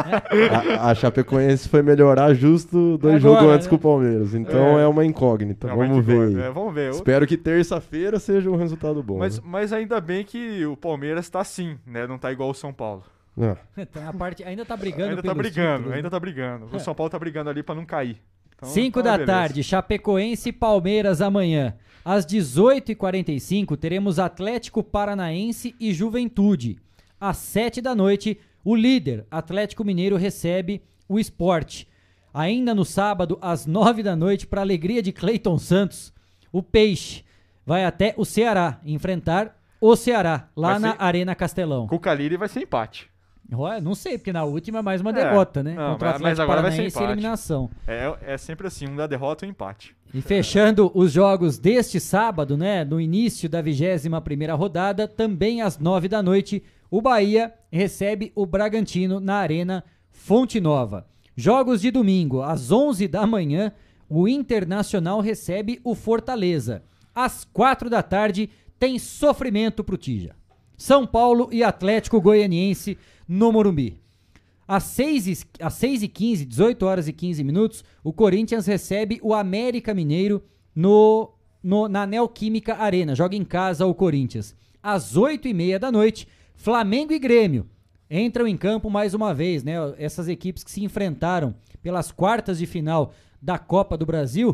a Chapecoense foi melhorar justo 2 jogos antes que o Palmeiras. Então é uma incógnita. Vamos ver. Vamos ver. Espero que terça-feira seja um resultado bom. Mas ainda bem que o Palmeiras tá assim, né? Não tá igual o São Paulo. Então, a parte ainda tá brigando Ainda tá brigando. O São Paulo tá brigando ali pra não cair. Então, 5 da tarde, Chapecoense e Palmeiras amanhã. Às 18h45 teremos Atlético Paranaense e Juventude. Às 7 da noite, o líder Atlético Mineiro recebe o Sport. Ainda no sábado, às 9 da noite, para alegria de Cleiton Santos, o Peixe vai até o Ceará enfrentar o Ceará, lá na Arena Castelão. Com o Caliri vai ser empate. Não sei, porque na última é mais uma derrota, né? Não, contra o mas agora vai ser Paranaense e eliminação. É sempre assim, um da derrota e um empate. E fechando os jogos deste sábado, né? No início da 21ª rodada, também às 9 da noite, o Bahia recebe o Bragantino na Arena Fonte Nova. Jogos de domingo, às 11 da manhã, o Internacional recebe o Fortaleza. Às 4 da tarde, tem sofrimento pro Tija. São Paulo e Atlético Goianiense no Morumbi. Às 6h15, 18 horas e 15 minutos, o Corinthians recebe o América Mineiro na Neoquímica Arena. Joga em casa o Corinthians. Às 8h30 da noite, Flamengo e Grêmio entram em campo mais uma vez, né? Essas equipes que se enfrentaram pelas quartas de final da Copa do Brasil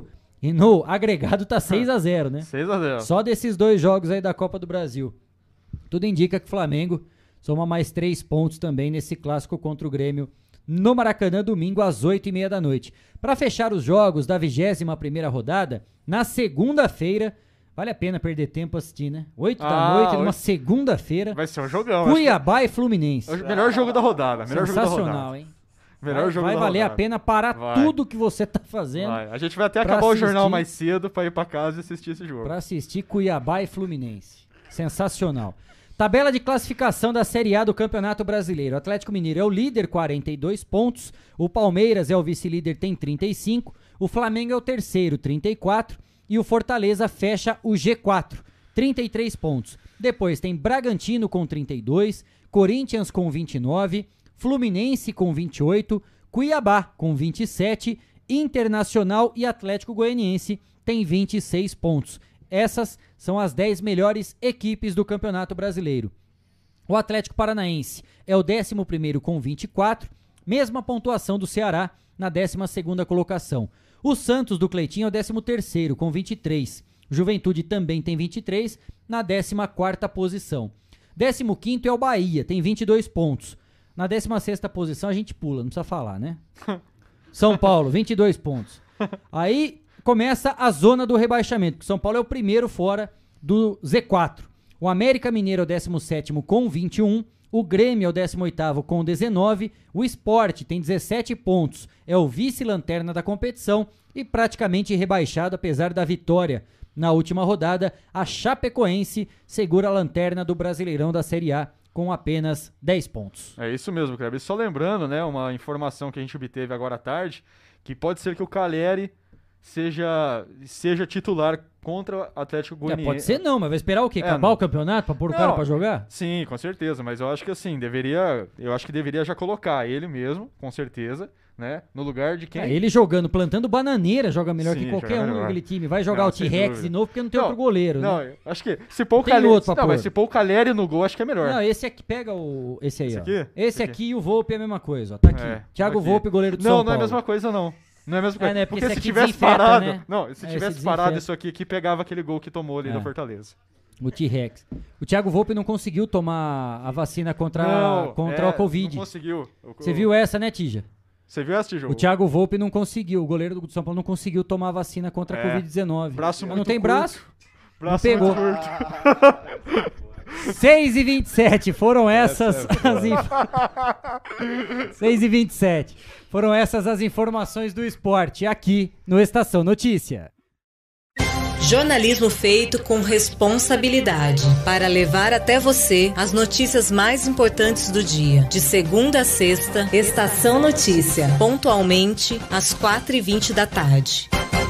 E no agregado tá 6-0, né? 6-0. Só desses 2 jogos aí da Copa do Brasil. Tudo indica que o Flamengo soma mais 3 pontos também nesse clássico contra o Grêmio no Maracanã, domingo às 8h30 da noite. Para fechar os jogos da 21ª rodada, na segunda-feira, vale a pena perder tempo assistir, né? 8 da noite, numa segunda-feira. Vai ser um jogão. Cuiabá e Fluminense. É o melhor jogo da rodada. Sensacional, hein? Vai valer a pena parar tudo que você tá fazendo. A gente vai até acabar o jornal mais cedo para ir para casa e assistir esse jogo. Para assistir Cuiabá e Fluminense. Sensacional. Tabela de classificação da Série A do Campeonato Brasileiro. O Atlético Mineiro é o líder, 42 pontos. O Palmeiras é o vice-líder, tem 35. O Flamengo é o terceiro, 34. E o Fortaleza fecha o G4, 33 pontos. Depois tem Bragantino com 32, Corinthians com 29, Fluminense com 28, Cuiabá com 27, Internacional e Atlético Goianiense tem 26 pontos. Essas são as 10 melhores equipes do Campeonato Brasileiro. O Atlético Paranaense é o 11º com 24, mesma pontuação do Ceará na 12ª colocação. O Santos do Cleitinho é o 13º com 23. Juventude também tem 23 na 14ª posição. 15º é o Bahia, tem 22 pontos. Na 16ª posição a gente pula, não precisa falar, né? São Paulo, 22 pontos. Aí começa a zona do rebaixamento, porque São Paulo é o primeiro fora do Z4. O América Mineiro é o 17º com 21, o Grêmio é o 18º com 19, o Sport tem 17 pontos, é o vice-lanterna da competição e praticamente rebaixado apesar da vitória. Na última rodada, a Chapecoense segura a lanterna do Brasileirão da Série A com apenas 10 pontos. É isso mesmo, Kleber. Só lembrando, né, uma informação que a gente obteve agora à tarde, que pode ser que o Caleri seja titular contra o Atlético Goianiense. Pode ser não, mas vai esperar o quê? Acabar o campeonato pra pôr o cara pra jogar? Sim, com certeza, mas eu acho que assim, eu acho que deveria já colocar ele mesmo, com certeza, né, no lugar de quem... Ele jogando, plantando bananeira, joga melhor que qualquer um naquele time. Vai jogar o T-Rex de novo, porque não tem outro goleiro, né? Não, acho que se pôr o Caleri... mas se pôr o Caleri no gol, acho que é melhor. Não, esse aqui, pega esse aí, esse ó. aqui? Esse aqui e o Volpe é a mesma coisa, ó. Tá aqui. Thiago Volpe, goleiro do São Paulo. Não é a mesma coisa, não. Não é a mesma coisa. Né? Porque se tivesse parado... Né? Não, se tivesse parado isso aqui, que pegava aquele gol que tomou ali no Fortaleza. O T-Rex. O Thiago Volpe não conseguiu tomar a vacina contra a Covid. Não conseguiu. Você viu essa, né, Tija? Você viu essa, Tija? O Thiago Volpe não conseguiu, o goleiro do São Paulo não conseguiu tomar a vacina contra a Covid-19. Braço muito Não tem curto. braço? Braço não pegou. muito curto. 6h27, foram essas as 6h27. Foram essas as informações do esporte aqui no Estação Notícia. Jornalismo feito com responsabilidade para levar até você as notícias mais importantes do dia. De segunda a sexta, Estação Notícia, pontualmente às 4h20 da tarde.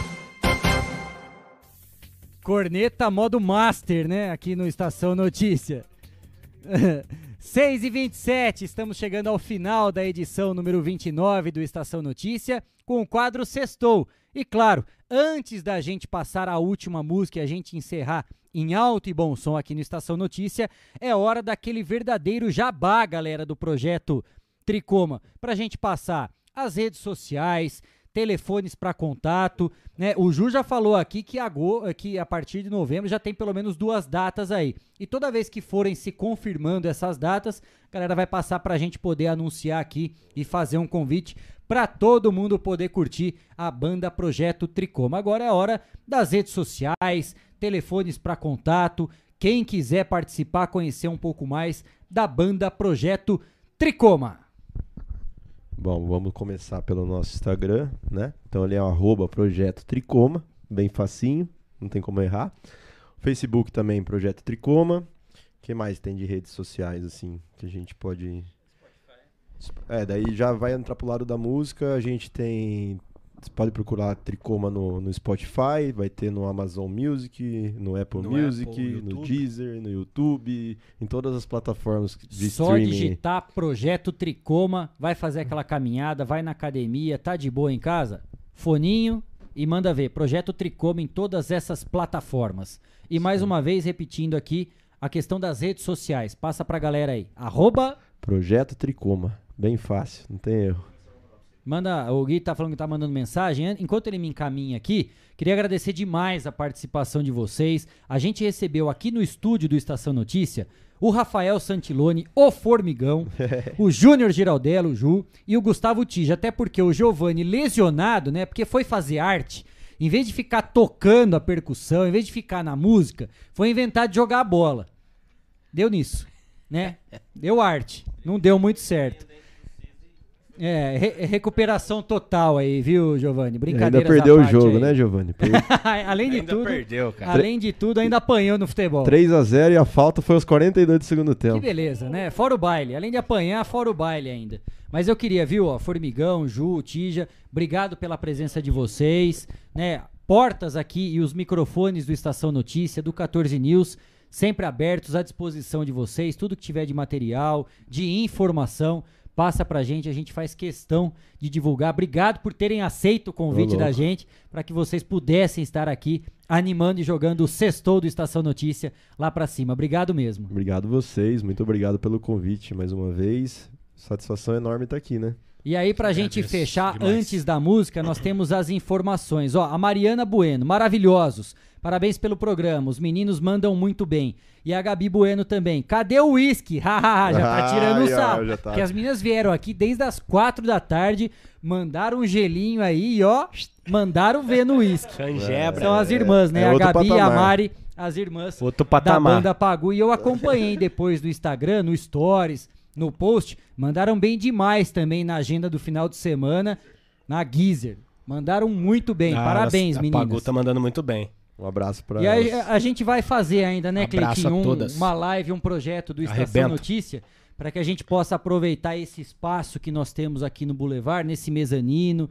Corneta modo master, né? Aqui no Estação Notícia. 6h27, estamos chegando ao final da edição número 29 do Estação Notícia, com o quadro Sextou. E claro, antes da gente passar a última música e a gente encerrar em alto e bom som aqui no Estação Notícia, é hora daquele verdadeiro jabá, galera, do projeto Tricoma, pra gente passar as redes sociais, telefones para contato, né? O Ju já falou aqui que a partir de novembro já tem pelo menos 2 datas aí. E toda vez que forem se confirmando essas datas, a galera vai passar pra gente poder anunciar aqui e fazer um convite para todo mundo poder curtir a banda Projeto Tricoma. Agora é a hora das redes sociais, telefones para contato, quem quiser participar, conhecer um pouco mais da banda Projeto Tricoma. Bom, vamos começar pelo nosso Instagram, né? Então ele é @Projeto Tricoma, bem facinho, não tem como errar. Facebook também, Projeto Tricoma. O que mais tem de redes sociais, assim, que a gente pode... daí já vai entrar pro lado da música, a gente tem... Você pode procurar Tricoma no Spotify, vai ter no Amazon Music, no Apple Music, no Deezer, no YouTube, em todas as plataformas de streaming. Só digitar Projeto Tricoma, vai fazer aquela caminhada, vai na academia, tá de boa em casa? Foninho e manda ver. Projeto Tricoma em todas essas plataformas. E mais uma vez, repetindo aqui, a questão das redes sociais. Passa pra galera aí. @ Projeto Tricoma. Bem fácil, não tem erro. O Gui tá falando que tá mandando mensagem. Enquanto ele me encaminha aqui, queria agradecer demais a participação de vocês. A gente recebeu aqui no estúdio do Estação Notícia o Rafael Santiloni, o Formigão, o Júnior Giraldello, o Ju, e o Gustavo Tija. Até porque o Giovanni lesionado, né? Porque foi fazer arte, em vez de ficar tocando a percussão, em vez de ficar na música, foi inventar de jogar a bola. Deu nisso, né? Deu arte. Não deu muito certo. Recuperação total aí, viu, Giovanni? Brincadeira. Ainda perdeu o jogo, né, Giovanni? Além de tudo, ainda apanhou no futebol. 3-0 e a falta foi aos 42 do segundo tempo. Que beleza, né? Fora o baile. Além de apanhar, fora o baile ainda. Mas eu queria, viu, ó, Formigão, Ju, Tija, obrigado pela presença de vocês, né? Portas aqui e os microfones do Estação Notícia, do 14 News, sempre abertos à disposição de vocês. Tudo que tiver de material, de informação, passa pra gente, a gente faz questão de divulgar. Obrigado por terem aceito o convite da gente, para que vocês pudessem estar aqui animando e jogando o Sextou do Estação Notícia lá pra cima. Obrigado mesmo. Obrigado vocês, muito obrigado pelo convite mais uma vez. Satisfação enorme estar aqui, né? E aí, pra gente fechar, antes da música, nós temos as informações. Ó, a Mariana Bueno, maravilhosos. Parabéns pelo programa, os meninos mandam muito bem. E a Gabi Bueno também. Cadê o uísque? Já tá tirando o sarro. Porque as meninas vieram aqui desde as 4 da tarde, mandaram um gelinho aí e ó, mandaram ver no uísque. São as irmãs, né? A Gabi e a Mari, as irmãs da banda Pagu. E eu acompanhei depois no Instagram, no Stories, no post. Mandaram bem demais também na agenda do final de semana, na Geezer. Mandaram muito bem. Parabéns, meninas. A Pagu tá mandando muito bem. Um abraço pra elas. E a gente vai fazer ainda, né, Cleitinho? Uma live, um projeto do Estação Notícia, para que a gente possa aproveitar esse espaço que nós temos aqui no Boulevard, nesse mezanino,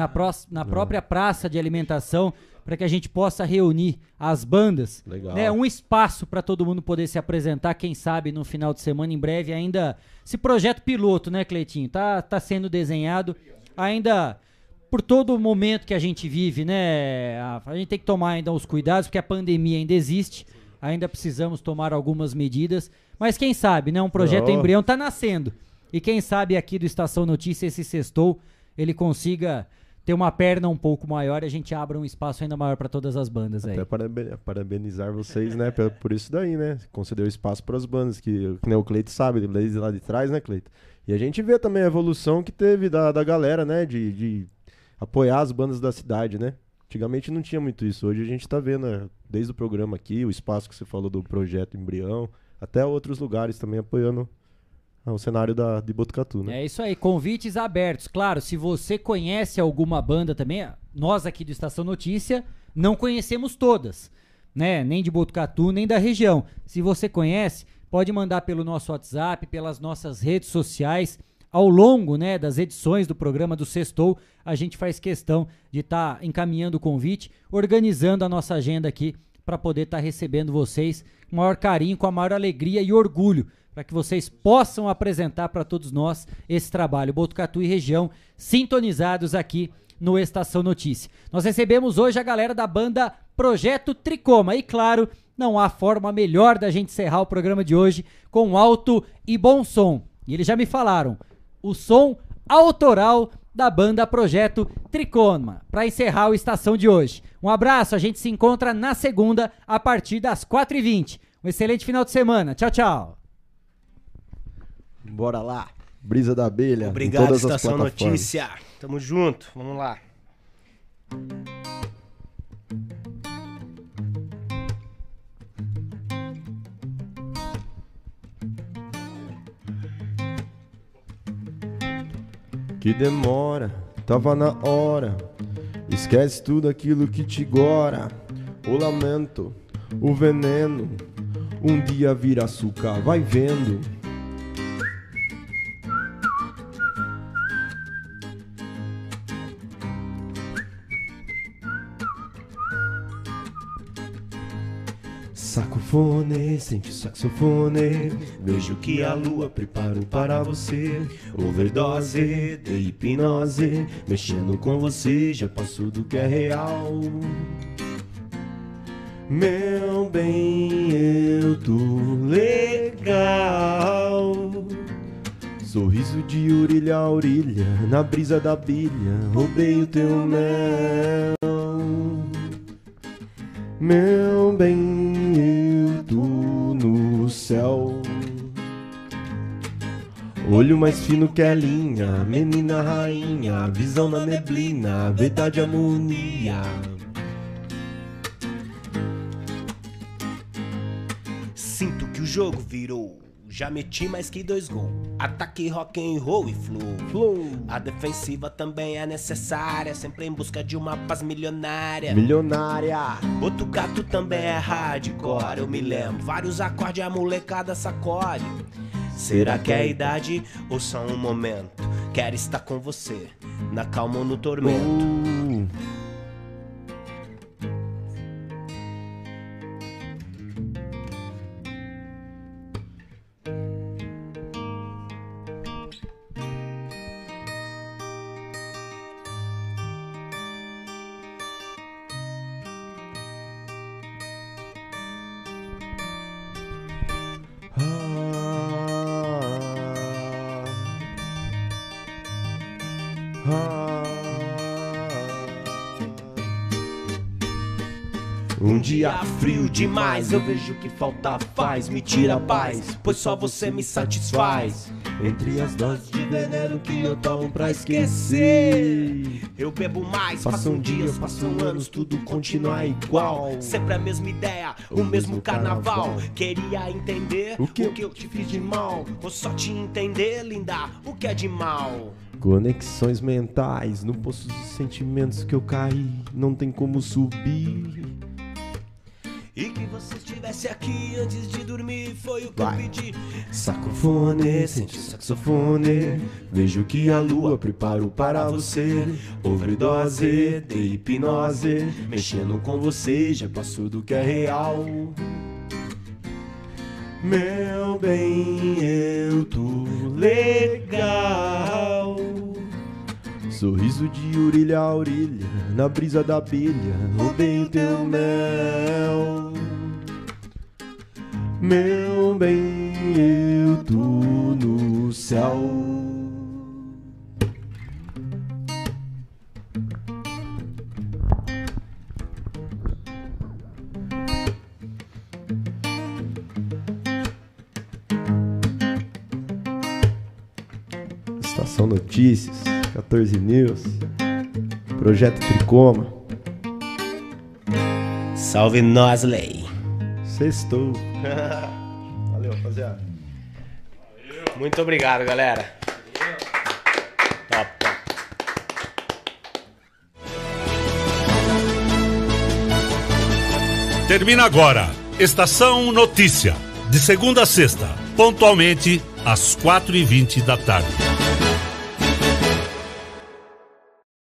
na própria praça de alimentação, para que a gente possa reunir as bandas. Legal. Né, um espaço para todo mundo poder se apresentar, quem sabe no final de semana, em breve, ainda. Esse projeto piloto, né, Cleitinho? Tá sendo desenhado ainda. Por todo o momento que a gente vive, né? A gente tem que tomar ainda os cuidados, porque a pandemia ainda existe, ainda precisamos tomar algumas medidas, mas quem sabe, né? Um projeto embrião tá nascendo, e quem sabe aqui do Estação Notícia, esse Sextou, ele consiga ter uma perna um pouco maior e a gente abra um espaço ainda maior para todas as bandas aí. Até parabenizar vocês, né? Por isso daí, né? Concedeu espaço para as bandas, que o Cleito sabe, desde lá de trás, né, Cleito? E a gente vê também a evolução que teve da galera, né? De apoiar as bandas da cidade, né? Antigamente não tinha muito isso. Hoje a gente tá vendo, né, desde o programa aqui, o espaço que você falou do projeto Embrião, até outros lugares também apoiando o cenário de Botucatu, né? É isso aí, convites abertos. Claro, se você conhece alguma banda também, nós aqui do Estação Notícia não conhecemos todas, né? Nem de Botucatu, nem da região. Se você conhece, pode mandar pelo nosso WhatsApp, pelas nossas redes sociais. Ao longo, né, das edições do programa do Sextou, a gente faz questão de estar encaminhando o convite, organizando a nossa agenda aqui para poder estar recebendo vocês com o maior carinho, com a maior alegria e orgulho, para que vocês possam apresentar para todos nós esse trabalho. Botucatu e região sintonizados aqui no Estação Notícia. Nós recebemos hoje a galera da banda Projeto Tricoma e, claro, não há forma melhor da gente encerrar o programa de hoje com alto e bom som. E eles já me falaram, o som autoral da banda Projeto Tricoma, para encerrar o Estação de hoje. Um abraço, a gente se encontra na segunda, a partir das 4h20. Um excelente final de semana. Tchau, tchau. Bora lá. Brisa da Abelha. Obrigado, Estação Notícia. Tamo junto, vamos lá. Que demora, tava na hora. Esquece tudo aquilo que te gora. O lamento, o veneno. Um dia vira açúcar, vai vendo. Sacofone, sente o saxofone. Vejo que a lua preparou para você. Overdose de hipnose. Mexendo com você, já passou do que é real. Meu bem, eu tô legal. Sorriso de orelha a orelha, na brisa da abelha, roubei o teu mel. Meu bem, eu tô no céu. Olho mais fino que a linha, menina rainha, visão na neblina, verdade harmonia. Sinto que o jogo virou, já meti mais que 2 gols. Ataque, rock and roll e flow. A defensiva também é necessária, sempre em busca de uma paz milionária. Botucatu também é hardcore, eu me lembro, vários acordes a molecada sacode. Será que é a idade ou só um momento? Quero estar com você, na calma ou no tormento. Um dia frio demais, eu vejo que falta faz, me tira a paz, pois só você me satisfaz. Entre as doses de veneno que eu tomo pra esquecer, eu bebo mais, passam dias, passam anos, tudo continua igual. Sempre a mesma ideia, o mesmo carnaval. Queria entender o que eu te fiz de mal, ou só te entender, linda, o que é de mal. Conexões mentais, no poço de sentimentos que eu caí, não tem como subir. E que você estivesse aqui antes de dormir, foi o que eu pedi. Saxofone, sente o saxofone, vejo que a lua preparou para você. Overdose de hipnose, mexendo com você, já passou do que é real. Meu bem, eu tô legal. Sorriso de orelha a orelha, na brisa da abelha, roubei o teu mel. Meu bem, eu tô no céu. Estação Notícias, 14 News, Projeto Tricoma. Salve Nosley. Sextou. Valeu, rapaziada. Muito obrigado, galera. Top, top. Termina agora. Estação Notícia. De segunda a sexta, pontualmente às 4h20 da tarde.